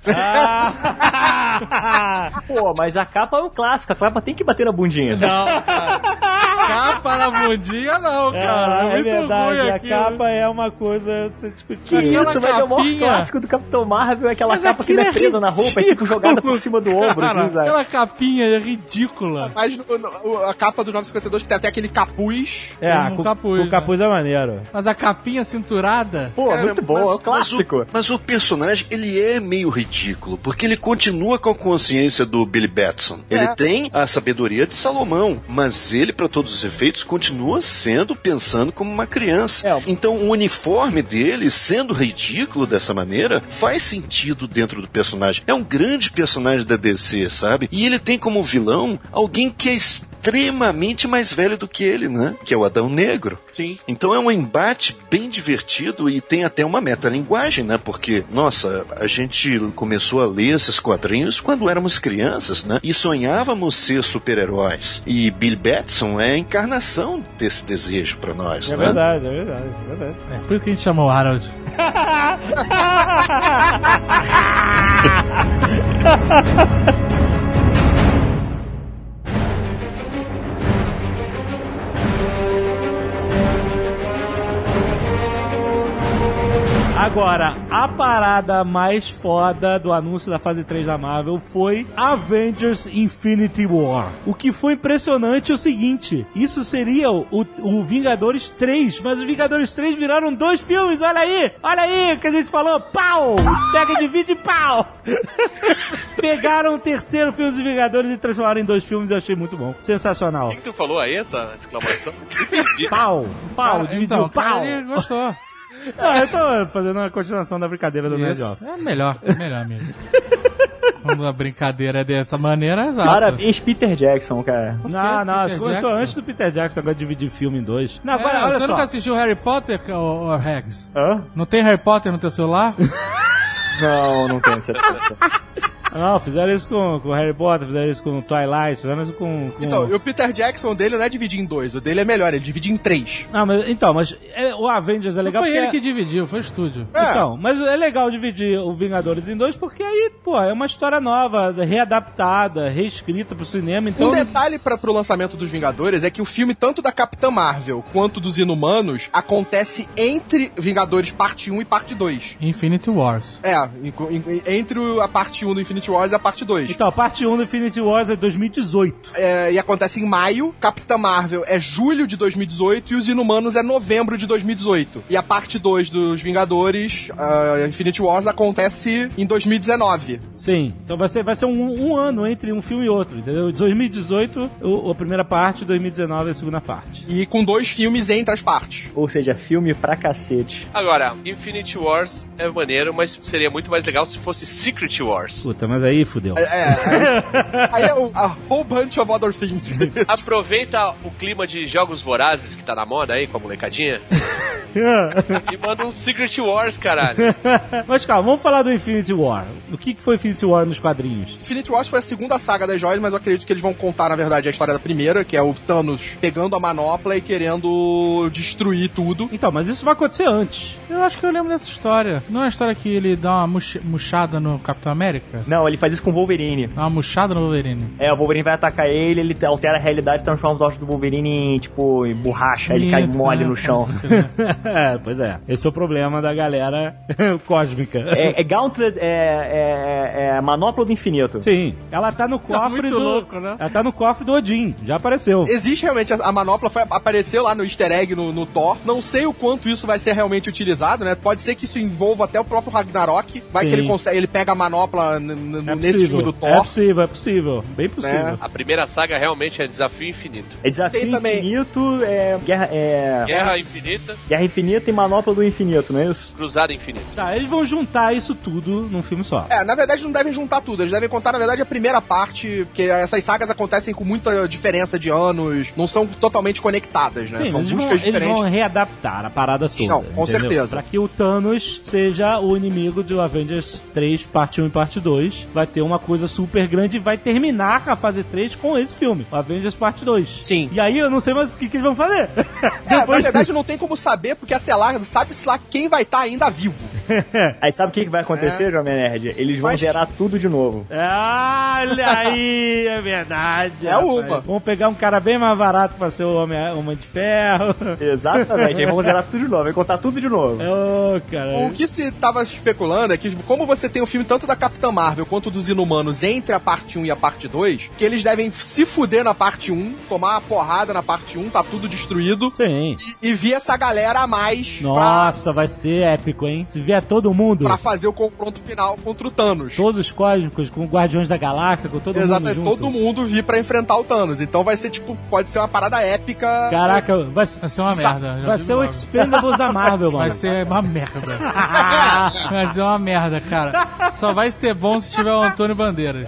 Pô, mas a capa é um clássico, a capa tem que bater na bundinha. Não, cara. Capa na bundinha não, cara. É verdade, a capa é uma coisa pra você discutir. Que isso, mas é o maior clássico do Capitão Marvel, é aquela capa que não é presa na roupa, é tipo jogada por cima do ombro. Cara, assim, aquela capinha é ridícula. Mas a capa do 952 que tem até aquele capuz. O capuz é maneiro. Mas a capinha cinturada... Pô, cara, muito bom, é um clássico. Mas o personagem, ele é meio ridículo, porque ele continua com a consciência do Billy Batson. Ele tem a sabedoria de Salomão, mas ele, pra todos os efeitos, continua pensando como uma criança. Então, o uniforme dele, sendo ridículo dessa maneira, faz sentido dentro do personagem. É um grande personagem da DC, sabe? E ele tem como vilão alguém que é extremamente mais velho do que ele, né? Que é o Adão Negro. Sim. Então é um embate bem divertido e tem até uma metalinguagem, né? Porque, nossa, a gente começou a ler esses quadrinhos quando éramos crianças, né? E sonhávamos ser super-heróis. E Bill Batson é a encarnação desse desejo pra nós, né? É verdade. É por isso que a gente chamou o Harold. Agora, a parada mais foda do anúncio da fase 3 da Marvel foi Avengers Infinity War. O que foi impressionante é o seguinte, isso seria o Vingadores 3, mas os Vingadores 3 viraram 2 filmes, olha aí o que a gente falou, pau, pega, divide, pau. Pegaram o terceiro filme dos Vingadores e transformaram em 2 filmes, eu achei muito bom, sensacional. O que tu falou aí, essa exclamação? Pau, dividiu, então, pau. Ele gostou. Não, eu tô fazendo uma continuação da brincadeira do Nerd Office. É melhor mesmo. Quando a brincadeira é dessa maneira, exato. Parabéns, Peter Jackson, cara. Não, isso começou antes do Peter Jackson, agora de dividir filme em 2. Não, agora, olha você só. Você nunca assistiu Harry Potter, ô Rex? Hã? Não tem Harry Potter no teu celular? Não tem certeza. Não, fizeram isso com o Harry Potter, fizeram isso com o Twilight, fizeram isso com... Então, e o Peter Jackson dele não é dividir em 2, o dele é melhor, ele divide em 3. Não, mas o Avengers é legal não foi porque... ele que dividiu, foi o estúdio. Então, mas é legal dividir o Vingadores em 2 porque aí, pô, é uma história nova, readaptada, reescrita pro cinema, então... Um detalhe pro lançamento dos Vingadores é que o filme, tanto da Capitã Marvel quanto dos Inumanos, acontece entre Vingadores Parte 1 e Parte 2. Infinity Wars. Entre a Parte 1 do Infinity Wars e a Parte 2. Então, a Parte 1 do Infinity Wars é 2018. E acontece em maio, Capitã Marvel é julho de 2018 e os Inumanos é novembro de 2018. E a Parte 2 dos Vingadores, Infinity Wars, acontece em 2019. Sim, então vai ser um ano entre um filme e outro, entendeu? 2018 a primeira parte, 2019 a segunda parte. E com 2 filmes entre as partes. Ou seja, filme pra cacete. Agora, Infinity Wars é maneiro, mas seria muito mais legal se fosse Secret Wars. Puta, mas aí fudeu. Aí é a whole bunch of other things. Aproveita o clima de jogos vorazes que tá na moda aí com a molecadinha e manda um Secret Wars, caralho. Mas calma, vamos falar do Infinity War. O que foi Infinity War nos quadrinhos? Infinity Wars foi a segunda saga das joias, mas eu acredito que eles vão contar, na verdade, a história da primeira, que é o Thanos pegando a manopla e querendo destruir tudo. Então, mas isso vai acontecer antes. Eu acho que eu lembro dessa história. Não é a história que ele dá uma murchada no Capitão América? Não, ele faz isso com o Wolverine. Dá uma murchada no Wolverine. O Wolverine vai atacar ele altera a realidade e transforma os ossos do Wolverine em borracha, ele cai mole no chão. Pois é. Esse é o problema da galera cósmica. Gauntlet, a manopla do infinito. Sim. Ela tá no cofre do... louco, né? Ela tá no cofre do Odin. Já apareceu. Existe realmente a manopla, apareceu lá no easter egg no Thor. Não sei o quanto isso vai ser realmente utilizado, né? Pode ser que isso envolva até o próprio Ragnarok. Vai que ele pega a manopla nesse filme do Thor. É possível. Bem possível. A primeira saga realmente é Desafio Infinito. É Desafio Infinito, Guerra Infinita. Guerra Infinita e Manopla do Infinito, não é isso? Cruzada Infinita. Tá, eles vão juntar isso tudo num filme só. Na verdade não devem juntar tudo. Eles devem contar, na verdade, a primeira parte, porque essas sagas acontecem com muita diferença de anos, não são totalmente conectadas, né? Sim, são buscas diferentes. Eles vão readaptar a parada toda. Não, com certeza. Pra que o Thanos seja o inimigo do Avengers 3, parte 1 e parte 2. Vai ter uma coisa super grande e vai terminar a fase 3 com esse filme, o Avengers parte 2. Sim. E aí eu não sei mais o que eles vão fazer. Na verdade não tem como saber, porque até lá, sabe-se lá quem vai estar ainda vivo. Aí sabe o que vai acontecer, Jovem Nerd? Eles vão zerar tudo de novo. Olha aí, é verdade. Uma. Vamos pegar um cara bem mais barato pra ser o Homem de Ferro. Exatamente, aí vamos zerar tudo de novo, vai contar tudo de novo. Cara. O que se tava especulando é que, como você tem o filme tanto da Capitã Marvel quanto dos Inumanos entre a parte 1 e a parte 2, que eles devem se fuder na parte 1, tomar uma porrada na parte 1, tá tudo destruído. Sim. E vir essa galera a mais. Nossa, vai ser épico, hein? Se vier todo mundo. Pra fazer o confronto final contra o Thanos. Todos os cósmicos, com Guardiões da Galáxia, com todo mundo. Exatamente, todo mundo vir pra enfrentar o Thanos. Então vai ser pode ser uma parada épica. Caraca, vai ser uma merda. Vai ser o Expendables da Marvel, mano. Vai ser uma merda. Vai ser uma merda, cara. Só vai ser bom se tiver o Antônio Bandeiras.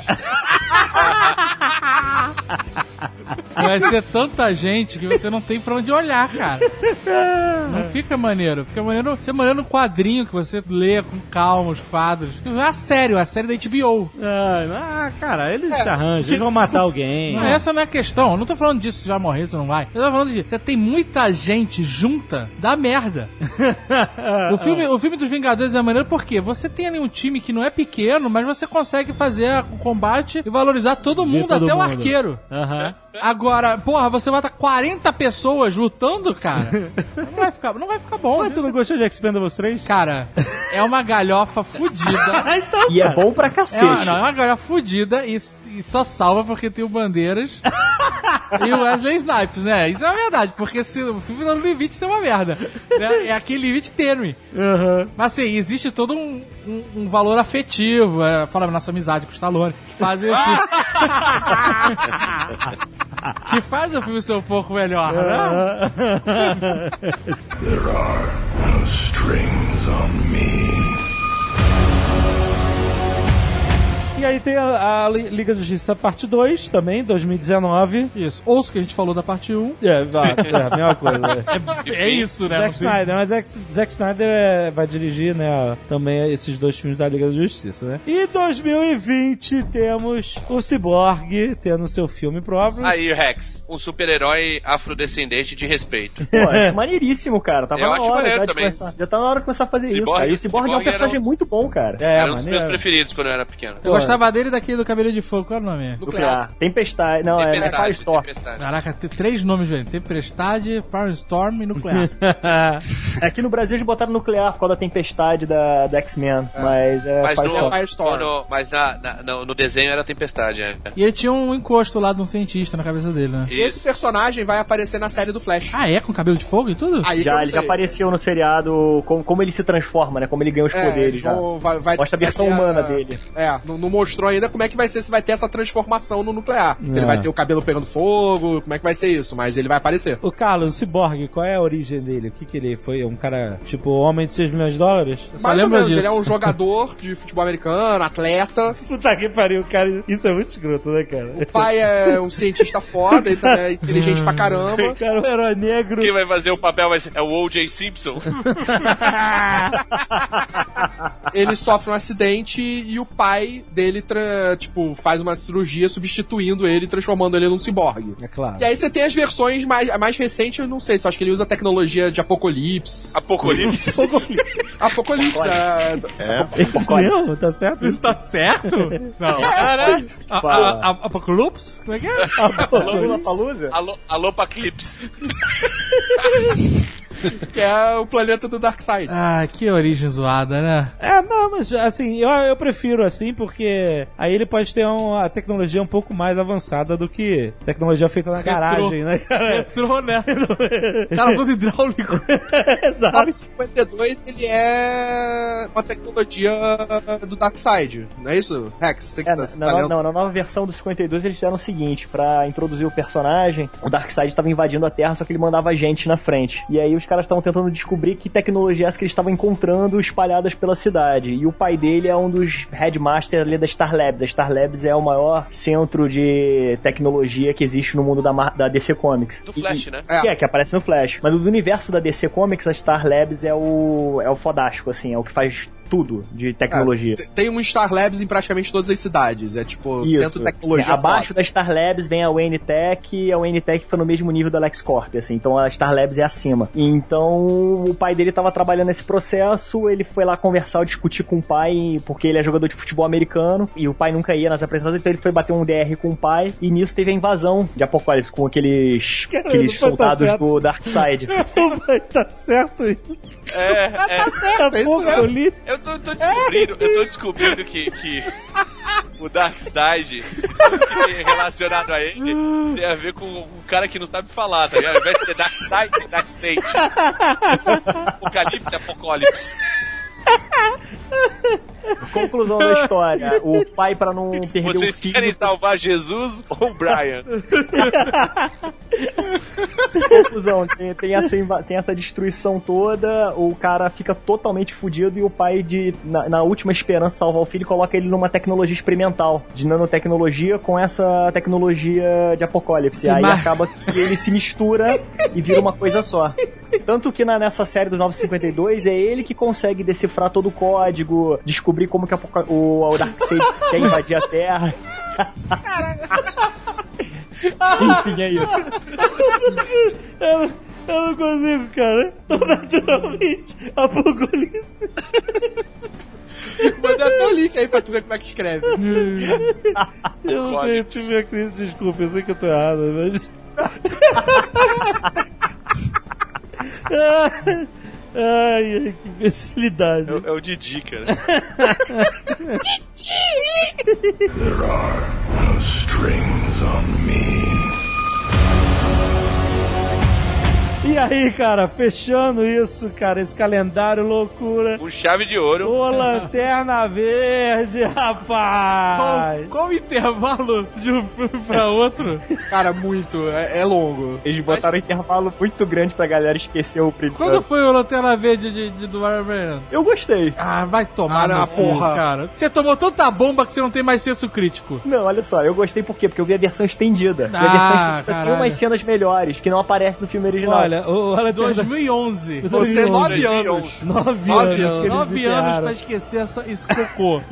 Vai ser tanta gente que você não tem pra onde olhar, cara. Não fica maneiro. Fica maneiro ser maneiro no quadrinho que você lê com calma os quadros. A série da HBO. Cara, eles se arranjam, eles vão matar alguém. Não, essa não é a questão. Eu não tô falando disso se vai morrer, se não vai. Eu tô falando de você tem muita gente junta da merda. O filme dos Vingadores é maneiro porque você tem ali um time que não é pequeno, mas você consegue fazer o combate e valorizar todo mundo, até o arqueiro. Agora, porra, você bota 40 pessoas lutando, cara. Não vai ficar bom. Mas tu não gostou de Expendables 3? Cara, é uma galhofa fudida. Então, e é bom pra cacete. É uma galhofa fudida e só salva porque tem o Bandeiras e o Wesley Snipes, né? Isso é uma verdade, porque se o filme tá no limite, isso é uma merda. Né? É aquele limite tênue. Mas assim, existe todo um valor afetivo, fora a nossa amizade com o Stallone, que faz que faz o filme ser um pouco melhor, né? There are no strings on me. E aí tem a Liga da Justiça parte 2 também, 2019. Isso. Ouço o que a gente falou da parte 1. É a mesma coisa. É isso, né? Zack Snyder, mas Zack Snyder vai dirigir, né, também esses 2 filmes da Liga da Justiça, né? E 2020 temos o Cyborg tendo seu filme próprio. Aí, Rex, um super-herói afrodescendente de respeito. Pô, acho maneiríssimo, cara. Tava na hora já de começar. Já tá na hora de começar a fazer isso, cara. E o Cyborg é um personagem muito bom, cara. Era um dos meus preferidos quando eu era pequeno. Eu gostava dele daquele do cabelo de fogo. Qual é o nome? Nuclear. Tempestade. Não, é Firestorm. Caraca, tem 3 nomes, velho. Tempestade, Firestorm e Nuclear. Aqui no Brasil eles botaram Nuclear por causa da Tempestade da X-Men. Mas é Firestorm. Mas no desenho era Tempestade, E ele tinha um encosto lá de um cientista na cabeça dele, né? E esse personagem vai aparecer na série do Flash. Ah, é? Com cabelo de fogo e tudo? Ele já apareceu no seriado, como ele se transforma, né? Como ele ganha os poderes já. Mostra a versão humana dele. Não mostrou ainda como é que vai ser, se vai ter essa transformação no Nuclear. Se ele vai ter o cabelo pegando fogo, como é que vai ser isso, mas ele vai aparecer. O Carlos, o Cyborg, qual é a origem dele? O que ele foi? Um cara, tipo, homem de 6 milhões de dólares? Mais ou menos, ele é um jogador de futebol americano, atleta. Puta que pariu, cara, isso é muito escroto, né, cara? O pai é um cientista foda, ele também é inteligente pra caramba. Cara, um herói negro. Quem vai fazer o papel é o O.J. Simpson. Ele sofre um acidente e o pai dele, faz uma cirurgia substituindo ele, transformando ele num ciborgue. É claro. E aí você tem as versões mais recentes, eu não sei, só acho que ele usa a tecnologia de Apocalipse. Apocalipse? Apocalipse, Isso mesmo? Tá certo? Isso tá certo? Não. Caralho. Apocalipse? Como é que é? Alô, Paclipse. Que é o planeta do Darkseid. Ah, que origem zoada, né? Não, mas assim, eu prefiro assim, porque aí ele pode ter uma tecnologia um pouco mais avançada do que tecnologia feita na garagem, né, cara? Retrô, né? Cara, todo hidráulico. Exato. O 952, ele é uma tecnologia do Darkseid, não é isso, Rex? Você que tá lendo. Não, na nova versão do 52 eles fizeram o seguinte, pra introduzir o personagem, o Darkseid estava invadindo a Terra, só que ele mandava gente na frente. E aí os caras estavam tentando descobrir que tecnologia é essa que eles estavam encontrando espalhadas pela cidade. E o pai dele é um dos headmasters ali da Star Labs. A Star Labs é o maior centro de tecnologia que existe no mundo da DC Comics. Do Flash, né? Que aparece no Flash. Mas do universo da DC Comics, a Star Labs é o fodástico, assim, é o que faz tudo de tecnologia. Tem um Star Labs em praticamente todas as cidades. É tipo centro de tecnologia. Abaixo da Star Labs vem a Wayne Tech, e a Wayne Tech fica no mesmo nível da LexCorp, assim. Então a Star Labs é acima. Então o pai dele tava trabalhando nesse processo, ele foi lá conversar, discutir com o pai, porque ele é jogador de futebol americano, e o pai nunca ia nas apresentações, então ele foi bater um DR com o pai, e nisso teve a invasão de Apocalipse, com aqueles soldados do Darkseid. O pai tá certo isso. Tá certo, é isso mesmo. Eu tô descobrindo que o Darkseid, tudo que tem relacionado a ele, tem a ver com um cara que não sabe falar, tá ligado? Ao invés de ser Darkseid, tem Darkseid. Apocalipse. Conclusão da história. O pai, pra não perder Vocês o filho... querem salvar Jesus ou Brian? Conclusão, tem essa destruição toda, o cara fica totalmente fudido e o pai, na última esperança de salvar o filho, coloca ele numa tecnologia experimental, de nanotecnologia com essa tecnologia de Apocalipse. Aí acaba que ele se mistura e vira uma coisa só. Tanto que nessa série dos 952 é ele que consegue decifrar todo o código, descobrir como que o Darkseid quer invadir a Terra. Enfim, é isso. Eu não consigo, cara. Tô naturalmente Apocalipse. Manda até o link aí pra tu ver como é que escreve. Eu não sei, eu tive a crise, desculpa, eu sei que eu tô errado, mas... Ai, que imbecilidade. É o Didi, cara. There are no strings on me. E aí, cara, fechando isso, cara, esse calendário loucura. Com chave de ouro. Ô, Lanterna Verde, rapaz! Qual o intervalo de um filme pra outro? Cara, muito. É longo. Eles botaram um intervalo muito grande pra galera esquecer o primeiro. Quando foi o Lanterna Verde do Ryan Reynolds? Eu gostei. Ah, vai tomar na porra. cara. Você tomou tanta bomba que você não tem mais senso crítico. Não, olha só, eu gostei por quê? Porque eu vi a versão estendida. E a versão estendida tem umas cenas melhores que não aparecem no filme original. Olha, 2011. Você 9 anos. 9 anos. 9 anos pra esquecer esse cocô.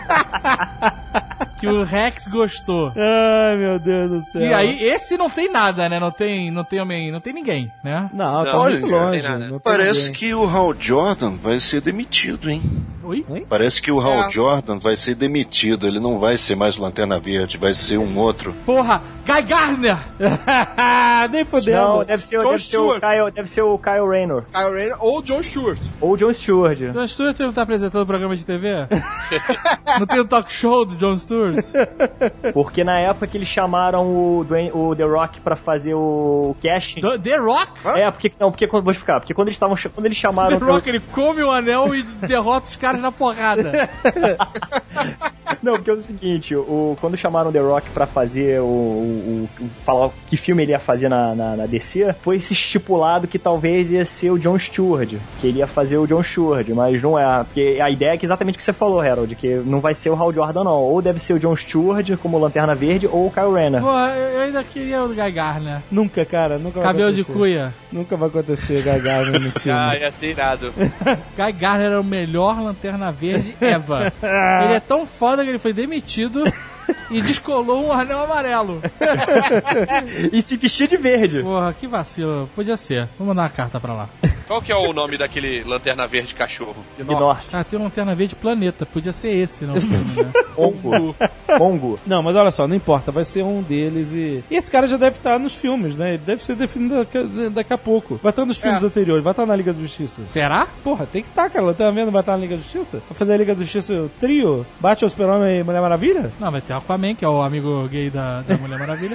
Que o Rex gostou. Ai, meu Deus do céu. E aí, esse não tem nada, né? Não tem homem, não tem ninguém, né? Não, tá Olha, muito longe. Parece que o Hal Jordan vai ser demitido, hein? Oi? Parece que o Hal Jordan vai ser demitido. Ele não vai ser mais o Lanterna Verde, vai ser um outro. Porra, Guy Gardner! Nem fodendo. Não, deve ser o Kyle Rayner. Kyle Rayner ou Jon Stewart. Ou Jon Stewart. Jon Stewart não tá apresentando programa de TV? Não tem o talk show do Jon Stewart? Porque na época que eles chamaram o The Rock pra fazer o casting... The Rock? Vou explicar. Porque quando eles chamaram... The Rock, ele come o anel e derrota os caras na porrada. Não, porque é o seguinte, quando chamaram The Rock pra fazer falar que filme ele ia fazer na DC, foi estipulado que talvez ia ser o Jon Stewart, que ele ia fazer o Jon Stewart, mas não é, porque a ideia é que exatamente o que você falou, Harold, que não vai ser o Hal Jordan não, ou deve ser o Jon Stewart como Lanterna Verde, ou o Kyle Rayner. Pô, eu ainda queria o Guy Gardner. Nunca, cara, nunca vai Cabelo acontecer. de cuia. Nunca vai acontecer Guy Gardner no filme. Ah, ia ser irado. Guy Gardner era o melhor Lanterna Verde ever. Ele é tão foda que ele foi demitido e descolou um anel amarelo. E se vestiu de verde. Porra, que vacilo. Podia ser. Vou mandar uma carta pra lá. Qual que é o nome daquele Lanterna Verde cachorro? De norte. Ah, tem um Lanterna Verde Planeta. Podia ser esse, não? Né? Mongo. Não, mas olha só, não importa, vai ser um deles e esse cara já deve estar nos filmes, né? Ele deve ser definido daqui a pouco. Vai estar nos filmes anteriores, vai estar na Liga da Justiça. Será? Porra, tem que estar, cara. Tá vendo? Vai estar na Liga da Justiça? Vai fazer a Liga da Justiça o trio? Bate o Super-Homem e Mulher Maravilha? Não, vai ter Aquaman, que é o amigo gay da Mulher Maravilha.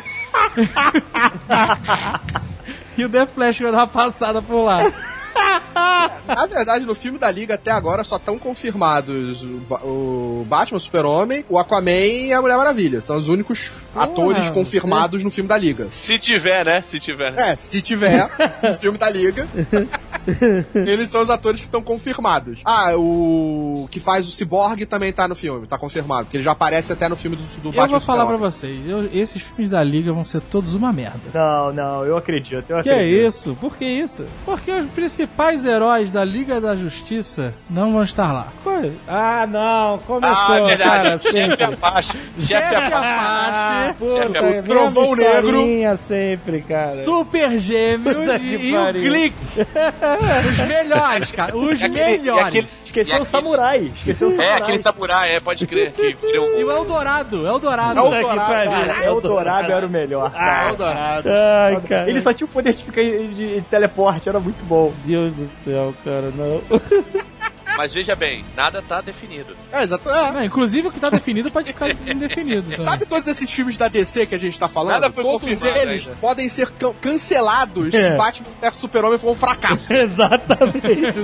E o The Flash vai dar uma passada por lá. Na verdade, no filme da Liga até agora só estão confirmados o Batman, o Super-Homem, o Aquaman e a Mulher Maravilha. São os únicos atores confirmados no filme da Liga. Se tiver, né? Se tiver. Se tiver no filme da Liga. Eles são os atores que estão confirmados. O que faz o Cyborg também tá no filme, tá confirmado. Porque ele já aparece até no filme do Batman. Eu vou falar pra vocês, esses filmes da Liga vão ser todos uma merda. Não, eu acredito. Que é isso? Por que isso? Porque os principais heróis da Liga da Justiça não vão estar lá. Ué? Ah, não, começou, cara. Chefe Apache. Chefe Apache. Puta, Trovão Negro. sempre, cara. Super Gêmeos e o Glick. Os melhores, cara. Os melhores. Esqueceu o Samurai. Aquele samurai, pode crer. E o Eldorado. Eldorado era o melhor. Eldorado. Ai, cara. Ele só tinha o poder de ficar de teleporte, era muito bom. Deus do céu, cara, não. Mas veja bem, nada tá definido. Exato. Não, inclusive o que tá definido pode ficar indefinido. Sabe todos esses filmes da DC que a gente tá falando? Nada foi todos eles ainda. podem ser cancelados se Batman vs Super-Homem for um fracasso. Exatamente.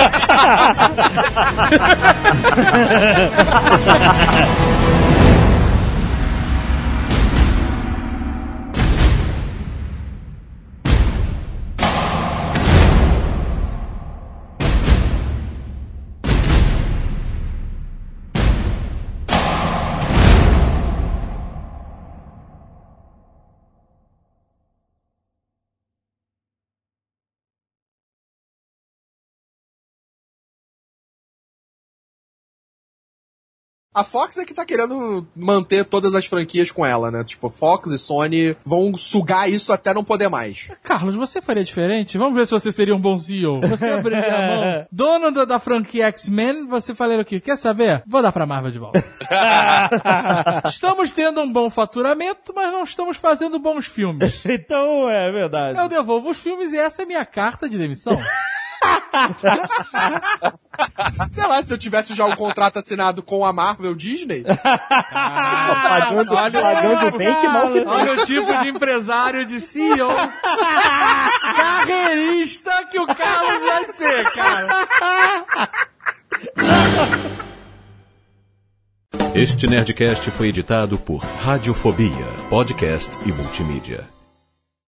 A Fox é que tá querendo manter todas as franquias com ela, né? Tipo, Fox e Sony vão sugar isso até não poder mais. Carlos, você faria diferente? Vamos ver se você seria um bom CEO. Você abriria a mão. Dono da franquia X-Men, você falaria o quê? Quer saber? Vou dar pra Marvel de volta. Estamos tendo um bom faturamento, mas não estamos fazendo bons filmes. Então, é verdade. Eu devolvo os filmes e essa é minha carta de demissão. Sei lá, se eu tivesse já um contrato assinado com a Marvel Disney. Pagando bem que mal. Olha o tipo de empresário, de CEO carreirista que o Carlos vai ser, cara. Este Nerdcast foi editado por Radiofobia, podcast e multimídia.